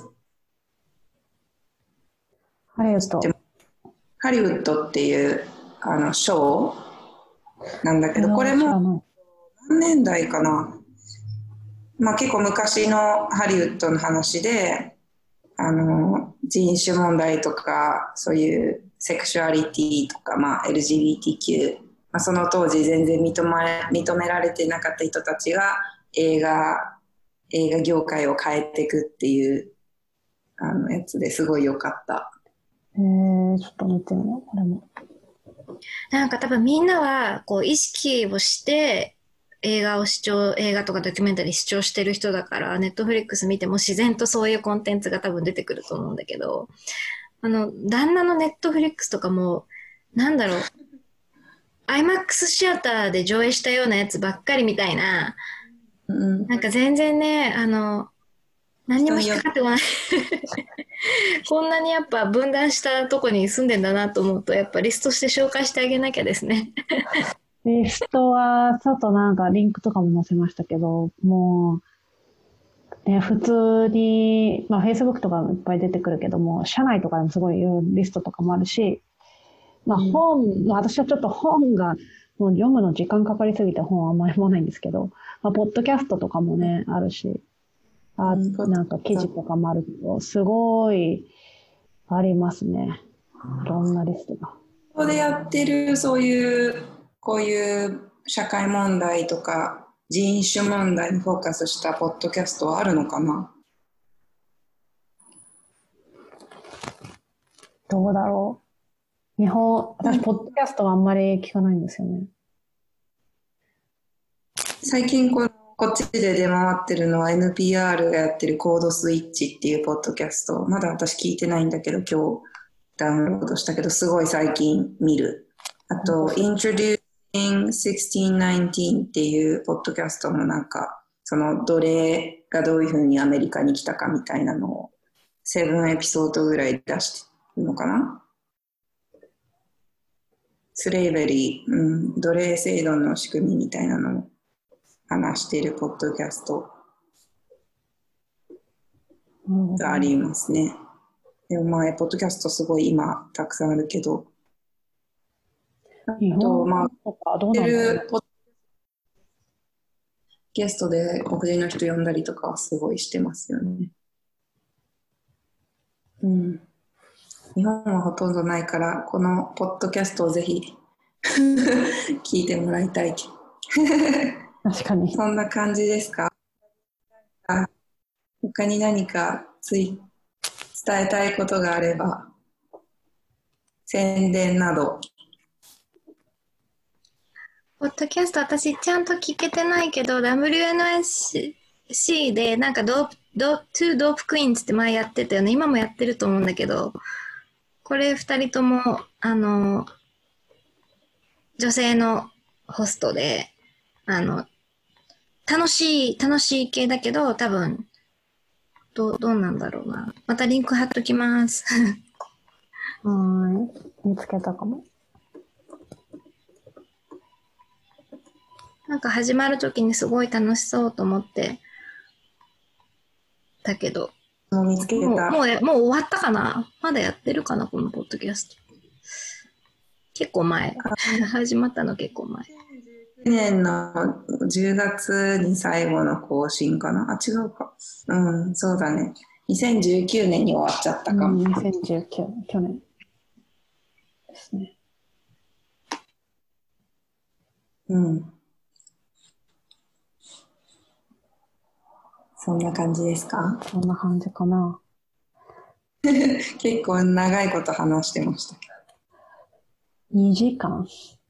ハリウッドっていうショーなんだけど、これも何年代かな。結構昔のハリウッドの話で、人種問題とか、そういうセクシュアリティとか、LGBTQ、その当時全然認められてなかった人たちが映画業界を変えていくっていうやつですごい良かった。ちょっと見てみよう、これも。 なんか多分みんなは意識をして映画とかドキュメンタリー視聴してる人だから、ネットフリックス見ても自然とそういうコンテンツが多分出てくると思うんだけど、旦那のネットフリックスとかも、なんだろう、IMAX シアターで上映したようなやつばっかりみたいな、なんか全然ね、 何にも引っかかってこない。こんなにやっぱ分断したとこに住んでんだなと思うと、やっぱリストして紹介してあげなきゃですね。 リストは、ちょっとなんかリンクとかも載せましたけど、もう、ね、普通に、まあ Facebook とかいっぱい出てくるけども、社内とかでもすごいリストとかもあるし、まあ私はちょっと本が、もう読むの時間かかりすぎて本はあんまり読まないんですけど、まあ、ポッドキャストとかもね、あるし、なんか記事とかもあると、すごいありますね。いろんなリストが。 ここでやってるそういうこういう社会問題とか人種問題にフォーカスしたポッドキャストはあるのかな？ どうだろう。私、ポッドキャストはあんまり聞かないんですよね。 最近こっちで出回ってるのは NPR がやってるコードスイッチっていうポッドキャスト。まだ私聞いてないんだけど、今日ダウンロードしたけど、すごい最近見る。あと、Introducing 1619っていうポッドキャストもなんか、その奴隷がどういうふうにアメリカに来たかみたいなのを7エピソードぐらい出してるのかな？スレイベリー、奴隷制度の仕組みみたいなのを話しているポッドキャストがありますね。でもまあ、ポッドキャストすごい今たくさんあるけど、あと、まあ、 どうなんだろう。 ゲストで黒人の人呼んだりとかはすごいしてますよね。日本はほとんどないから、このポッドキャストをぜひ聞いてもらいたい。 確かに。 そんな感じですか？他に何か伝えたいことがあれば、宣伝など。 ポッドキャスト私ちゃんと聞けてないけど、WNSC でなんかトゥードープクイーンズって前やってたよね。今もやってると思うんだけど、これ2人とも、女性のホストで、楽しい系だけど、多分、どうなんだろうな。またリンク貼っときます。 見つけたかも。 なんか始まるときにすごい楽しそうと思ってたけど。 もう見つけた。 もう終わったかな？まだやってるかなこのポッドキャスト。結構前。始まったの結構前。 去年の10月に最後の更新かな。違うか。そうだね。2019年に終わっちゃったかも。 2019年、去年ですね。 そんな感じですか？ そんな感じかな。 結構長いこと話してましたけど。2時間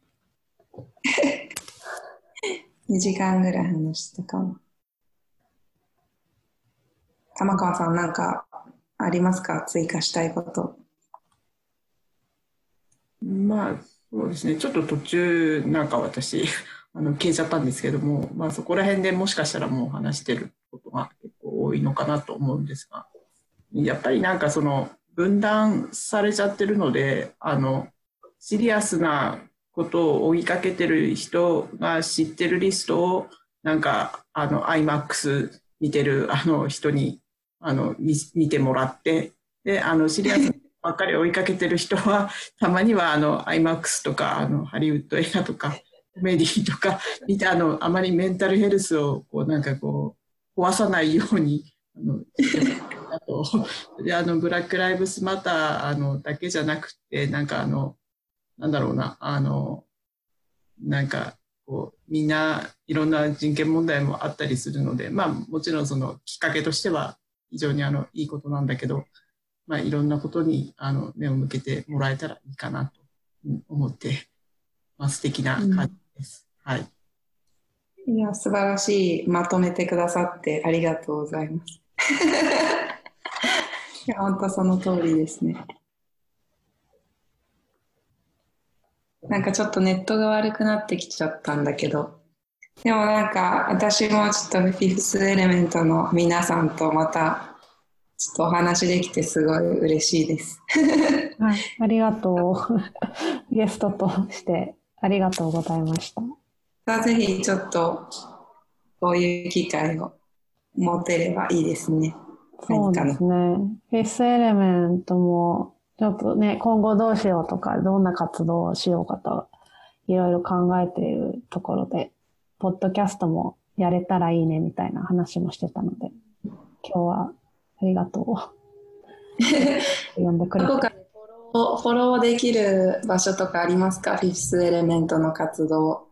2時間ぐらい話したかも。玉川さんなんかありますか？追加したいこと。 まあ、そうですね。ちょっと途中なんか私消えちゃったんですけども、まあそこら辺でもしかしたらもう話してることが結構多いのかなと思うんですが、やっぱりなんかその分断されちゃってるので、シリアスなことを追いかけてる人が知ってるリストをなんかIMAX 見てる人に見てもらって、でシリアスばっかり追いかけてる人はたまにはIMAX とかハリウッド映画とかコメディとか見てあまりメンタルヘルスをこうなんかこう壊さないようにあとブラック・ライブスマターだけじゃなくてなんかなんだろうななんかこうみんないろんな人権問題もあったりするので、まあもちろんそのきっかけとしては非常にいいことなんだけど、まあいろんなことに目を向けてもらえたらいいかなと思って、まあ素敵な感じです。はい。 いや素晴らしい、まとめてくださってありがとうございます。いや本当その通りですね。なんかちょっとネットが悪くなってきちゃったんだけど、 でもなんか私もちょっとフィフスエレメントの皆さんとまたちょっとお話できてすごい嬉しいです。 はい、ありがとう。ゲストとしてありがとうございました。 ぜひちょっとこういう機会を持てればいいですね。 そうですね。フィフスエレメントもちょっとね、今後どうしようとか、どんな活動をしようかといろいろ考えているところで、ポッドキャストもやれたらいいねみたいな話もしてたので、今日はありがとう。呼んでくれて。 どこかでフォローできる場所とかありますか？フィフスエレメントの活動。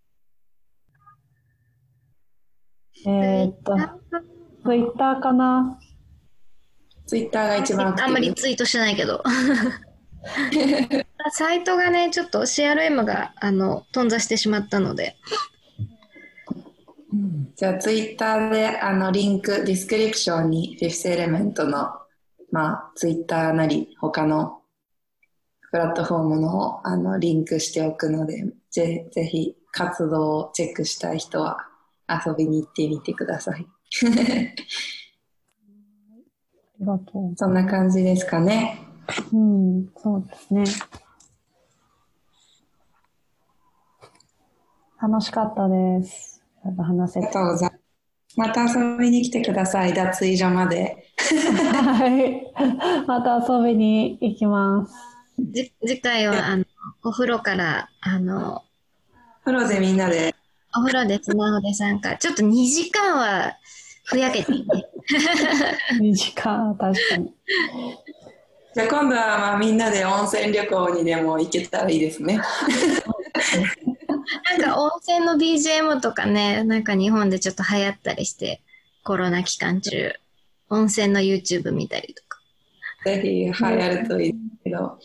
ツイッターかな。 ツイッターが一番アクティブ。 あんまりツイートしてないけど。サイトがね、ちょっと CRM が頓挫してしまったので。 じゃあツイッターでリンク、ディスクリプションにフィフスエレメントの、ツイッターなり他のプラットフォームのリンクしておくので、ぜひ活動をチェックしたい人は遊びに行ってみてください。 ありがとう。 そんな感じですかね。 うん、そうですね。楽しかったです。話せて。 ありがとうございます。また遊びに来てください、脱衣所まで。 はい。また遊びに行きます。 次回は、お風呂から、 お風呂でみんなで。 お風呂でスマホで参加。ちょっと2時間はふやけてね。 2時間、確かに。 じゃあ今度はみんなで温泉旅行にでも行けたらいいですね。 なんか温泉の BGM とかね、なんか日本でちょっと流行ったりして、コロナ期間中、温泉の YouTube 見たりとか。 ぜひ流行るといいですけど。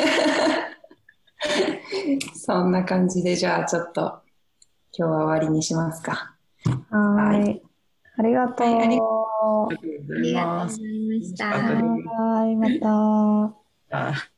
そんな感じで、じゃあちょっと今日は終わりにしますか。 はい。ありがとう。 はい、 ありがとうございました。 はい、また。